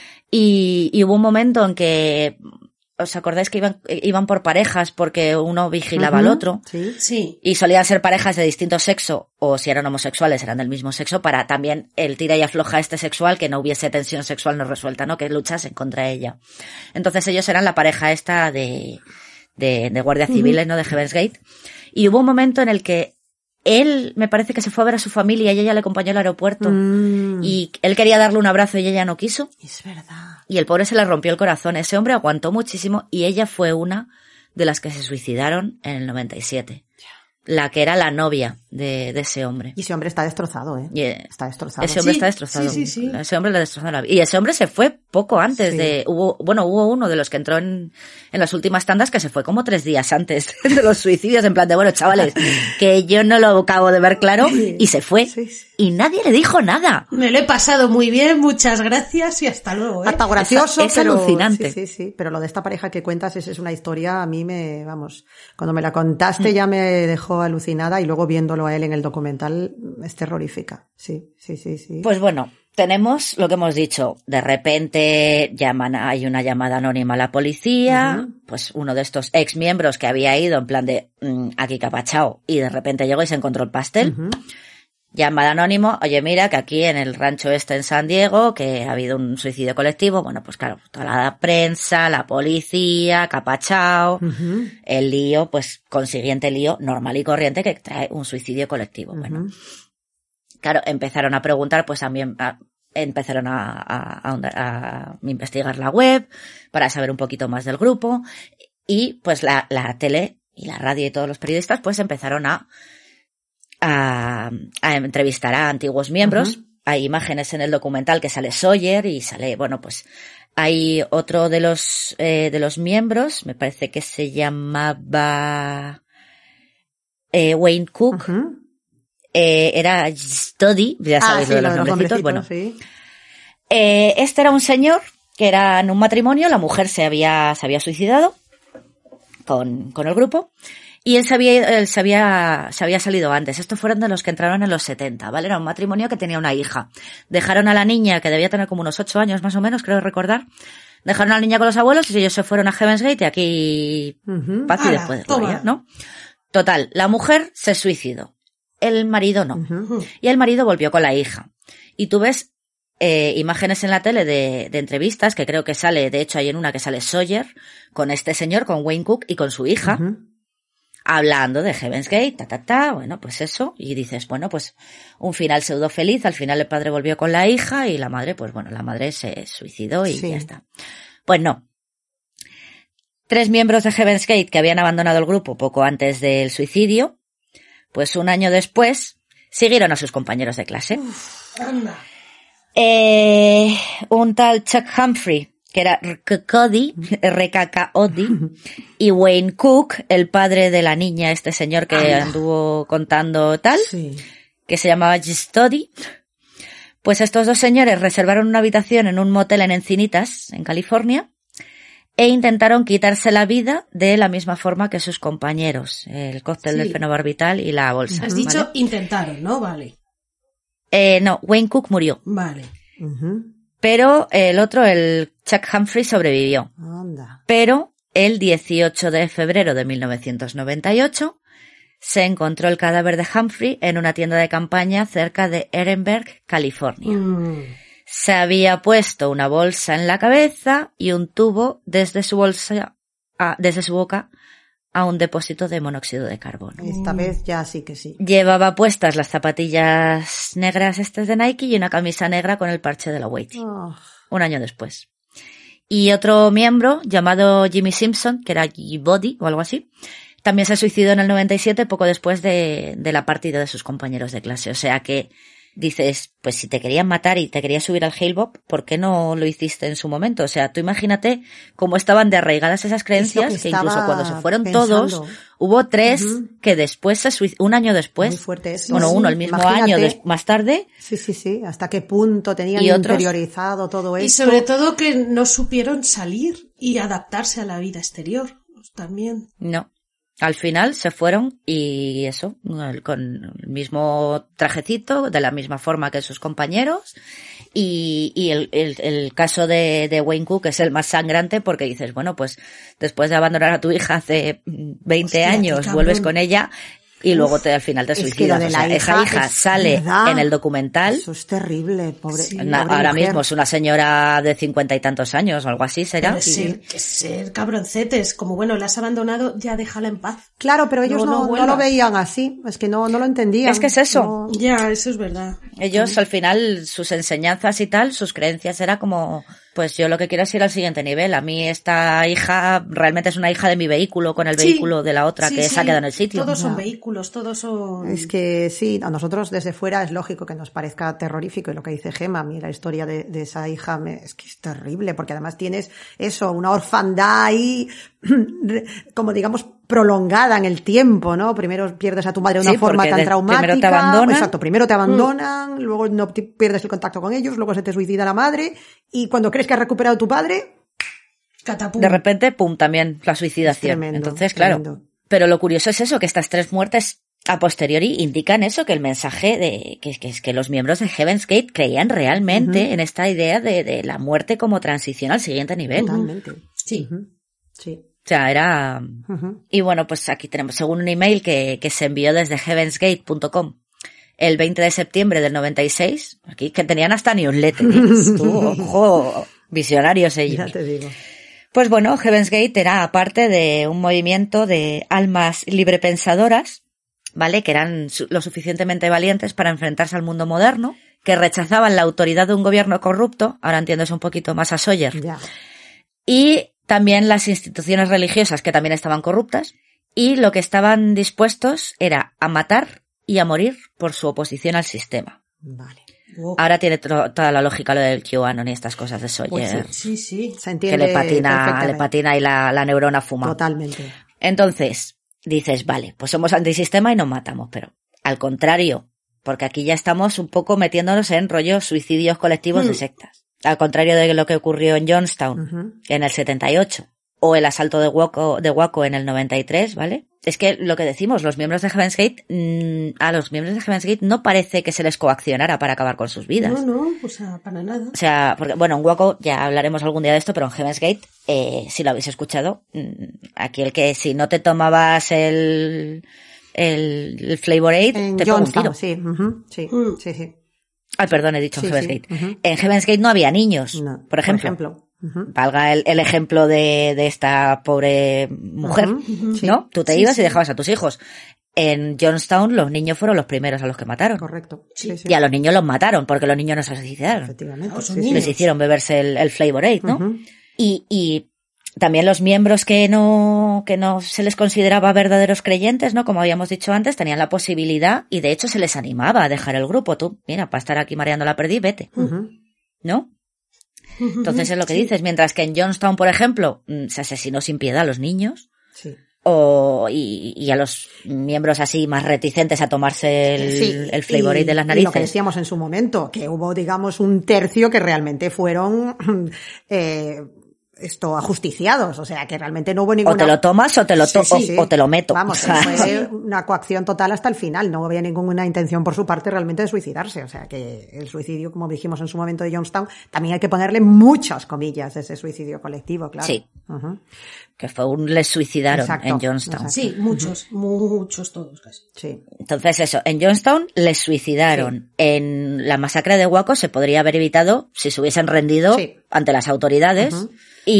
Speaker 4: y, y hubo un momento en que, ¿os acordáis que iban, iban por parejas porque uno vigilaba al
Speaker 2: Ujú,
Speaker 4: otro?
Speaker 2: Sí.
Speaker 3: Sí.
Speaker 4: Y solían ser parejas de distinto sexo, o si eran homosexuales, eran del mismo sexo, para también el tira y afloja este sexual, que no hubiese tensión sexual no resuelta, ¿no? Que luchasen contra ella. Entonces ellos eran la pareja esta de, de, de guardias civiles, ¿no? De Heaven's Gate. Y hubo un momento en el que él, me parece que se fue a ver a su familia y ella le acompañó al aeropuerto.
Speaker 2: Mm,
Speaker 4: Y él quería darle un abrazo y ella no quiso.
Speaker 2: es verdad.
Speaker 4: Y el pobre se le rompió el corazón. Ese hombre aguantó muchísimo y ella fue una de las que se suicidaron en el noventa y siete. La que era la novia de, de ese hombre.
Speaker 2: Y ese hombre está destrozado, ¿eh?
Speaker 4: Y, eh,
Speaker 2: Está destrozado.
Speaker 4: ese hombre
Speaker 3: Sí,
Speaker 4: está destrozado.
Speaker 3: sí, sí, sí.
Speaker 4: Ese hombre le destrozó la vida. Y ese hombre se fue poco antes
Speaker 2: Sí.
Speaker 4: de... hubo Bueno, hubo uno de los que entró en, en las últimas tandas que se fue como tres días antes de los suicidios. En plan de, bueno, chavales, que yo no lo acabo de ver claro. Y se fue.
Speaker 2: Sí, sí.
Speaker 4: Y nadie le dijo nada.
Speaker 3: Me lo he pasado muy bien, muchas gracias y hasta luego, ¿eh?
Speaker 2: Hasta gracioso,
Speaker 4: Es- es
Speaker 2: pero
Speaker 4: alucinante.
Speaker 2: Sí, sí, sí. Pero lo de esta pareja que cuentas es, es una historia, a mí me, vamos, cuando me la contaste ya me dejó alucinada y luego viéndolo a él en el documental es terrorífica. Sí, sí, sí, sí.
Speaker 4: Pues bueno, tenemos lo que hemos dicho. De repente llaman, hay una llamada anónima a la policía,
Speaker 2: Ujú.
Speaker 4: pues uno de estos ex miembros que había ido en plan de mm, aquí capachao y de repente llegó y se encontró el pastel.
Speaker 2: Ujú.
Speaker 4: Llamada anónimo, oye mira que aquí en el rancho este en San Diego que ha habido un suicidio colectivo. Bueno, pues claro, toda la prensa, la policía, capachao,
Speaker 2: Ujú.
Speaker 4: el lío, pues consiguiente lío normal y corriente que trae un suicidio colectivo. Bueno,
Speaker 2: Ujú.
Speaker 4: claro, empezaron a preguntar, pues también a- empezaron a, a, a, a investigar la web para saber un poquito más del grupo y pues la, la tele y la radio y todos los periodistas pues empezaron a, a, a entrevistar a antiguos miembros.
Speaker 2: Ujú.
Speaker 4: Hay imágenes en el documental que sale Sawyer y sale, bueno, pues hay otro de los eh, de los miembros, me parece que se llamaba eh, Wayne Cook.
Speaker 2: Ujú.
Speaker 4: Eh, era Study, ya
Speaker 2: Ah,
Speaker 4: sabéis
Speaker 2: sí,
Speaker 4: lo de los nombrecitos. Bueno,
Speaker 2: nombrecitos, sí.
Speaker 4: eh, este era un señor que era en un matrimonio, la mujer se había, se había suicidado con, con el grupo y él se había, él se había, se había salido antes. Estos fueron de los que entraron en los setenta, ¿vale? Era un matrimonio que tenía una hija. Dejaron a la niña, que debía tener como unos ocho años más o menos, creo recordar. Dejaron a la niña con los abuelos y ellos se fueron a Heaven's Gate y aquí
Speaker 2: Ujú.
Speaker 4: paz y
Speaker 3: Ala,
Speaker 4: después de
Speaker 3: toma.
Speaker 4: gloria, ¿no? Total, la mujer se suicidó. El marido no.
Speaker 2: Ujú.
Speaker 4: Y el marido volvió con la hija. Y tú ves eh, imágenes en la tele de, de entrevistas, que creo que sale, de hecho hay en una que sale Sawyer, con este señor, con Wayne Cook y con su hija,
Speaker 2: Ujú.
Speaker 4: hablando de Heaven's Gate, ta, ta, ta, bueno, pues eso. Y dices, bueno, pues un final pseudo feliz, al final el padre volvió con la hija y la madre, pues bueno, la madre se suicidó y
Speaker 2: Sí.
Speaker 4: ya está. Pues no. Tres miembros de Heaven's Gate que habían abandonado el grupo poco antes del suicidio, pues un año después siguieron a sus compañeros de clase.
Speaker 3: Anda.
Speaker 4: Eh, un tal Chuck Humphrey, que era R K K O D I, R K K O D I, y Wayne Cook, el padre de la niña, este señor que
Speaker 2: Anda.
Speaker 4: anduvo contando tal,
Speaker 2: Sí.
Speaker 4: que se llamaba Study. Pues estos dos señores reservaron una habitación en un motel en Encinitas, en California, e intentaron quitarse la vida de la misma forma que sus compañeros, el cóctel
Speaker 3: Sí.
Speaker 4: del fenobarbital y la bolsa.
Speaker 3: Has
Speaker 4: ¿vale?
Speaker 3: dicho intentaron, ¿no? Vale.
Speaker 4: Eh, no, Wayne Cook murió,
Speaker 3: Vale.
Speaker 2: Ujú.
Speaker 4: pero el otro, el Chuck Humphrey, sobrevivió.
Speaker 2: Anda.
Speaker 4: Pero el dieciocho de febrero de mil novecientos noventa y ocho se encontró el cadáver de Humphrey en una tienda de campaña cerca de Ehrenberg, California.
Speaker 3: Mm.
Speaker 4: Se había puesto una bolsa en la cabeza y un tubo desde su bolsa, a, desde su boca a un depósito de monóxido de carbono.
Speaker 2: Esta vez ya sí que sí.
Speaker 4: Llevaba puestas las zapatillas negras estas de Nike y una camisa negra con el parche de la Whitey.
Speaker 2: Oh,
Speaker 4: Un año después. Y otro miembro llamado Jimmy Simpson, que era G-Body o algo así, también se suicidó en el noventa y siete, poco después de, de la partida de sus compañeros de clase. O sea que dices, pues si te querían matar y te querías subir al Hale-Bopp, ¿por qué no lo hiciste en su momento? O sea, tú imagínate cómo estaban de arraigadas esas creencias,
Speaker 2: que
Speaker 4: que, incluso
Speaker 2: estaba
Speaker 4: cuando se fueron
Speaker 2: pensando.
Speaker 4: todos, hubo tres
Speaker 2: Ujú.
Speaker 4: que después se suicidaron, un año después,
Speaker 2: muy fuerte eso.
Speaker 4: bueno,
Speaker 2: Sí,
Speaker 4: uno el mismo
Speaker 2: imagínate.
Speaker 4: año des- más tarde,
Speaker 2: Sí, sí, sí. ¿Hasta qué punto tenían
Speaker 4: Y otros-
Speaker 2: interiorizado todo esto?
Speaker 3: Y sobre todo que no supieron salir y adaptarse a la vida exterior. Pues también.
Speaker 4: no. Al final se fueron y eso, el- con el mismo trajecito, de la misma forma que sus compañeros. Y, y el, el, el caso de, de Wayne Cook es el más sangrante porque dices, bueno, pues después de abandonar a tu hija hace veinte
Speaker 3: Hostia, qué
Speaker 4: años,
Speaker 3: cabrón.
Speaker 4: vuelves con ella y luego te, al final te
Speaker 2: es que
Speaker 4: suicidas.
Speaker 2: lo de
Speaker 4: O sea,
Speaker 2: la
Speaker 4: esa
Speaker 2: hija
Speaker 4: hija
Speaker 2: es
Speaker 4: sale
Speaker 2: verdad.
Speaker 4: en el documental.
Speaker 2: Eso es terrible, pobre.
Speaker 3: Sí.
Speaker 4: Na-
Speaker 2: pobre
Speaker 4: ahora
Speaker 2: mujer.
Speaker 4: mismo es una señora de cincuenta y tantos años o algo así, ¿será?
Speaker 3: Pero ser, que ser cabroncetes, como bueno, la has abandonado, ya déjala en paz.
Speaker 2: Claro, pero ellos
Speaker 3: No,
Speaker 2: no,
Speaker 3: no
Speaker 2: no
Speaker 3: vuelvas.
Speaker 2: lo veían así. Es que no, no lo entendían.
Speaker 4: Es que es eso.
Speaker 2: No-
Speaker 3: Ya, eso es verdad.
Speaker 4: Ellos al final, sus enseñanzas y tal, sus creencias era como, pues yo lo que quiero es ir al siguiente nivel. A mí esta hija realmente es una hija de mi vehículo con el
Speaker 3: Sí.
Speaker 4: vehículo de la otra
Speaker 3: Sí,
Speaker 4: que
Speaker 3: sí,
Speaker 4: se ha quedado en el sitio.
Speaker 3: Todos son
Speaker 2: Ya.
Speaker 3: vehículos, todos son...
Speaker 2: Es que sí, a nosotros desde fuera es lógico que nos parezca terrorífico y lo que dice Gemma, a mí la historia de, de esa hija me- es que es terrible porque además tienes eso, una orfandad ahí como digamos prolongada en el tiempo, ¿no? Primero pierdes a tu madre de una
Speaker 4: Sí,
Speaker 2: forma
Speaker 4: porque
Speaker 2: tan
Speaker 4: de-
Speaker 2: traumática.
Speaker 4: primero te abandonan.
Speaker 2: Exacto, primero te abandonan, luego no te- pierdes el contacto con ellos, luego se te suicida la madre y cuando crees que has recuperado a tu padre,
Speaker 3: Catapum.
Speaker 4: De repente, pum, también la suicidación.
Speaker 2: Es tremendo,
Speaker 4: Entonces, claro.
Speaker 2: tremendo.
Speaker 4: Pero lo curioso es eso, que estas tres muertes a posteriori indican eso, que el mensaje de que, que es que los miembros de Heaven's Gate creían realmente
Speaker 2: Ujú.
Speaker 4: en esta idea de, de la muerte como transición al siguiente nivel.
Speaker 2: totalmente.
Speaker 3: Sí.
Speaker 2: Ujú. Sí.
Speaker 4: O sea, era...
Speaker 2: Ujú.
Speaker 4: Y bueno, pues aquí tenemos, según un email que, que se envió desde heavens gate punto com el veinte de septiembre del noventa y seis, aquí que tenían hasta newsletters. Tú, ojo, visionarios ellos.
Speaker 2: Ya te digo.
Speaker 4: Pues bueno, Heaven's Gate era parte de un movimiento de almas librepensadoras, ¿vale? Que eran su- lo suficientemente valientes para enfrentarse al mundo moderno, que rechazaban la autoridad de un gobierno corrupto, ahora entiendes un poquito más a Sawyer,
Speaker 2: Ya.
Speaker 4: y también las instituciones religiosas que también estaban corruptas, y lo que estaban dispuestos era a matar y a morir por su oposición al sistema.
Speaker 2: Vale.
Speaker 3: Wow.
Speaker 4: Ahora tiene tro- toda la lógica lo del QAnon y estas cosas de
Speaker 2: Pues
Speaker 4: Sawyer,
Speaker 3: Sí, sí.
Speaker 2: Se
Speaker 4: que
Speaker 2: entiende
Speaker 4: le patina, le
Speaker 2: perfectamente.
Speaker 4: patina y la, la neurona fuma.
Speaker 2: Totalmente.
Speaker 4: Entonces, dices, vale, pues somos antisistema y nos matamos, pero al contrario, porque aquí ya estamos un poco metiéndonos en rollos suicidios colectivos de
Speaker 3: Hmm.
Speaker 4: sectas. Al contrario de lo que ocurrió en Johnstown
Speaker 2: Ujú.
Speaker 4: en el setenta y ocho o el asalto de Waco, de Waco en el noventa y tres, ¿vale? Es que lo que decimos, los miembros de Heaven's Gate, mmm, a los miembros de Heaven's Gate no parece que se les coaccionara para acabar con sus vidas.
Speaker 3: No, no, o sea, para nada.
Speaker 4: O sea, porque, bueno, en Waco ya hablaremos algún día de esto, pero en Heaven's Gate, eh, si lo habéis escuchado, mm, aquí el que si no te tomabas el, el, el Flavor Aid,
Speaker 2: En
Speaker 4: te pega un tiro.
Speaker 2: Johnstown, sí. Ujú. Sí,
Speaker 3: Mm.
Speaker 2: sí, sí.
Speaker 4: Ay, perdón, he dicho
Speaker 2: Sí,
Speaker 4: Heaven's
Speaker 2: sí,
Speaker 4: Gate.
Speaker 2: ujú.
Speaker 4: En Heaven's Gate no había niños,
Speaker 2: No,
Speaker 4: por ejemplo.
Speaker 2: Ujú.
Speaker 4: Valga el, el ejemplo de, de esta pobre mujer,
Speaker 2: Ujú, sí.
Speaker 4: ¿no? Tú te
Speaker 3: Sí,
Speaker 4: ibas
Speaker 3: sí.
Speaker 4: y dejabas a tus hijos. En Johnstown los niños fueron los primeros a los que mataron.
Speaker 2: Correcto.
Speaker 3: Sí.
Speaker 2: Sí, sí.
Speaker 4: Y a los niños los mataron porque los niños no se suicidaron.
Speaker 2: Efectivamente.
Speaker 3: Claro, son
Speaker 2: sí, sí.
Speaker 3: niños.
Speaker 4: Les hicieron beberse el, el Flavor Aid, ¿no?
Speaker 2: Ujú.
Speaker 4: Y, y también los miembros que no, que no se les consideraba verdaderos creyentes, ¿no? Como habíamos dicho antes, tenían la posibilidad y de hecho se les animaba a dejar el grupo. Tú, mira, para estar aquí mareando la perdí, vete,
Speaker 2: Ujú.
Speaker 4: ¿no? Entonces es lo que
Speaker 3: Sí.
Speaker 4: dices. Mientras que en Johnstown, por ejemplo, mm, se asesinó sin piedad a los niños
Speaker 2: Sí.
Speaker 4: o, y, y a los miembros así más reticentes a tomarse el,
Speaker 2: Sí,
Speaker 4: el Flavor Aid de las
Speaker 2: y lo que
Speaker 4: narices.
Speaker 2: decíamos en su momento, que hubo, digamos, un tercio que realmente fueron eh, esto ajusticiados, o sea que realmente no hubo ninguna...
Speaker 4: O te lo tomas o te lo, to
Speaker 2: Sí, sí, sí.
Speaker 4: O, o te lo meto.
Speaker 2: Vamos,
Speaker 4: O sea,
Speaker 2: fue una coacción total hasta el final, no había ninguna intención por su parte realmente de suicidarse, o sea que el suicidio, como dijimos en su momento de Jonestown, también hay que ponerle muchas comillas de ese suicidio colectivo, claro.
Speaker 4: Sí.
Speaker 2: Uh-huh.
Speaker 4: Que fue un les suicidaron
Speaker 2: Exacto,
Speaker 4: en Jonestown.
Speaker 2: exacto.
Speaker 3: Sí, muchos, muchos todos casi.
Speaker 2: Sí.
Speaker 4: Entonces eso, en Jonestown les suicidaron.
Speaker 2: Sí.
Speaker 4: En la masacre de Waco se podría haber evitado si se hubiesen rendido
Speaker 2: Sí.
Speaker 4: ante las autoridades.
Speaker 2: Uh-huh.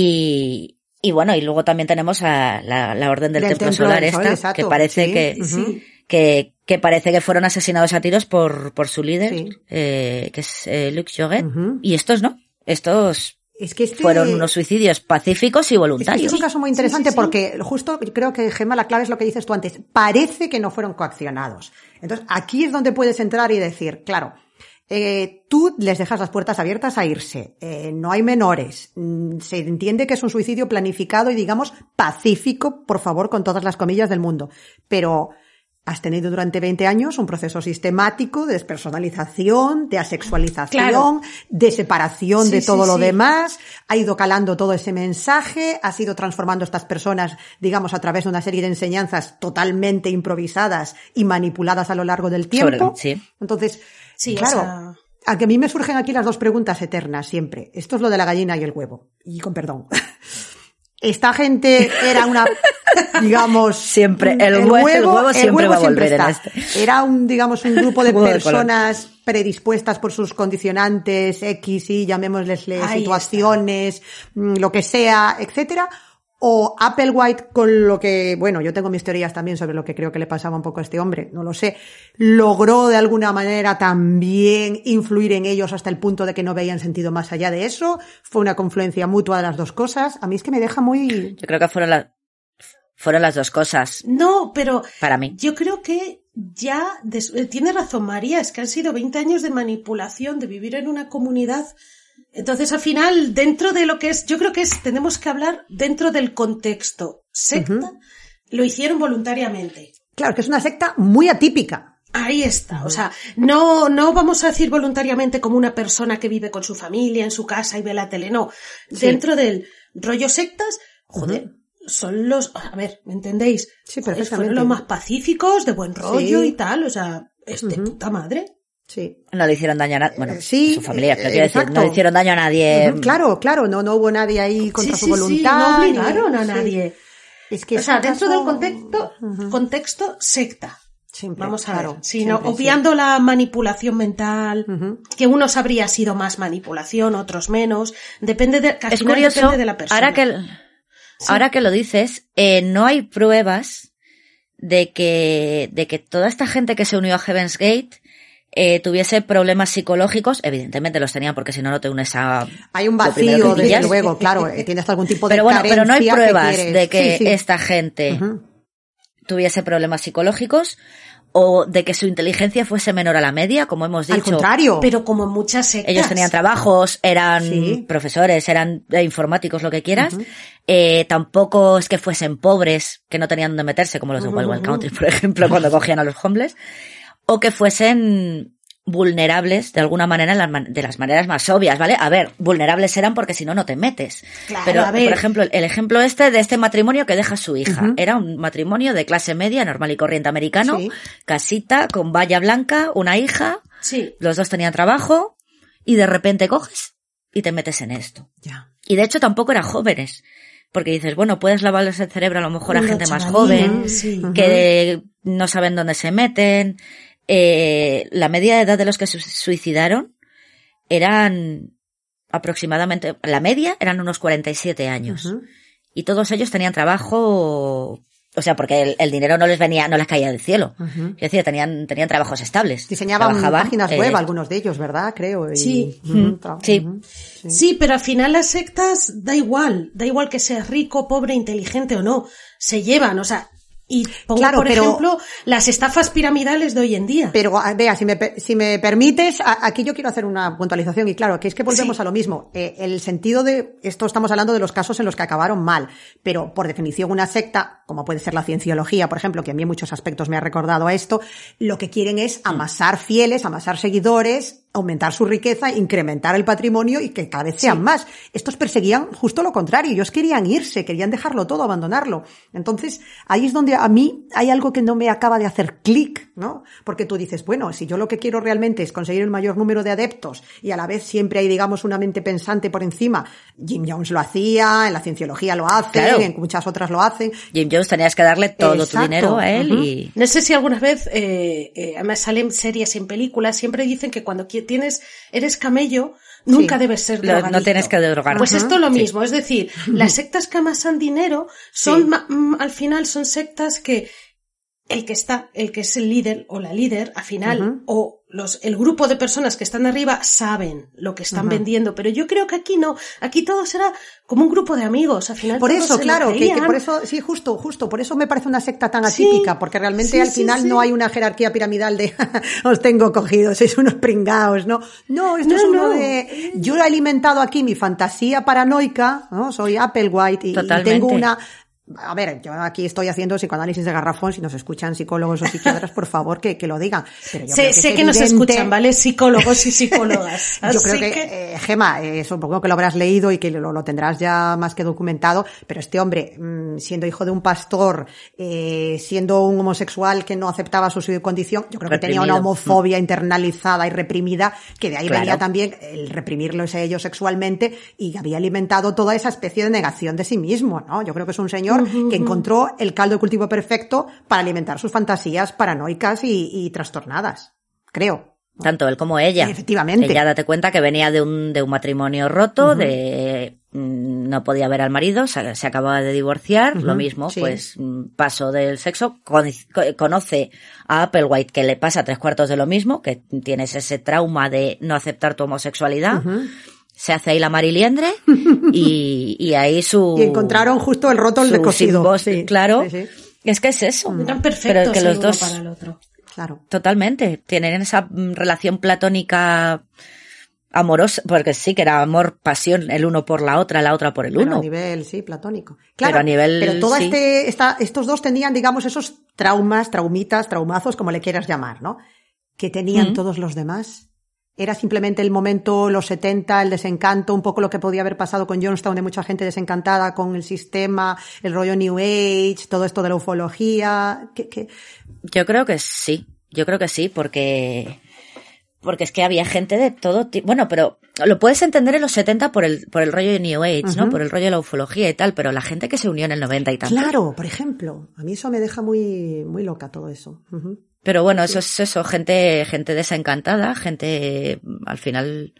Speaker 4: Y, y bueno, y luego también tenemos a la, la Orden del,
Speaker 2: Del
Speaker 4: Templo,
Speaker 2: Templo
Speaker 4: Solar
Speaker 2: del Sol,
Speaker 4: esta,
Speaker 2: exacto,
Speaker 4: que parece
Speaker 2: sí.
Speaker 4: que,
Speaker 2: Ujú.
Speaker 4: que, que parece que fueron asesinados a tiros por, por su líder,
Speaker 2: Sí.
Speaker 4: eh, que es eh, Luc Joguet.
Speaker 2: Ujú.
Speaker 4: Y estos no, estos
Speaker 2: Es que este...
Speaker 4: fueron unos suicidios pacíficos y
Speaker 2: Es que
Speaker 4: voluntarios.
Speaker 2: este es un caso muy interesante
Speaker 3: Sí, sí, sí.
Speaker 2: porque justo creo que, Gemma, la clave es lo que dices tú antes. Parece que no fueron coaccionados. Entonces, aquí es donde puedes entrar y decir, claro, eh, tú les dejas las puertas abiertas a irse. Eh, no hay menores. Mm, se entiende que es un suicidio planificado y, digamos, pacífico, por favor, con todas las comillas del mundo. Pero has tenido durante veinte años un proceso sistemático de despersonalización, de asexualización,
Speaker 3: Claro.
Speaker 2: de separación
Speaker 3: Sí,
Speaker 2: de
Speaker 3: sí,
Speaker 2: todo lo
Speaker 3: sí.
Speaker 2: demás, ha ido calando todo ese mensaje, has ido transformando a estas personas, digamos, a través de una serie de enseñanzas totalmente improvisadas y manipuladas a lo largo del tiempo.
Speaker 4: Sobre- sí.
Speaker 2: Entonces,
Speaker 3: Sí, o
Speaker 2: claro,
Speaker 3: sea-
Speaker 2: a que a mí me surgen aquí las dos preguntas eternas siempre. Esto es lo de la gallina y el huevo. Y con perdón. Esta gente era una, digamos...
Speaker 4: Siempre, el hue- el huevo siempre va a volver en
Speaker 2: está.
Speaker 4: este.
Speaker 2: Era un, digamos, un grupo de
Speaker 4: Huevo de color.
Speaker 2: personas predispuestas por sus condicionantes X y llamémosles
Speaker 3: Ahí
Speaker 2: situaciones, mm, lo que sea, etcétera. O Applewhite, con lo que, bueno, yo tengo mis teorías también sobre lo que creo que le pasaba un poco a este hombre, no lo sé, logró de alguna manera también influir en ellos hasta el punto de que no veían sentido más allá de eso. Fue una confluencia mutua de las dos cosas. A mí es que me deja muy...
Speaker 4: Yo creo que fueron las, fueron las dos cosas,
Speaker 3: No, pero
Speaker 4: para mí.
Speaker 3: yo creo que ya, des- eh, tiene razón María, es que han sido veinte años de manipulación, de vivir en una comunidad. Entonces, al final, dentro de lo que es, yo creo que es, tenemos que hablar dentro del contexto. Secta,
Speaker 2: Ujú.
Speaker 3: lo hicieron voluntariamente.
Speaker 2: Claro, que es una secta muy atípica.
Speaker 3: Ahí está, o sea, no, no vamos a decir voluntariamente como una persona que vive con su familia en su casa y ve la tele, no.
Speaker 2: Sí.
Speaker 3: Dentro del rollo sectas, joder, son los, a ver, ¿me entendéis?
Speaker 2: Sí,
Speaker 3: Joder,
Speaker 2: perfectamente.
Speaker 3: fueron los más pacíficos, de buen rollo
Speaker 2: Sí.
Speaker 3: y tal, o sea, es de
Speaker 2: Ujú.
Speaker 3: puta madre.
Speaker 2: Sí.
Speaker 4: No le hicieron daño a nadie, bueno,
Speaker 2: Eh, sí,
Speaker 4: su familia, pero
Speaker 2: eh,
Speaker 4: quiero decir,
Speaker 2: exacto.
Speaker 4: no le hicieron daño a nadie.
Speaker 2: Ujú, claro, claro, no, no hubo nadie ahí contra
Speaker 3: Sí,
Speaker 2: su
Speaker 3: sí,
Speaker 2: voluntad.
Speaker 3: sí, no
Speaker 2: ni-
Speaker 3: obligaron a
Speaker 2: sí.
Speaker 3: nadie.
Speaker 2: Es que
Speaker 3: O sea,
Speaker 2: es un
Speaker 3: dentro
Speaker 2: caso-
Speaker 3: del contexto,
Speaker 2: Ujú.
Speaker 3: contexto secta.
Speaker 2: Siempre,
Speaker 3: Vamos a
Speaker 2: claro,
Speaker 3: ver, sino
Speaker 2: siempre, sí.
Speaker 3: obviando la manipulación mental,
Speaker 2: Ujú.
Speaker 3: que unos habría sido más manipulación, otros menos, depende de, casi
Speaker 4: Es
Speaker 3: final
Speaker 4: curioso,
Speaker 3: depende de la persona.
Speaker 4: ahora que, ahora que lo dices, eh, no hay pruebas de que, de que toda esta gente que se unió a Heaven's Gate eh, tuviese problemas psicológicos. Evidentemente los tenían, porque si no, no te unes a...
Speaker 2: Hay un
Speaker 4: lo primero
Speaker 2: vacío,
Speaker 4: que
Speaker 2: desde
Speaker 4: pillas.
Speaker 2: luego, claro, eh, tienes algún tipo de
Speaker 4: Pero bueno,
Speaker 2: carencia
Speaker 4: pero no hay
Speaker 2: que
Speaker 4: pruebas
Speaker 2: quieres.
Speaker 4: de que
Speaker 2: Sí, sí.
Speaker 4: esta gente
Speaker 2: Ujú.
Speaker 4: tuviese problemas psicológicos o de que su inteligencia fuese menor a la media, como hemos
Speaker 2: Al
Speaker 4: dicho.
Speaker 2: contrario.
Speaker 3: Pero como en muchas sectas.
Speaker 4: Ellos tenían trabajos, eran
Speaker 2: Sí.
Speaker 4: profesores, eran eh, informáticos, lo que quieras.
Speaker 2: Ujú.
Speaker 4: Eh, tampoco es que fuesen pobres, que no tenían donde meterse, como los de
Speaker 2: Ujú,
Speaker 4: Wild Wild
Speaker 2: ujú.
Speaker 4: Country, por ejemplo, cuando cogían a los homeless. O que fuesen vulnerables de alguna manera, en las man- de las maneras más obvias, ¿vale? A ver, vulnerables eran porque si no, no te metes.
Speaker 3: Claro,
Speaker 4: Pero,
Speaker 3: a ver.
Speaker 4: por ejemplo, el ejemplo este de este matrimonio que deja a su hija.
Speaker 2: Ujú.
Speaker 4: Era un matrimonio de clase media, normal y corriente americano,
Speaker 2: Sí.
Speaker 4: casita, con valla blanca, una hija,
Speaker 3: Sí.
Speaker 4: los dos tenían trabajo, y de repente coges y te metes en esto.
Speaker 2: Ya.
Speaker 4: Y de hecho tampoco eran jóvenes. Porque dices, bueno, puedes lavarles el cerebro a lo mejor a
Speaker 3: Los
Speaker 4: gente más
Speaker 3: chavalines,
Speaker 4: joven,
Speaker 3: sí.
Speaker 4: que no saben dónde se meten. Eh, la media de edad de los que se suicidaron eran aproximadamente, la media eran unos cuarenta y siete años.
Speaker 2: Ujú.
Speaker 4: Y todos ellos tenían trabajo, o sea, porque el, el dinero no les venía, no les caía del cielo.
Speaker 2: Ujú.
Speaker 4: Es decir, tenían, tenían trabajos estables.
Speaker 2: Diseñaban
Speaker 4: Trabajaban,
Speaker 2: páginas
Speaker 4: eh,
Speaker 2: web, algunos de ellos, ¿verdad? Creo. y-
Speaker 3: Sí.
Speaker 2: Ujú,
Speaker 4: Mm,
Speaker 2: tra-
Speaker 4: sí.
Speaker 2: ujú, sí.
Speaker 3: Sí, pero al final las sectas da igual, da igual que seas rico, pobre, inteligente o no, se llevan, o sea, y pongo
Speaker 2: Claro,
Speaker 3: por
Speaker 2: pero-
Speaker 3: ejemplo las estafas piramidales de hoy en día.
Speaker 2: Pero, a- vea, si me, per- si me permites, a- aquí yo quiero hacer una puntualización y claro, que es que volvemos
Speaker 3: Sí.
Speaker 2: a lo mismo. Eh, el sentido de, esto estamos hablando de los casos en los que acabaron mal, pero por definición una secta, como puede ser la cienciología, por ejemplo, que a mí en muchos aspectos me ha recordado a esto, lo que quieren es amasar fieles, amasar seguidores, aumentar su riqueza, incrementar el patrimonio y que cada vez sean sí. más. Estos perseguían justo lo contrario, ellos querían irse, querían dejarlo todo, abandonarlo. Entonces, ahí es donde a mí hay algo que no me acaba de hacer clic, ¿no? Porque tú dices, bueno, si yo lo que quiero realmente es conseguir el mayor número de adeptos y a la vez siempre hay, digamos, una mente pensante por encima. Jim Jones lo hacía, en la cienciología lo hacen, claro. en muchas otras lo hacen.
Speaker 4: Jim Jones tenías que darle todo Exacto. tu dinero a él uh-huh. y...
Speaker 3: No sé si alguna vez, eh, eh, además salen series y en películas, siempre dicen que cuando tienes, eres camello, nunca sí. debes ser drogadicto.
Speaker 4: No, no tienes que drogar.
Speaker 3: Pues uh-huh. esto lo mismo, sí. es decir, las sectas que amasan dinero son, sí. ma, m, al final son sectas que el que está, el que es el líder o la líder, al final, uh-huh. o los, el grupo de personas que están arriba saben lo que están uh-huh. vendiendo, pero yo creo que aquí no, aquí todo será como un grupo de amigos, al final.
Speaker 2: Por eso, claro, que, que por eso, sí, justo, justo, por eso me parece una secta tan atípica, sí, porque realmente sí, al final sí, sí. no hay una jerarquía piramidal de os tengo cogidos, sois unos pringaos, ¿no? No, esto no, es uno no. de, yo he alimentado aquí mi fantasía paranoica, ¿no? Soy Applewhite y, y tengo una, a ver, yo aquí estoy haciendo psicoanálisis de garrafón, si nos escuchan psicólogos o psiquiatras, por favor, que, que lo digan. Pero yo
Speaker 3: sé
Speaker 2: creo que,
Speaker 3: sé
Speaker 2: es
Speaker 3: que nos escuchan, ¿vale? Psicólogos y psicólogas.
Speaker 2: Yo creo que, que... Eh, Gema, eh, supongo que lo habrás leído y que lo, lo tendrás ya más que documentado, pero este hombre, mmm, siendo hijo de un pastor, eh, siendo un homosexual que no aceptaba su condición, yo creo que Reprimido. tenía una homofobia mm. internalizada y reprimida, que de ahí claro. venía también el reprimirlos a ellos sexualmente y había alimentado toda esa especie de negación de sí mismo, ¿no? Yo creo que es un señor que encontró el caldo de cultivo perfecto para alimentar sus fantasías paranoicas y, y trastornadas, creo.
Speaker 4: Tanto él como ella.
Speaker 2: Efectivamente.
Speaker 4: Ella, date cuenta que venía de un, de un matrimonio roto, uh-huh. de mmm, no podía ver al marido, se, se acababa de divorciar, uh-huh. lo mismo, sí. pues paso del sexo, con, conoce a Applewhite que le pasa tres cuartos de lo mismo, que tienes ese trauma de no aceptar tu homosexualidad, uh-huh. se hace ahí la mariliendre y, y ahí su...
Speaker 2: Y encontraron justo el roto el de cosido.
Speaker 4: Sí, claro. Sí, sí. Es que es eso.
Speaker 3: Eran perfectos
Speaker 4: pero que los
Speaker 3: el uno
Speaker 4: dos,
Speaker 3: para el otro.
Speaker 2: Claro.
Speaker 4: Totalmente. Tienen esa relación platónica amorosa, porque sí que era amor, pasión, el uno por la otra, la otra por el
Speaker 2: pero
Speaker 4: uno.
Speaker 2: a nivel, sí, platónico. Claro,
Speaker 4: pero a nivel,
Speaker 2: pero todo
Speaker 4: sí.
Speaker 2: este, esta, estos dos tenían, digamos, esos traumas, traumitas, traumazos, como le quieras llamar, ¿no? Que tenían mm. todos los demás. Era simplemente el momento, los setenta, el desencanto, un poco lo que podía haber pasado con Jonestown, de mucha gente desencantada con el sistema, el rollo New Age, todo esto de la ufología. ¿Qué, qué?
Speaker 4: Yo creo que sí, yo creo que sí, porque porque es que había gente de todo tipo. Bueno, pero lo puedes entender en los setenta por el por el rollo de New Age, uh-huh. ¿no? Por el rollo de la ufología y tal, pero la gente que se unió en el noventa y tanto.
Speaker 2: Claro, por ejemplo, a mí eso me deja muy muy loca todo eso. Uh-huh.
Speaker 4: Pero bueno, eso es eso, gente, gente desencantada, gente, al final,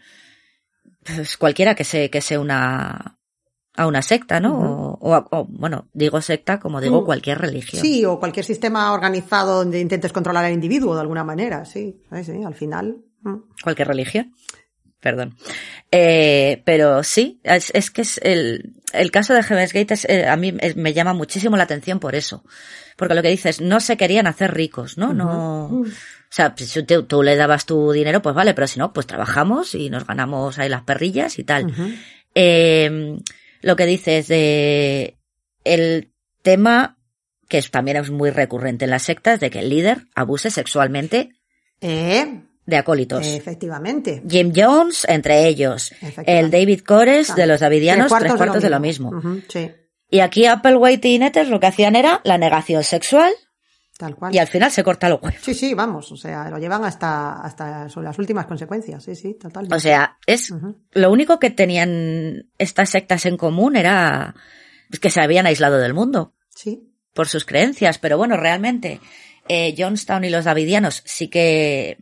Speaker 4: pues cualquiera que se, que se una a una secta, ¿no? Uh-huh. o, o, o, bueno, digo secta como digo uh, cualquier religión.
Speaker 2: Sí, o cualquier sistema organizado donde intentes controlar al individuo de alguna manera, sí, sí, sí al final. Uh.
Speaker 4: Cualquier religión. Perdón. Eh, pero sí, es, es que es el, el caso de Heaven's Gate es, eh, a mí es, me llama muchísimo la atención por eso. Porque lo que dices, no se querían hacer ricos, ¿no? Uh-huh. No, o sea, si tú, tú le dabas tu dinero, pues vale, pero si no, pues trabajamos y nos ganamos ahí las perrillas y tal. Uh-huh. Eh, lo que dices de el tema, que es, también es muy recurrente en las sectas, de que el líder abuse sexualmente
Speaker 2: ¿Eh?
Speaker 4: de acólitos.
Speaker 2: Efectivamente.
Speaker 4: Jim Jones, entre ellos. El David Koresh, ah, de los Davidianos, tres cuartos, tres cuartos de lo mismo. De lo mismo.
Speaker 2: Uh-huh, sí.
Speaker 4: Y aquí Applewhite y Netters lo que hacían era la negación sexual.
Speaker 2: Tal cual.
Speaker 4: Y al final se corta los huevos.
Speaker 2: Sí, sí, vamos, o sea, lo llevan hasta hasta las últimas consecuencias, sí, sí, totalmente.
Speaker 4: O sea, es uh-huh. lo único que tenían estas sectas en común era que se habían aislado del mundo.
Speaker 2: Sí.
Speaker 4: Por sus creencias, pero bueno, realmente eh, Jonestown y los Davidianos sí que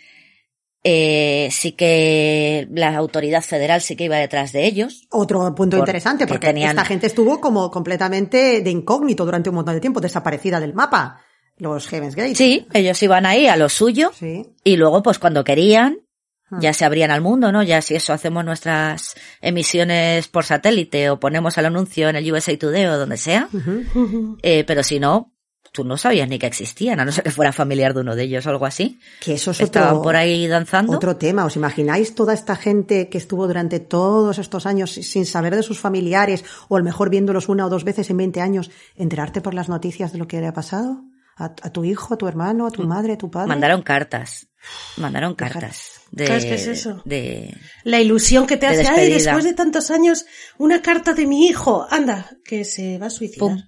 Speaker 4: Eh, sí que la autoridad federal sí que iba detrás de ellos.
Speaker 2: Otro punto por, interesante, porque tenían... esta gente estuvo como completamente de incógnito durante un montón de tiempo, desaparecida del mapa, los Heaven's Gate.
Speaker 4: Sí, ellos iban ahí a lo suyo,
Speaker 2: sí.
Speaker 4: Y luego pues cuando querían hmm. ya se abrían al mundo, ¿no? Ya si eso hacemos nuestras emisiones por satélite o ponemos el anuncio en el U S A Today o donde sea, uh-huh. eh, pero si no, tú no sabías ni que existían, a no ser que fuera familiar de uno de ellos o algo así.
Speaker 2: Que eso es
Speaker 4: Estaban
Speaker 2: otro,
Speaker 4: por ahí danzando.
Speaker 2: otro tema. ¿Os imagináis toda esta gente que estuvo durante todos estos años sin saber de sus familiares, o a lo mejor viéndolos una o dos veces en veinte años, enterarte por las noticias de lo que había pasado? ¿A, a tu hijo, a tu hermano, a tu madre, a tu padre?
Speaker 4: Mandaron cartas. Mandaron cartas. De,
Speaker 3: ¿Sabes qué es eso?
Speaker 4: De,
Speaker 3: La ilusión que te
Speaker 4: de
Speaker 3: hace, ay,
Speaker 4: despedida.
Speaker 3: después de tantos años, una carta de mi hijo, anda, que se va a suicidar.
Speaker 4: Pum.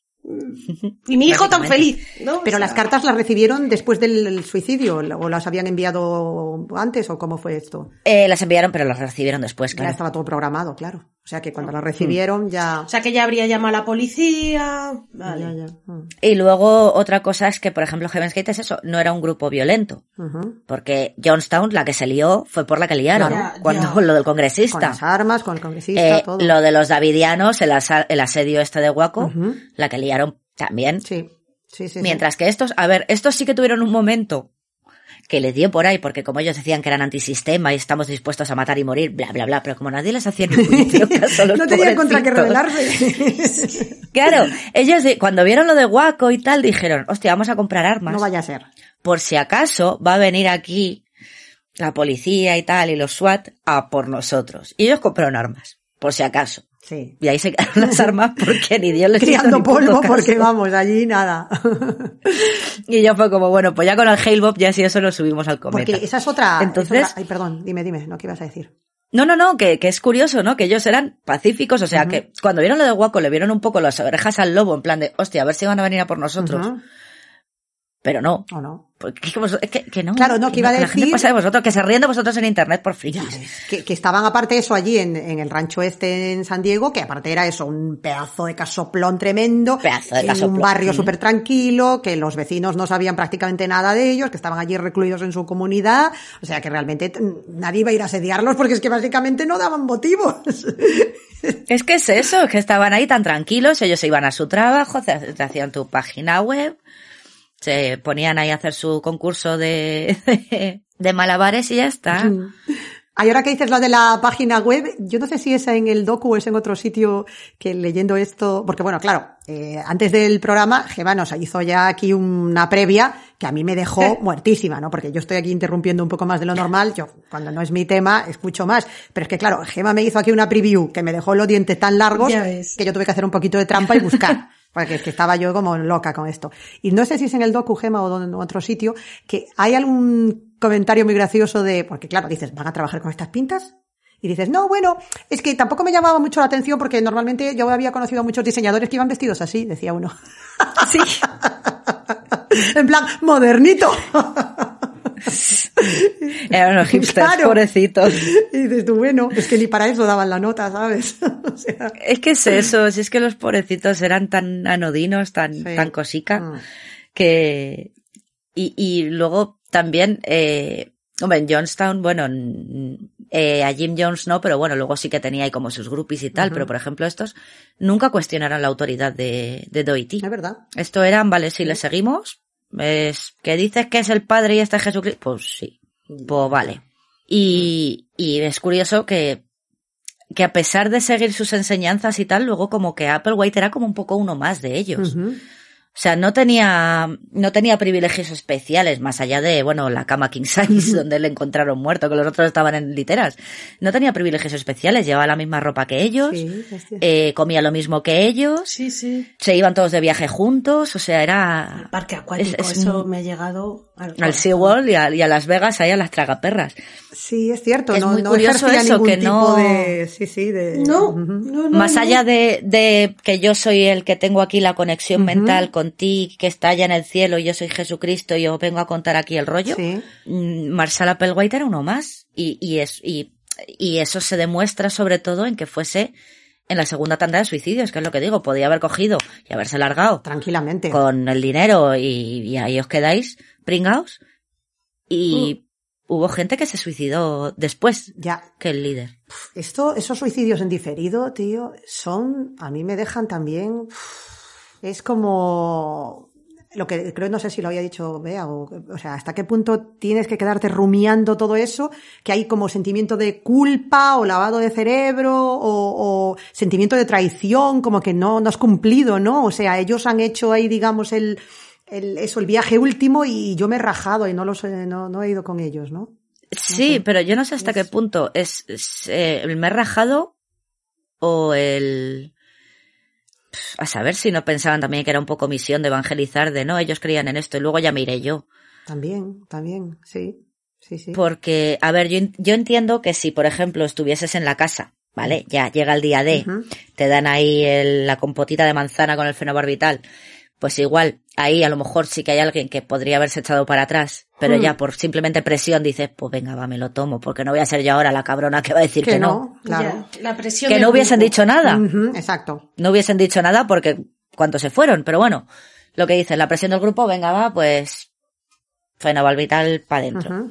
Speaker 3: Y mi hijo tan
Speaker 4: Básicamente.
Speaker 3: feliz, ¿no?
Speaker 2: Pero
Speaker 3: O sea,
Speaker 2: las cartas las recibieron después del suicidio, o las habían enviado antes, o cómo fue esto.
Speaker 4: Eh, las enviaron, pero las recibieron después,
Speaker 2: Ya
Speaker 4: claro.
Speaker 2: estaba todo programado, claro. O sea que cuando las recibieron ya...
Speaker 3: O sea, que ya habría llamado a la policía. Vale.
Speaker 2: ya, ya. Mm.
Speaker 4: Y luego otra cosa es que, por ejemplo, Heaven's Gate es eso, no era un grupo violento.
Speaker 2: Ujú.
Speaker 4: Porque Johnstown, la que se lió, fue por la que liaron.
Speaker 3: Claro.
Speaker 4: Cuando
Speaker 3: Ya.
Speaker 4: lo del
Speaker 2: Con
Speaker 4: congresista.
Speaker 2: las armas, con el congresista,
Speaker 4: Eh,
Speaker 2: todo.
Speaker 4: lo de los davidianos, el, asa- el asedio este de Waco,
Speaker 2: Ujú.
Speaker 4: la que liaron también.
Speaker 2: Sí, sí, sí.
Speaker 4: Mientras que estos, a ver, estos sí que tuvieron un momento que les dio por ahí, porque como ellos decían que eran antisistema y estamos dispuestos a matar y morir, bla, bla, bla, pero como nadie les hacía ni puñetero caso a los
Speaker 2: No tenían contra qué
Speaker 4: pobrecitos.
Speaker 2: rebelarse.
Speaker 4: Claro, ellos di- cuando vieron lo de Waco y tal, dijeron, hostia, vamos a comprar armas.
Speaker 2: No vaya a ser.
Speaker 4: Por si acaso va a venir aquí la policía y tal, y los SWAT, a por nosotros. Y ellos compraron armas, por si acaso.
Speaker 2: Sí.
Speaker 4: Y ahí se quedaron las armas porque ni Dios les hizo
Speaker 2: Criando
Speaker 4: ni puto
Speaker 2: polvo
Speaker 4: caso.
Speaker 2: porque vamos, allí nada.
Speaker 4: Y yo fue como, bueno, pues ya con el Hale-Bopp ya si eso lo subimos al cometa.
Speaker 2: Porque esa es otra...
Speaker 4: Entonces-
Speaker 2: es otra- Ay, perdón, dime, dime, ¿no? ¿Qué ibas a decir?
Speaker 4: No, no, no, que, que es curioso, ¿no? Que ellos eran pacíficos, o sea,
Speaker 2: Ujú.
Speaker 4: que cuando vieron lo de Waco le vieron un poco las orejas al lobo, en plan de, hostia, a ver si van a venir a por nosotros.
Speaker 2: Ujú.
Speaker 4: Pero no.
Speaker 2: ¿O no?
Speaker 4: Porque es que, vos- es que, que no.
Speaker 2: Claro, no, que iba a
Speaker 4: La gente
Speaker 2: decir-
Speaker 4: pasa de vosotros, que se ríen de vosotros en internet por frikis.
Speaker 2: Que, que estaban aparte eso allí en, en el rancho este en San Diego, que aparte era eso, un pedazo de casoplón tremendo,
Speaker 4: Pedazo de
Speaker 2: en
Speaker 4: casoplón.
Speaker 2: un barrio
Speaker 4: Mm.
Speaker 2: súper tranquilo, que los vecinos no sabían prácticamente nada de ellos, que estaban allí recluidos en su comunidad, o sea que realmente mm, nadie iba a ir a asediarlos porque es que básicamente no daban motivos.
Speaker 4: Es que es eso, es que estaban ahí tan tranquilos, ellos se iban a su trabajo, te, te hacían tu página web, se ponían ahí a hacer su concurso de, de, de malabares y ya está.
Speaker 2: Ay, ahora que dices lo de la página web, yo no sé si es en el docu o es en otro sitio que leyendo esto, porque bueno, claro, eh, antes del programa, Gema nos hizo ya aquí una previa que a mí me dejó muertísima, ¿no? Porque yo estoy aquí interrumpiendo un poco más de lo normal, yo cuando no es mi tema escucho más, pero es que claro, Gema me hizo aquí una preview que me dejó los dientes tan largos
Speaker 3: Ya ves.
Speaker 2: que yo tuve que hacer un poquito de trampa y buscar. Porque es que estaba yo como loca con esto. Y no sé si es en el docu, Gema, o en otro sitio, que hay algún comentario muy gracioso de, porque claro, dices, ¿van a trabajar con estas pintas? Y dices, no, bueno, es que tampoco me llamaba mucho la atención porque normalmente yo había conocido a muchos diseñadores que iban vestidos así, decía uno.
Speaker 4: Sí.
Speaker 2: En plan, modernito.
Speaker 4: Eran unos hipsters,
Speaker 2: Claro.
Speaker 4: pobrecitos.
Speaker 2: Y dices tú, bueno, es que ni para eso daban la nota, ¿sabes? O sea,
Speaker 4: Es que es eso, si es que los pobrecitos eran tan anodinos, tan,
Speaker 2: Sí.
Speaker 4: tan cosica,
Speaker 2: Mm.
Speaker 4: que... Y, y luego también, eh, hombre, en Johnstown, bueno, n- eh, a Jim Jones no, pero bueno, luego sí que tenía ahí como sus groupies y tal,
Speaker 2: Ujú.
Speaker 4: pero por ejemplo estos nunca cuestionaron la autoridad de, de Doherty.
Speaker 2: es verdad.
Speaker 4: Esto eran, vale, si le seguimos, es que dices que es el padre y este es Jesucristo, pues sí, pues vale. Y, y es curioso que, que a pesar de seguir sus enseñanzas y tal, luego como que Applewhite era como un poco uno más de ellos.
Speaker 2: Ujú.
Speaker 4: O sea, no tenía, no tenía privilegios especiales, más allá de, bueno, la cama king size, donde le encontraron muerto, que los otros estaban en literas. No tenía privilegios especiales, llevaba la misma ropa que ellos,
Speaker 2: Sí, es cierto.
Speaker 4: eh, comía lo mismo que ellos,
Speaker 3: Sí, sí.
Speaker 4: se iban todos de viaje juntos, o sea, era
Speaker 3: Parque acuático,
Speaker 4: es- es
Speaker 3: eso
Speaker 4: muy-
Speaker 3: me ha llegado al,
Speaker 4: al
Speaker 3: corazón.
Speaker 4: SeaWorld y a, y a Las Vegas, ahí a las tragaperras.
Speaker 2: Sí, es cierto.
Speaker 4: Es
Speaker 2: no,
Speaker 4: muy
Speaker 2: no
Speaker 4: curioso
Speaker 2: ejercía
Speaker 4: eso,
Speaker 2: ningún
Speaker 4: que
Speaker 2: tipo
Speaker 4: no-
Speaker 2: de... Sí, sí, de...
Speaker 3: No,
Speaker 2: Ujú.
Speaker 3: no, no.
Speaker 4: Más
Speaker 3: no.
Speaker 4: allá de, de que yo soy el que tengo aquí la conexión
Speaker 2: Ujú.
Speaker 4: mental con ti, que está allá en el cielo, y yo soy Jesucristo y yo vengo a contar aquí el rollo,
Speaker 2: Sí.
Speaker 4: mm, Marshall Applewhite era uno más. Y, y, es, y, y eso se demuestra sobre todo en que fuese en la segunda tanda de suicidios, que es lo que digo, podía haber cogido y haberse largado
Speaker 2: Tranquilamente.
Speaker 4: con el dinero y, y ahí os quedáis pringaos. Y hubo gente que se suicidó después
Speaker 2: Ya.
Speaker 4: que el líder.
Speaker 2: Esto, esos suicidios en diferido, tío, son, a mí me dejan también, es como, lo que creo, no sé si lo había dicho Bea, o, o sea, hasta qué punto tienes que quedarte rumiando todo eso, que hay como sentimiento de culpa o lavado de cerebro o, o sentimiento de traición, como que no, no has cumplido, ¿no? O sea, ellos han hecho ahí, digamos, el, el, eso, el viaje último y yo me he rajado y no los he, no, no he ido con ellos, ¿no?
Speaker 4: Sí, no sé. Pero yo no sé hasta es... qué punto es, es eh, el me he rajado o el... A saber si no pensaban también que era un poco misión de evangelizar, de no, ellos creían en esto y luego ya me iré yo.
Speaker 2: También, también, sí, sí, sí.
Speaker 4: Porque, a ver, yo, yo entiendo que si, por ejemplo, estuvieses en la casa, ¿vale? Ya llega el día de, uh-huh. te dan ahí el, la compotita de manzana con el fenobarbital, pues igual, ahí a lo mejor sí que hay alguien que podría haberse echado para atrás, pero mm. ya por simplemente presión dices, pues venga, va, me lo tomo, porque no voy a ser yo ahora la cabrona que va a decir que, que no. no.
Speaker 2: Claro.
Speaker 3: Ya, la presión
Speaker 4: que no hubiesen grupo. dicho nada.
Speaker 2: Uh-huh, exacto.
Speaker 4: No hubiesen dicho nada porque cuántos se fueron, pero bueno, lo que dices, la presión del grupo, venga, va, pues fenobarbital para adentro. Uh-huh.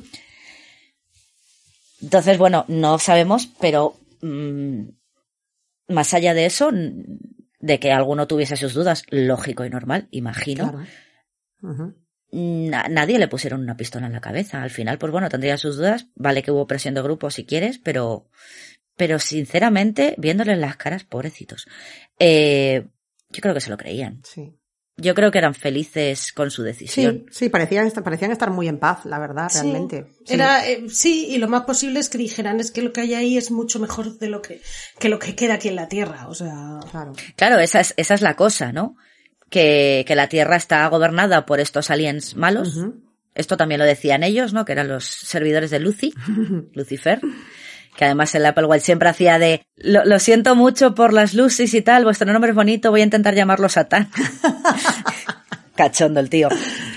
Speaker 4: Entonces, bueno, no sabemos, pero mmm, más allá de eso, de que alguno tuviese sus dudas, lógico y normal, imagino.
Speaker 2: Claro. Uh-huh.
Speaker 4: Na- nadie le pusieron una pistola en la cabeza. Al final, pues bueno, tendría sus dudas. Vale que hubo presión de grupo si quieres, pero pero sinceramente, viéndoles las caras, pobrecitos, eh, yo creo que se lo creían.
Speaker 2: Sí.
Speaker 4: Yo creo que eran felices con su decisión.
Speaker 2: Sí, sí, parecían, parecían estar muy en paz, la verdad,
Speaker 3: sí.
Speaker 2: realmente. Sí.
Speaker 3: Era, eh, sí, y lo más posible es que dijeran, es que lo que hay ahí es mucho mejor de lo que, que lo que queda aquí en la Tierra, o sea.
Speaker 2: Claro.
Speaker 4: Claro, esa es, esa es la cosa, ¿no? Que, que la Tierra está gobernada por estos aliens malos. Uh-huh. Esto también lo decían ellos, ¿no? Que eran los servidores de Lucy, Lucifer. Que además el Applewhite siempre hacía de, lo, lo siento mucho por las Lucys y tal, vuestro nombre es bonito, voy a intentar llamarlo Satán. Cachondo el tío.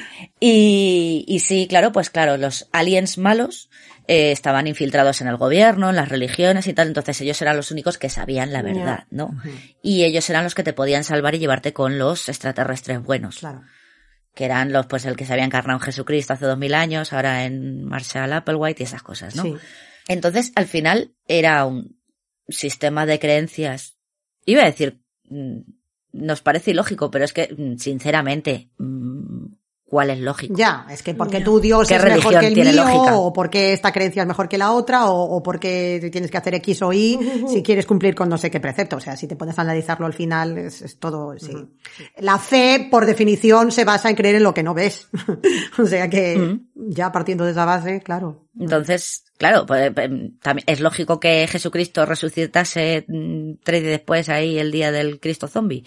Speaker 4: Y, y sí, claro, pues claro, los aliens malos eh, estaban infiltrados en el gobierno, en las religiones y tal, entonces ellos eran los únicos que sabían la verdad, ¿no? Uh-huh. Y ellos eran los que te podían salvar y llevarte con los extraterrestres buenos.
Speaker 2: Claro.
Speaker 4: Que eran los, pues el que se había encarnado en Jesucristo hace dos mil años, ahora en Marshall Applewhite y esas cosas, ¿no?
Speaker 2: Sí.
Speaker 4: Entonces, al final, era un sistema de creencias. Iba a decir, nos parece ilógico, pero es que, sinceramente, ¿cuál es lógico?
Speaker 2: Ya, es que porque tu Dios es mejor que el mío,
Speaker 4: lógica?
Speaker 2: O porque esta creencia es mejor que la otra, o, o porque tienes que hacer X o Y si quieres cumplir con no sé qué precepto. O sea, si te pones a analizarlo al final, es, es todo, sí. Uh-huh. La fe, por definición, se basa en creer en lo que no ves. O sea que, uh-huh. ya partiendo de esa base, claro.
Speaker 4: Entonces, claro, pues, también es lógico que Jesucristo resucitase tres días después ahí el día del Cristo zombie.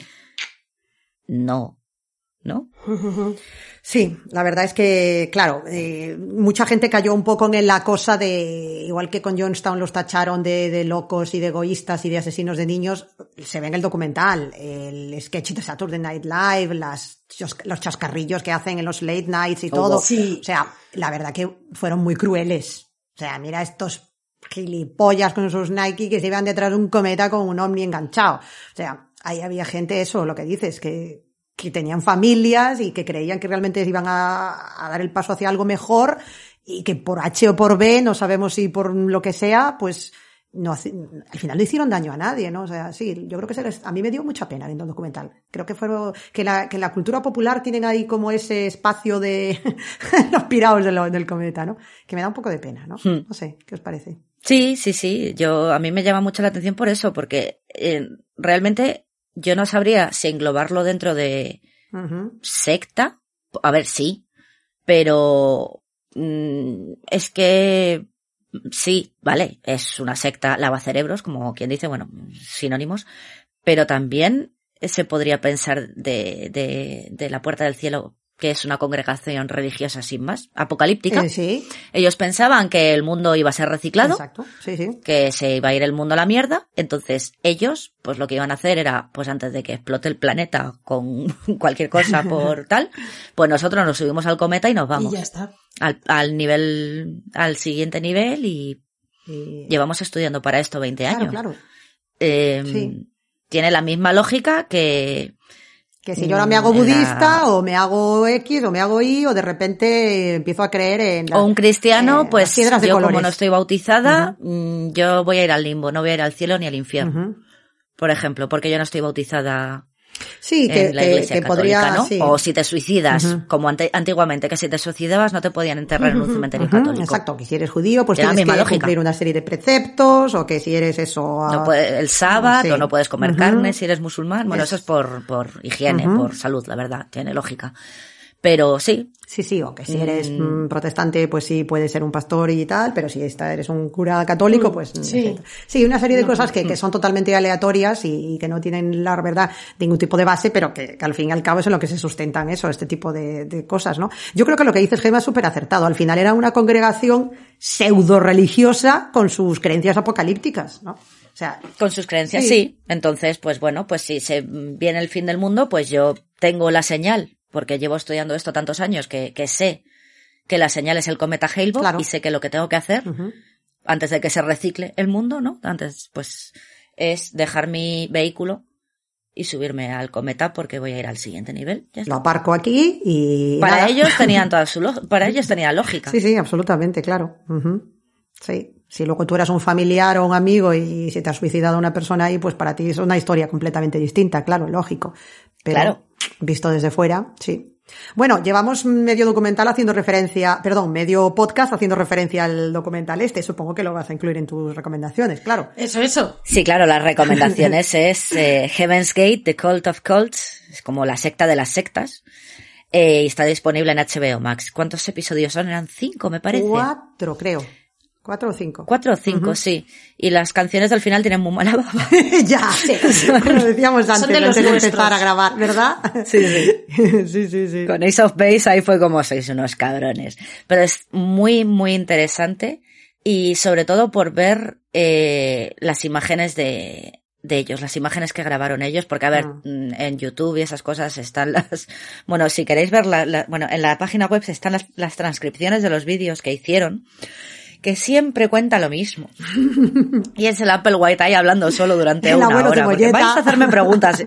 Speaker 4: No. ¿No?
Speaker 2: Sí, la verdad es que, claro, eh, mucha gente cayó un poco en la cosa de, igual que con Jonestown los tacharon de, de locos y de egoístas y de asesinos de niños, se ve en el documental, el sketch de Saturday Night Live, las, los chascarrillos que hacen en los late nights y oh, todo.
Speaker 3: Sí.
Speaker 2: O sea, la verdad que fueron muy crueles. O sea, mira estos gilipollas con sus Nike que se iban detrás de un cometa con un ovni enganchado. O sea, ahí había gente, eso, lo que dices, que que tenían familias y que creían que realmente iban a, a dar el paso hacia algo mejor y que por H o por B, no sabemos si por lo que sea, pues no, al final no hicieron daño a nadie, ¿no? O sea, sí, yo creo que se les, a mí me dio mucha pena viendo el documental. Creo que fueron, que la, que la cultura popular tienen ahí como ese espacio de los pirados de lo, del cometa, ¿no? Que me da un poco de pena, ¿no? Hmm. No sé, ¿qué os parece?
Speaker 4: Sí, sí, sí, yo, a mí me llama mucho la atención por eso, porque eh, realmente yo no sabría si englobarlo dentro de uh-huh. secta. A ver, sí, pero mmm, es que sí, vale, es una secta lavacerebros, como quien dice, bueno, sinónimos, pero también se podría pensar de, de, de la Puerta del Cielo, que es una congregación religiosa sin más, apocalíptica.
Speaker 2: Eh, sí.
Speaker 4: Ellos pensaban que el mundo iba a ser reciclado.
Speaker 2: Exacto, sí, sí.
Speaker 4: Que se iba a ir el mundo a la mierda. Entonces ellos, pues lo que iban a hacer era, pues antes de que explote el planeta con cualquier cosa por tal, pues nosotros nos subimos al cometa y nos vamos.
Speaker 3: Y ya está.
Speaker 4: Al, al nivel, al siguiente nivel y, y llevamos estudiando para esto veinte
Speaker 2: claro,
Speaker 4: años.
Speaker 2: Claro,
Speaker 4: eh,
Speaker 2: sí.
Speaker 4: Tiene la misma lógica que...
Speaker 2: Que si yo ahora me hago budista, la... o me hago X, o me hago Y, o de repente empiezo a creer en... La,
Speaker 4: o un cristiano,
Speaker 2: eh,
Speaker 4: pues
Speaker 2: yo
Speaker 4: colores.
Speaker 2: Como
Speaker 4: no estoy bautizada,
Speaker 2: uh-huh.
Speaker 4: yo voy a ir al limbo, no voy a ir al cielo ni al infierno.
Speaker 2: Uh-huh.
Speaker 4: Por ejemplo, porque yo no estoy bautizada
Speaker 2: Sí, que,
Speaker 4: en la
Speaker 2: que,
Speaker 4: iglesia
Speaker 2: que
Speaker 4: católica,
Speaker 2: podría,
Speaker 4: ¿no?
Speaker 2: sí.
Speaker 4: O si te suicidas,
Speaker 2: Ujú.
Speaker 4: como ante, antiguamente, que si te suicidabas no te podían enterrar en un cementerio
Speaker 2: Ujú,
Speaker 4: católico.
Speaker 2: exacto, que si eres judío, pues
Speaker 4: Era la
Speaker 2: tienes
Speaker 4: misma
Speaker 2: que
Speaker 4: lógica.
Speaker 2: cumplir una serie de preceptos, o que si eres eso...
Speaker 4: No
Speaker 2: ah,
Speaker 4: puede- el sábado,
Speaker 2: sí.
Speaker 4: o no puedes comer
Speaker 2: Ujú.
Speaker 4: carne si eres musulmán. Bueno,
Speaker 2: Es-
Speaker 4: eso es por, por higiene,
Speaker 2: Ujú.
Speaker 4: por salud, la verdad, tiene lógica. Pero sí,
Speaker 2: Sí, sí, o que si eres
Speaker 4: Mm.
Speaker 2: mm, protestante, pues sí, puedes ser un pastor y tal, pero si esta eres un cura católico, pues...
Speaker 3: sí.
Speaker 2: etcétera. Sí, una serie de
Speaker 3: No,
Speaker 2: cosas que, que son totalmente aleatorias y, y que no tienen, la verdad, ningún tipo de base, pero que, que al fin y al cabo es en lo que se sustentan eso, este tipo de, de cosas, ¿no? Yo creo que lo que dices, Gemma, es súper acertado. Al final era una congregación pseudo-religiosa con sus creencias apocalípticas, ¿no? O sea,
Speaker 4: con sus creencias
Speaker 2: Sí.
Speaker 4: sí. Entonces, pues bueno, pues si se viene el fin del mundo, pues yo tengo la señal, porque llevo estudiando esto tantos años que, que sé que la señal es el cometa Hale-Bopp
Speaker 2: Claro.
Speaker 4: y sé que lo que tengo que hacer
Speaker 2: ujú.
Speaker 4: antes de que se recicle el mundo, ¿no? Antes, pues, es dejar mi vehículo y subirme al cometa porque voy a ir al siguiente nivel. Ya está.
Speaker 2: Lo aparco aquí y...
Speaker 4: Para
Speaker 2: nada.
Speaker 4: ellos tenían toda su lo- para ellos tenía lógica.
Speaker 2: Sí, sí, absolutamente, claro. Ujú. Sí. Si luego tú eras un familiar o un amigo y se te ha suicidado una persona ahí, pues para ti es una historia completamente distinta, claro, lógico. Pero
Speaker 4: Claro.
Speaker 2: visto desde fuera, sí. Bueno, llevamos medio documental haciendo referencia, perdón, medio podcast haciendo referencia al documental este. Supongo que lo vas a incluir en tus recomendaciones, claro.
Speaker 3: Eso, eso.
Speaker 4: Sí, claro, las recomendaciones es eh, Heaven's Gate, The Cult of Cults, es como la secta de las sectas, eh, y está disponible en H B O Max. ¿Cuántos episodios son? Eran cinco, me parece.
Speaker 2: Cuatro, creo. Cuatro o cinco.
Speaker 4: Cuatro o cinco, sí. Y las canciones del final tienen muy mala baba.
Speaker 2: Ya, lo decíamos
Speaker 3: Son
Speaker 2: antes,
Speaker 3: de los
Speaker 2: antes de
Speaker 3: nuestros.
Speaker 2: empezar a grabar, ¿verdad?
Speaker 4: Sí, sí.
Speaker 2: sí, sí, sí.
Speaker 4: Con Ace of Base ahí fue como sois unos cabrones. Pero es muy, muy interesante y sobre todo por ver eh, las imágenes de, de ellos, las imágenes que grabaron ellos, porque a ver,
Speaker 2: Mm.
Speaker 4: mm, en YouTube y esas cosas están las, bueno, si queréis ver la, la- bueno, en la página web están las, las transcripciones de los vídeos que hicieron, que siempre cuenta lo mismo. Y es el Apple White ahí hablando solo durante
Speaker 2: El
Speaker 4: una
Speaker 2: abuelo
Speaker 4: hora. Porque
Speaker 2: Cebolleta.
Speaker 4: vais a hacerme preguntas.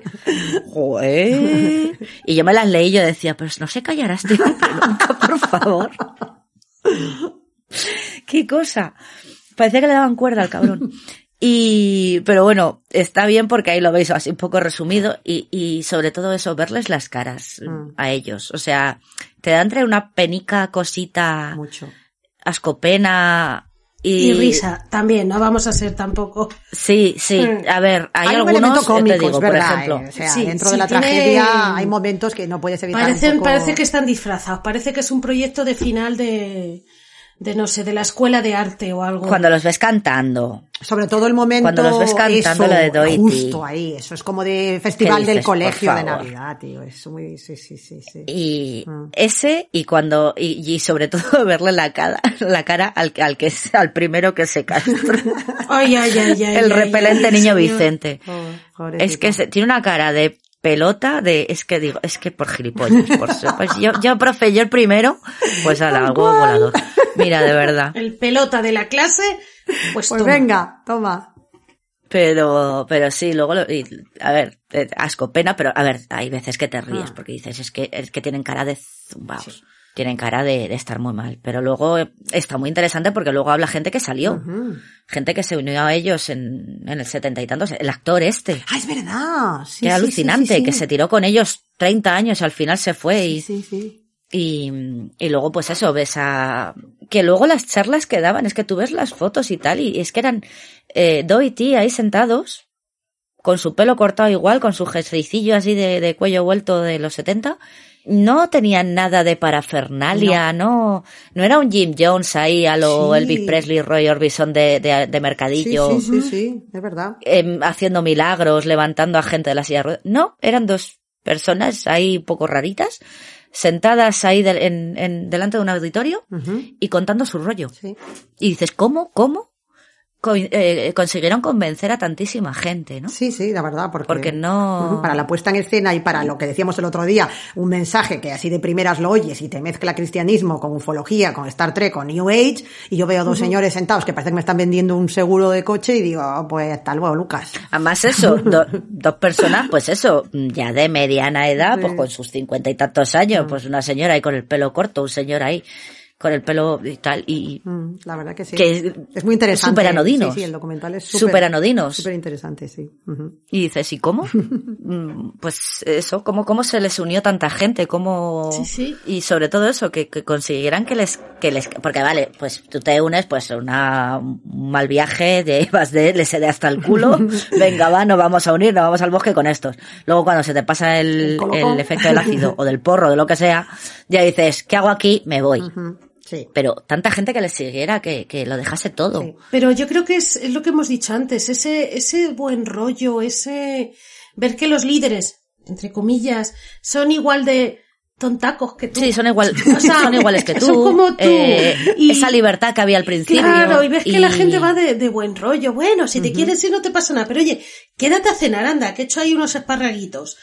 Speaker 4: Joder. Y yo me las leí y yo decía, pues no se callará este hombre nunca, por favor. Qué cosa. Parecía que le daban cuerda al cabrón. Y, pero bueno, está bien porque ahí lo veis así un poco resumido y, y sobre todo eso, verles las caras
Speaker 2: Mm.
Speaker 4: a ellos. O sea, te da entre una penica cosita,
Speaker 2: Mucho.
Speaker 4: ascopena y...
Speaker 3: Y risa también, no vamos a ser tampoco.
Speaker 4: Sí, sí. A ver, hay,
Speaker 2: Hay un
Speaker 4: algunos,
Speaker 2: elemento cómico,
Speaker 4: te digo,
Speaker 2: es
Speaker 4: por
Speaker 2: verdad.
Speaker 4: ejemplo.
Speaker 2: eh, O sea,
Speaker 3: Sí,
Speaker 2: dentro
Speaker 3: sí,
Speaker 2: de la
Speaker 3: tiene-
Speaker 2: tragedia hay momentos que no puedes evitar
Speaker 3: Parecen,
Speaker 2: un poco...
Speaker 3: parece que están disfrazados, parece que es un proyecto de final de, de no sé, de la escuela de arte o algo.
Speaker 4: Cuando los ves cantando.
Speaker 2: Sobre todo el momento...
Speaker 4: Cuando los ves cantando
Speaker 2: eso,
Speaker 4: lo de Doity.
Speaker 2: justo ahí, eso es como de festival
Speaker 4: ¿Qué
Speaker 2: del
Speaker 4: dices, por
Speaker 2: colegio de
Speaker 4: favor?
Speaker 2: Navidad, tío. Es muy... Sí, sí, sí, sí.
Speaker 4: Y
Speaker 2: Mm.
Speaker 4: ese, y cuando, y, y sobre todo verle la cara, la cara al, al que es, al primero que se castra.
Speaker 3: Ay, ay, ay, ay,
Speaker 4: El
Speaker 3: ay,
Speaker 4: repelente
Speaker 3: ay,
Speaker 4: niño
Speaker 3: señor.
Speaker 4: Vicente.
Speaker 2: Pobre- pobrecito.
Speaker 4: Es que se- tiene una cara de pelota de, es que digo, es que por gilipollas, por ser- pues yo, yo, profe, yo el primero, pues a la huevo volador. Mira, de verdad.
Speaker 3: El pelota de la clase, pues,
Speaker 2: Pues
Speaker 3: toma.
Speaker 2: venga, toma.
Speaker 4: Pero, pero sí, luego, lo- y, a ver, eh, asco, pena, pero a ver, hay veces que te ríes
Speaker 2: Ah.
Speaker 4: porque dices, es que, es que tienen cara de zumbaos. Tienen cara de, de estar muy mal. Pero luego eh, está muy interesante porque luego habla gente que salió.
Speaker 2: Ujú.
Speaker 4: Gente que se unió a ellos en, en el setenta y tantos. El actor este.
Speaker 2: Ah, es verdad. Sí,
Speaker 4: que era
Speaker 2: sí,
Speaker 4: alucinante,
Speaker 2: sí, sí, sí.
Speaker 4: que se tiró con ellos treinta años y al final se fue y,
Speaker 2: Sí, sí.
Speaker 4: y, y luego pues eso, ves a... Que luego las charlas que daban, es que tú ves las fotos y tal, y es que eran eh, Do y Ti ahí sentados, con su pelo cortado igual, con su jerseycillo así de, de cuello vuelto de los setenta, no tenían nada de parafernalia, no, no era un Jim Jones ahí a lo
Speaker 2: Sí.
Speaker 4: Elvis Presley, Roy Orbison de, de, de
Speaker 2: Sí,
Speaker 4: mercadillo,
Speaker 2: sí, sí, sí, es verdad.
Speaker 4: em, haciendo milagros, levantando a gente de la silla de ruedas. No, eran dos personas ahí un poco raritas, sentadas ahí de- en, en, delante de un auditorio
Speaker 2: Ujú.
Speaker 4: y contando su rollo.
Speaker 2: Sí.
Speaker 4: Y dices, ¿cómo? ¿Cómo? Co- eh, consiguieron convencer a tantísima gente, ¿no?
Speaker 2: Sí, sí, la verdad, porque,
Speaker 4: Porque no-
Speaker 2: Ujú, para la puesta en escena y para lo que decíamos el otro día, un mensaje que así de primeras lo oyes y te mezcla cristianismo con ufología, con Star Trek, con New Age, y yo veo dos señores sentados que parece que me están vendiendo un seguro de coche y digo, oh, pues hasta luego, Lucas.
Speaker 4: Además eso, do- dos personas, pues eso, ya de mediana edad,
Speaker 2: Sí.
Speaker 4: pues con sus cincuenta y tantos años, pues una señora ahí con el pelo corto, un señor ahí con el pelo y tal, y
Speaker 2: Mm, la verdad que sí.
Speaker 4: que
Speaker 2: es muy interesante.
Speaker 4: súper anodinos.
Speaker 2: Sí, sí, el documental es
Speaker 4: súper anodinos.
Speaker 2: Súper interesante, sí. Uh-huh.
Speaker 4: Y dices, ¿y cómo? Mm, pues eso, ¿cómo, cómo se les unió tanta gente? ¿Cómo?
Speaker 3: Sí, sí.
Speaker 4: Y sobre todo eso, que, que consiguieran que les, que les, porque vale, pues tú te unes, pues una, un mal viaje, de, vas de, les se de hasta el culo, venga va, nos vamos a unir, nos vamos al bosque con estos. Luego cuando se te pasa el,
Speaker 2: El
Speaker 4: el efecto del ácido o del porro, de lo que sea, ya dices, ¿qué hago aquí? Me voy.
Speaker 2: Uh-huh. Sí.
Speaker 4: Pero tanta gente que les siguiera, que, que lo dejase todo.
Speaker 2: Sí.
Speaker 3: Pero yo creo que es, es lo que hemos dicho antes, ese, ese buen rollo, ese ver que los líderes, entre comillas, son igual de tontacos que tú.
Speaker 4: Sí, son igual,
Speaker 3: O sea,
Speaker 4: son iguales que tú.
Speaker 3: son como tú.
Speaker 4: Eh,
Speaker 3: Y-
Speaker 4: esa libertad que había al principio.
Speaker 3: Claro, y ves que la gente va de, de buen rollo. Bueno, si te quieres ir no te pasa nada, pero oye, quédate a cenar, anda, que he hecho ahí unos esparraguitos.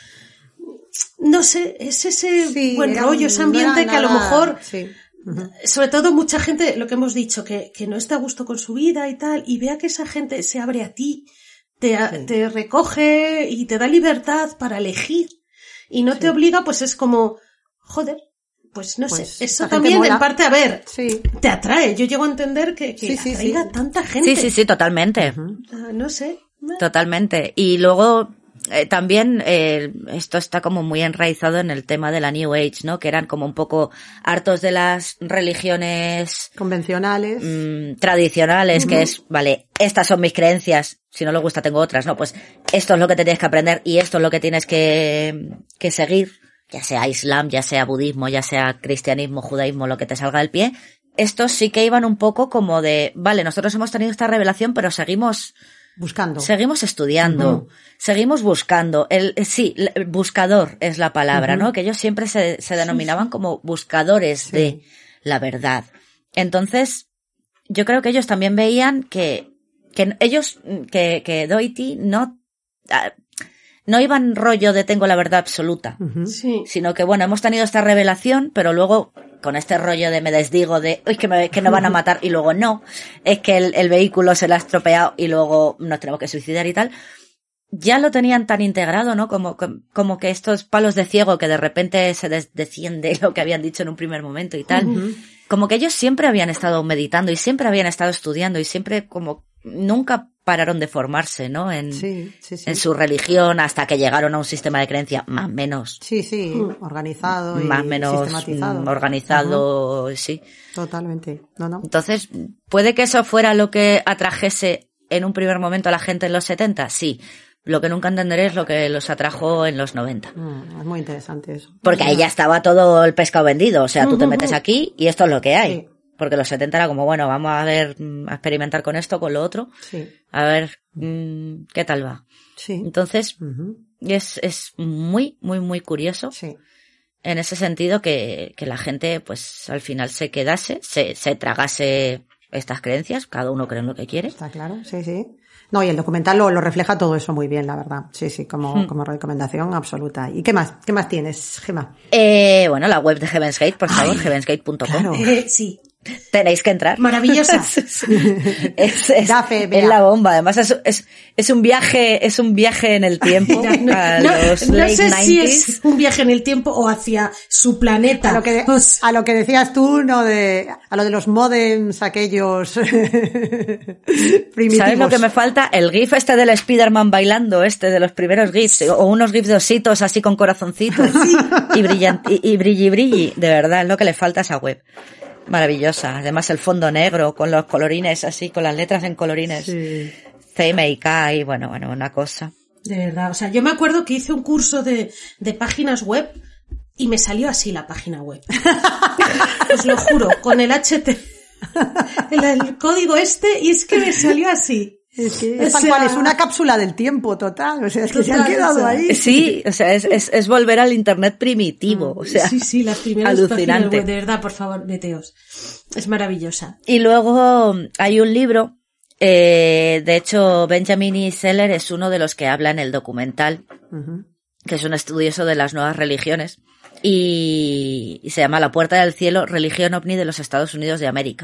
Speaker 3: No sé, es ese
Speaker 2: Sí,
Speaker 3: buen
Speaker 2: era
Speaker 3: rollo,
Speaker 2: un-
Speaker 3: ese
Speaker 2: no era
Speaker 3: ambiente que a lo
Speaker 2: nada-
Speaker 3: mejor,
Speaker 2: Sí. Uh-huh.
Speaker 3: sobre todo mucha gente, lo que hemos dicho, que, que no está a gusto con su vida y tal, y vea que esa gente se abre a ti, te, a-
Speaker 2: Sí.
Speaker 3: te recoge y te da libertad para elegir, y no te obliga, pues es como, joder, pues no
Speaker 2: Pues
Speaker 3: sé, eso
Speaker 2: la gente
Speaker 3: también
Speaker 2: mola.
Speaker 3: en parte, a ver,
Speaker 2: Sí.
Speaker 3: te atrae. Yo llego a entender que, que
Speaker 2: Sí, sí,
Speaker 3: atraiga
Speaker 2: sí.
Speaker 3: tanta gente.
Speaker 4: Sí, sí, sí, totalmente.
Speaker 3: Ah, no sé.
Speaker 4: Totalmente. Y luego, eh, también, eh, esto está como muy enraizado en el tema de la New Age, ¿no? Que eran como un poco hartos de las religiones
Speaker 2: Convencionales.
Speaker 4: mm, tradicionales, que es, vale, estas son mis creencias, si no le gusta tengo otras, ¿no? Pues esto es lo que te tienes que aprender y esto es lo que tienes que, que seguir, ya sea islam, ya sea budismo, ya sea cristianismo, judaísmo, lo que te salga del pie. Estos sí que iban un poco como de, vale, nosotros hemos tenido esta revelación, pero seguimos,
Speaker 2: Buscando.
Speaker 4: seguimos estudiando,
Speaker 2: Ujú.
Speaker 4: seguimos buscando. El, eh, sí, el buscador es la palabra,
Speaker 2: Ujú.
Speaker 4: ¿no? Que ellos siempre se, se denominaban como buscadores
Speaker 2: Sí.
Speaker 4: de la verdad. Entonces, yo creo que ellos también veían que, que ellos, que, que Doherty no, ah, no iban rollo de tengo la verdad absoluta,
Speaker 2: Ujú.
Speaker 3: Sí.
Speaker 4: sino que bueno, hemos tenido esta revelación, pero luego con este rollo de me desdigo de, uy, que me, que nos van a matar y luego no, es que el, el vehículo se le ha estropeado y luego nos tenemos que suicidar y tal. Ya lo tenían tan integrado, ¿no? Como, como que estos palos de ciego que de repente se des- desciende lo que habían dicho en un primer momento y tal.
Speaker 2: Ujú.
Speaker 4: Como que ellos siempre habían estado meditando y siempre habían estado estudiando y siempre como nunca pararon de formarse, ¿no? En,
Speaker 2: Sí, sí, sí.
Speaker 4: en su religión hasta que llegaron a un sistema de creencia más o menos,
Speaker 2: Sí, sí, organizado y
Speaker 4: más o menos
Speaker 2: sistematizado.
Speaker 4: mm, organizado, sí.
Speaker 2: Ajá, totalmente. No, no.
Speaker 4: Entonces, ¿puede que eso fuera lo que atrajese en un primer momento a la gente en los setenta? Sí. Lo que nunca entenderé es lo que los atrajo en los noventa.
Speaker 2: Mm, es muy interesante eso.
Speaker 4: Porque ahí ya estaba todo el pescado vendido. O sea, tú te metes aquí y esto es lo que hay.
Speaker 2: Sí.
Speaker 4: Porque los setenta era como, bueno, vamos a ver, mm, a experimentar con esto, con lo otro.
Speaker 2: Sí,
Speaker 4: A ver, mm, qué tal va.
Speaker 2: sí.
Speaker 4: Entonces,
Speaker 2: Ujú.
Speaker 4: es, es muy, muy, muy curioso
Speaker 2: Sí.
Speaker 4: en ese sentido que, que la gente, pues, al final se quedase, se, se tragase estas creencias, cada uno cree en lo que quiere.
Speaker 2: Está claro, sí, sí. No, y el documental lo, lo refleja todo eso muy bien, la verdad. Sí, sí, como,
Speaker 4: Hmm.
Speaker 2: como recomendación absoluta. ¿Y qué más? ¿Qué más tienes, Gemma?
Speaker 4: Eh, bueno, la web de Heaven's Gate, por favor, heaven's gate punto com.
Speaker 2: claro.
Speaker 3: Eh, sí.
Speaker 4: Tenéis que entrar.
Speaker 3: Maravillosa.
Speaker 4: es, es,
Speaker 2: Da fe,
Speaker 4: es
Speaker 2: Bea.
Speaker 4: la bomba. Además es, es, es un viaje, es un viaje en el tiempo
Speaker 3: No,
Speaker 4: a
Speaker 3: no,
Speaker 4: los
Speaker 3: no
Speaker 4: late
Speaker 3: sé si
Speaker 4: nineties.
Speaker 3: es un viaje en el tiempo o hacia su planeta.
Speaker 2: A lo que,
Speaker 3: Pues,
Speaker 2: a lo que decías tú, ¿no? De, a lo de los modems, aquellos primitivos.
Speaker 4: ¿Sabes lo que me falta? El gif este del Spider-Man bailando, este de los primeros gifs, o unos gifs de ositos así con corazoncitos y brillan, y, y brilli brilli, de verdad, es lo que le falta a esa web. Maravillosa. Además el fondo negro con los colorines así, con las letras en colorines.
Speaker 2: Sí.
Speaker 4: C M Y K y bueno, bueno, una cosa.
Speaker 3: de verdad, o sea, yo me acuerdo que hice un curso de, de páginas web y me salió así la página web. Os lo juro, con el H T, el, el código este, y es que me salió así.
Speaker 2: Es que
Speaker 3: O
Speaker 2: es tal
Speaker 3: sea,
Speaker 2: cual, es una cápsula del tiempo total. O sea, es que se han
Speaker 3: Total,
Speaker 2: quedado
Speaker 3: o sea,
Speaker 2: ahí.
Speaker 4: Sí, o sea, es, es, es volver al internet primitivo, o sea,
Speaker 3: sí, sí, las primeras páginas
Speaker 4: alucinante.
Speaker 3: web, de verdad, por favor, meteos. Es maravillosa.
Speaker 4: Y luego hay un libro, eh, de hecho Benjamin E. Seller es uno de los que habla en el documental,
Speaker 2: Ujú.
Speaker 4: que es un estudioso de las nuevas religiones, y, y se llama La Puerta del Cielo, Religión OVNI de los Estados Unidos de América.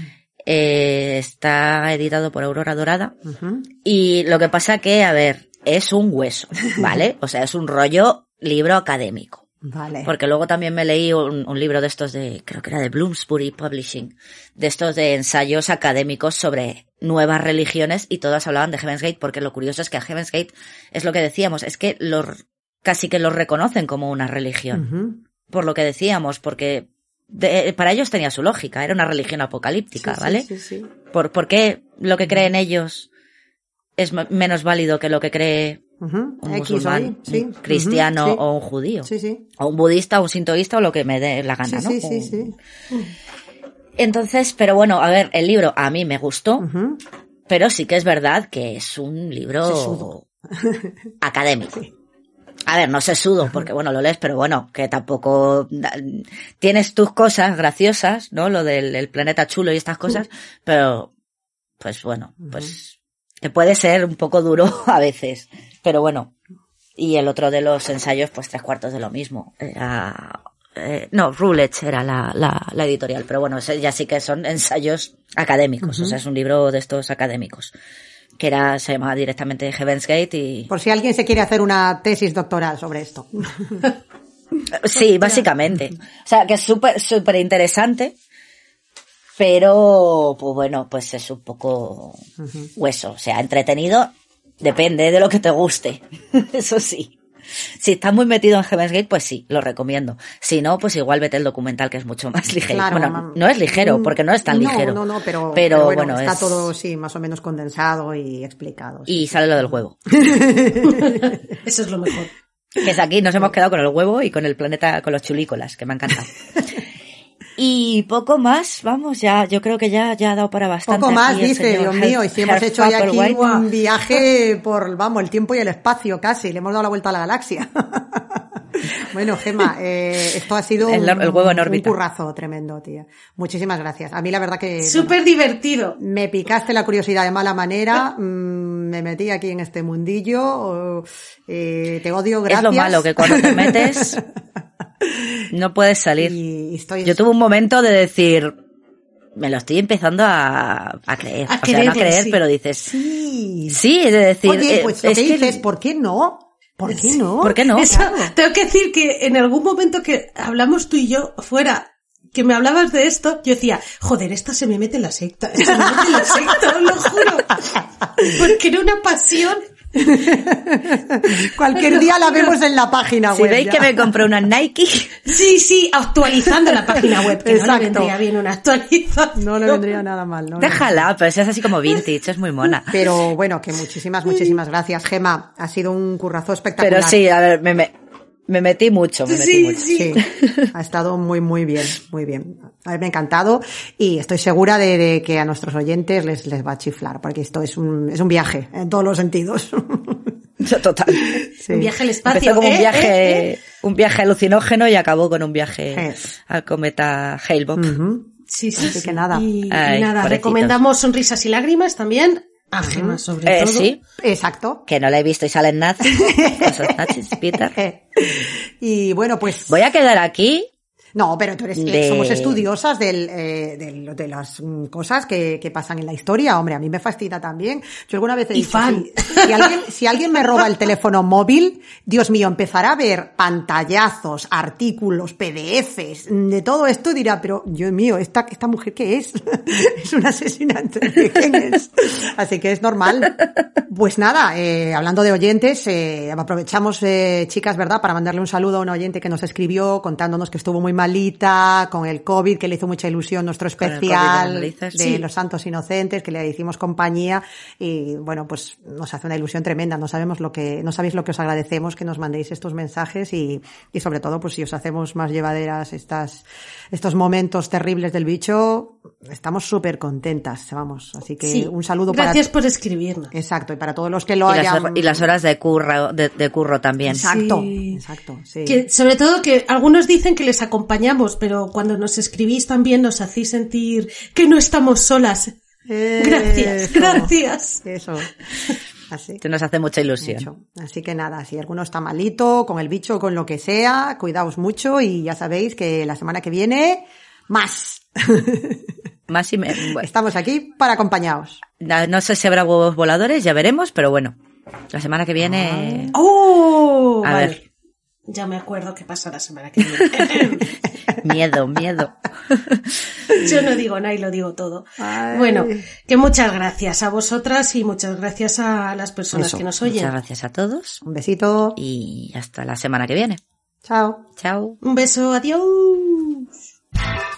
Speaker 4: Eh, está editado por Aurora Dorada,
Speaker 2: Ujú.
Speaker 4: y lo que pasa que, a ver, es un hueso, ¿vale? O sea, es un rollo libro académico.
Speaker 2: Vale.
Speaker 4: Porque luego también me leí un, un libro de estos de, creo que era de Bloomsbury Publishing, de estos de ensayos académicos sobre nuevas religiones y todas hablaban de Heaven's Gate, porque lo curioso es que a Heaven's Gate es lo que decíamos, es que los, casi que los reconocen como una religión. Uh-huh. Por lo que decíamos, porque de, para ellos tenía su lógica, era una religión apocalíptica, sí, ¿vale? Sí, sí, sí. ¿Por, ¿Por qué lo que creen ellos es m- menos válido que lo que cree Uh-huh. un X musulmán, sí. un cristiano uh-huh, sí. o un judío,
Speaker 2: sí, sí.
Speaker 4: o un budista, o un sintoísta, o lo que me dé la gana,
Speaker 2: sí,
Speaker 4: ¿no?
Speaker 2: Sí, sí, sí.
Speaker 4: Entonces, pero bueno, a ver, el libro a mí me gustó,
Speaker 2: uh-huh.
Speaker 4: pero sí que es verdad que es un libro académico. Sí. A ver, no sesudo, porque bueno, lo lees, pero bueno, que tampoco tienes tus cosas graciosas, ¿no? Lo del el planeta chulo y estas cosas, uh-huh. pero pues bueno, pues que puede ser un poco duro a veces. Pero bueno, y el otro de los ensayos, pues tres cuartos de lo mismo. Era, eh, no, Routledge era la, la, la editorial, pero bueno, ya sí que son ensayos académicos, uh-huh. o sea, es un libro de estos académicos, que era, se llamaba directamente Heaven's Gate y...
Speaker 2: Por si alguien se quiere hacer una tesis doctoral sobre esto.
Speaker 4: Sí, básicamente. O sea, que es súper, súper interesante, pero, pues bueno, pues es un poco uh-huh. hueso, o sea, entretenido. Depende de lo que te guste, eso sí. Si estás muy metido en Heaven's Gate, pues sí, lo recomiendo. Si no, pues igual vete el documental, que es mucho más ligero. Claro, bueno, no es ligero, porque no es tan
Speaker 2: no,
Speaker 4: ligero.
Speaker 2: No, no, pero,
Speaker 4: pero,
Speaker 2: pero bueno,
Speaker 4: bueno
Speaker 2: está
Speaker 4: es...
Speaker 2: todo, sí, más o menos condensado y explicado. Sí.
Speaker 4: Y sale lo del huevo.
Speaker 3: Eso es lo mejor.
Speaker 4: Que es aquí, nos hemos quedado con el huevo y con el planeta, con los chulícolas, que me ha encantado. Y poco más, vamos, ya, yo creo que ya, ya ha dado para bastante.
Speaker 2: Poco más, dice, Dios mío, y si hemos hecho ya aquí un viaje por, vamos, el tiempo y el espacio casi, le hemos dado la vuelta a la galaxia. Bueno, Gemma, eh, esto ha sido
Speaker 4: el,
Speaker 2: un,
Speaker 4: el huevo en órbita.
Speaker 2: Un currazo tremendo, tía. Muchísimas gracias. A mí la verdad que...
Speaker 3: Súper bueno, divertido.
Speaker 2: Me picaste la curiosidad de mala manera, mmm, me metí aquí en este mundillo, eh, te odio, gracias.
Speaker 4: Es lo malo, que cuando te metes... No puedes salir.
Speaker 2: Y estoy...
Speaker 4: Yo tuve un momento de decir, me lo estoy empezando a, a creer.
Speaker 3: A
Speaker 4: o
Speaker 3: creer,
Speaker 4: sea, no a creer,
Speaker 3: sí.
Speaker 4: pero dices,
Speaker 2: sí,
Speaker 4: sí, es de decir...
Speaker 2: Oye, pues
Speaker 4: eh,
Speaker 2: lo que
Speaker 4: es
Speaker 2: dices,
Speaker 4: que...
Speaker 2: ¿por qué no? ¿Por qué no?
Speaker 4: ¿Por qué no?
Speaker 3: Eso,
Speaker 2: claro.
Speaker 3: Tengo que decir que en algún momento que hablamos tú y yo fuera, que me hablabas de esto, yo decía, joder, esta se me mete en la secta, se me mete en la secta, os lo juro. Porque era una pasión.
Speaker 2: Cualquier día la vemos en la página
Speaker 4: si
Speaker 2: web.
Speaker 4: Si veis
Speaker 2: ya.
Speaker 4: que me compré una Nike.
Speaker 3: Sí, sí, actualizando la página web, que
Speaker 2: Exacto.
Speaker 3: no le vendría bien una actualización.
Speaker 2: No le vendría nada mal, ¿no?
Speaker 4: Déjala, pero si es así como vintage, es muy mona.
Speaker 2: Pero bueno, que muchísimas, muchísimas gracias, Gemma. Ha sido un currazo espectacular.
Speaker 4: Pero sí, a ver, me, me, me metí mucho, me metí
Speaker 3: sí,
Speaker 4: mucho.
Speaker 3: Sí.
Speaker 2: Sí, ha estado muy, muy bien, muy bien. A mí me ha encantado y estoy segura de, de que a nuestros oyentes les, les va a chiflar, porque esto es un, es un viaje en todos los sentidos.
Speaker 4: Total.
Speaker 3: Sí. Un viaje al espacio.
Speaker 4: Empezó como
Speaker 3: ¿eh?
Speaker 4: un viaje,
Speaker 3: ¿eh? ¿eh?
Speaker 4: un viaje alucinógeno y acabó con un viaje
Speaker 2: ¿eh?
Speaker 4: al cometa Hale-Bopp.
Speaker 2: Uh-huh.
Speaker 3: Sí, sí,
Speaker 2: Así
Speaker 3: sí.
Speaker 2: que nada.
Speaker 3: Y,
Speaker 4: Ay,
Speaker 3: y nada,
Speaker 4: pobrecitos.
Speaker 3: recomendamos Sonrisas y Lágrimas también. A Gemma, sobre
Speaker 4: Eh,
Speaker 3: todo.
Speaker 4: sí,
Speaker 2: Exacto.
Speaker 4: que no la he visto y sale en nazis. Esos nazis, Peter.
Speaker 2: Y bueno, pues...
Speaker 4: Voy a quedar aquí.
Speaker 2: No, pero tú eres,
Speaker 4: De-
Speaker 2: somos estudiosas del, eh, del- de las mm, cosas que, que pasan en la historia. Hombre, a mí me fascina también. Yo alguna vez he
Speaker 3: Y
Speaker 2: dicho,
Speaker 3: fan.
Speaker 2: Si, si alguien, si alguien me roba el teléfono móvil, Dios mío, empezará a ver pantallazos, artículos, P D Fs, de todo esto, dirá, pero Dios mío, ¿esta, esta mujer qué es? Es una asesinante. ¿Quién es? Así que es normal. Pues nada, eh, hablando de oyentes, eh, aprovechamos, eh, chicas, ¿verdad?, para mandarle un saludo a un oyente que nos escribió contándonos que estuvo muy malita con el COVID, que le hizo mucha ilusión nuestro
Speaker 4: Con el
Speaker 2: especial
Speaker 4: COVID,
Speaker 2: de
Speaker 4: dices.
Speaker 3: Sí.
Speaker 2: los santos inocentes, que le hicimos compañía y bueno, pues nos hace una ilusión tremenda. No sabemos lo que, no sabéis lo que os agradecemos que nos mandéis estos mensajes y, y sobre todo, pues si os hacemos más llevaderas estas, estos momentos terribles del bicho, estamos súper contentas, vamos. Así que
Speaker 3: Sí.
Speaker 2: un saludo para...
Speaker 3: Gracias por escribirnos.
Speaker 2: Exacto, y para todos los que lo
Speaker 4: Y las,
Speaker 2: hayan...
Speaker 4: hor- y las horas de curro, de, de curro también.
Speaker 2: Exacto,
Speaker 3: Sí.
Speaker 2: exacto, sí.
Speaker 3: Que, sobre todo que algunos dicen que les acompañamos, pero cuando nos escribís también nos hacéis sentir que no estamos solas. Gracias,
Speaker 2: Eso,
Speaker 3: gracias.
Speaker 2: Eso. Así.
Speaker 4: Que nos hace mucha ilusión.
Speaker 2: Mucho. Así que nada, si alguno está malito, con el bicho, con lo que sea, cuidaos mucho y ya sabéis que la semana que viene, más.
Speaker 4: Más y me, bueno,
Speaker 2: Estamos aquí para acompañaros.
Speaker 4: no no sé si habrá huevos voladores, ya veremos, pero bueno. La semana que viene...
Speaker 3: ¡Oh!
Speaker 4: A
Speaker 3: Vale.
Speaker 4: ver.
Speaker 3: Ya me acuerdo qué pasa la semana que viene.
Speaker 4: Miedo, miedo.
Speaker 3: Yo no digo nada y lo digo todo.
Speaker 2: Ay.
Speaker 3: Bueno, que muchas gracias a vosotras y muchas gracias a las personas
Speaker 2: Eso,
Speaker 3: que nos oyen.
Speaker 4: Muchas gracias a todos
Speaker 2: Un besito.
Speaker 4: y hasta la semana que viene.
Speaker 2: Chao.
Speaker 4: Chao.
Speaker 3: Un beso, adiós.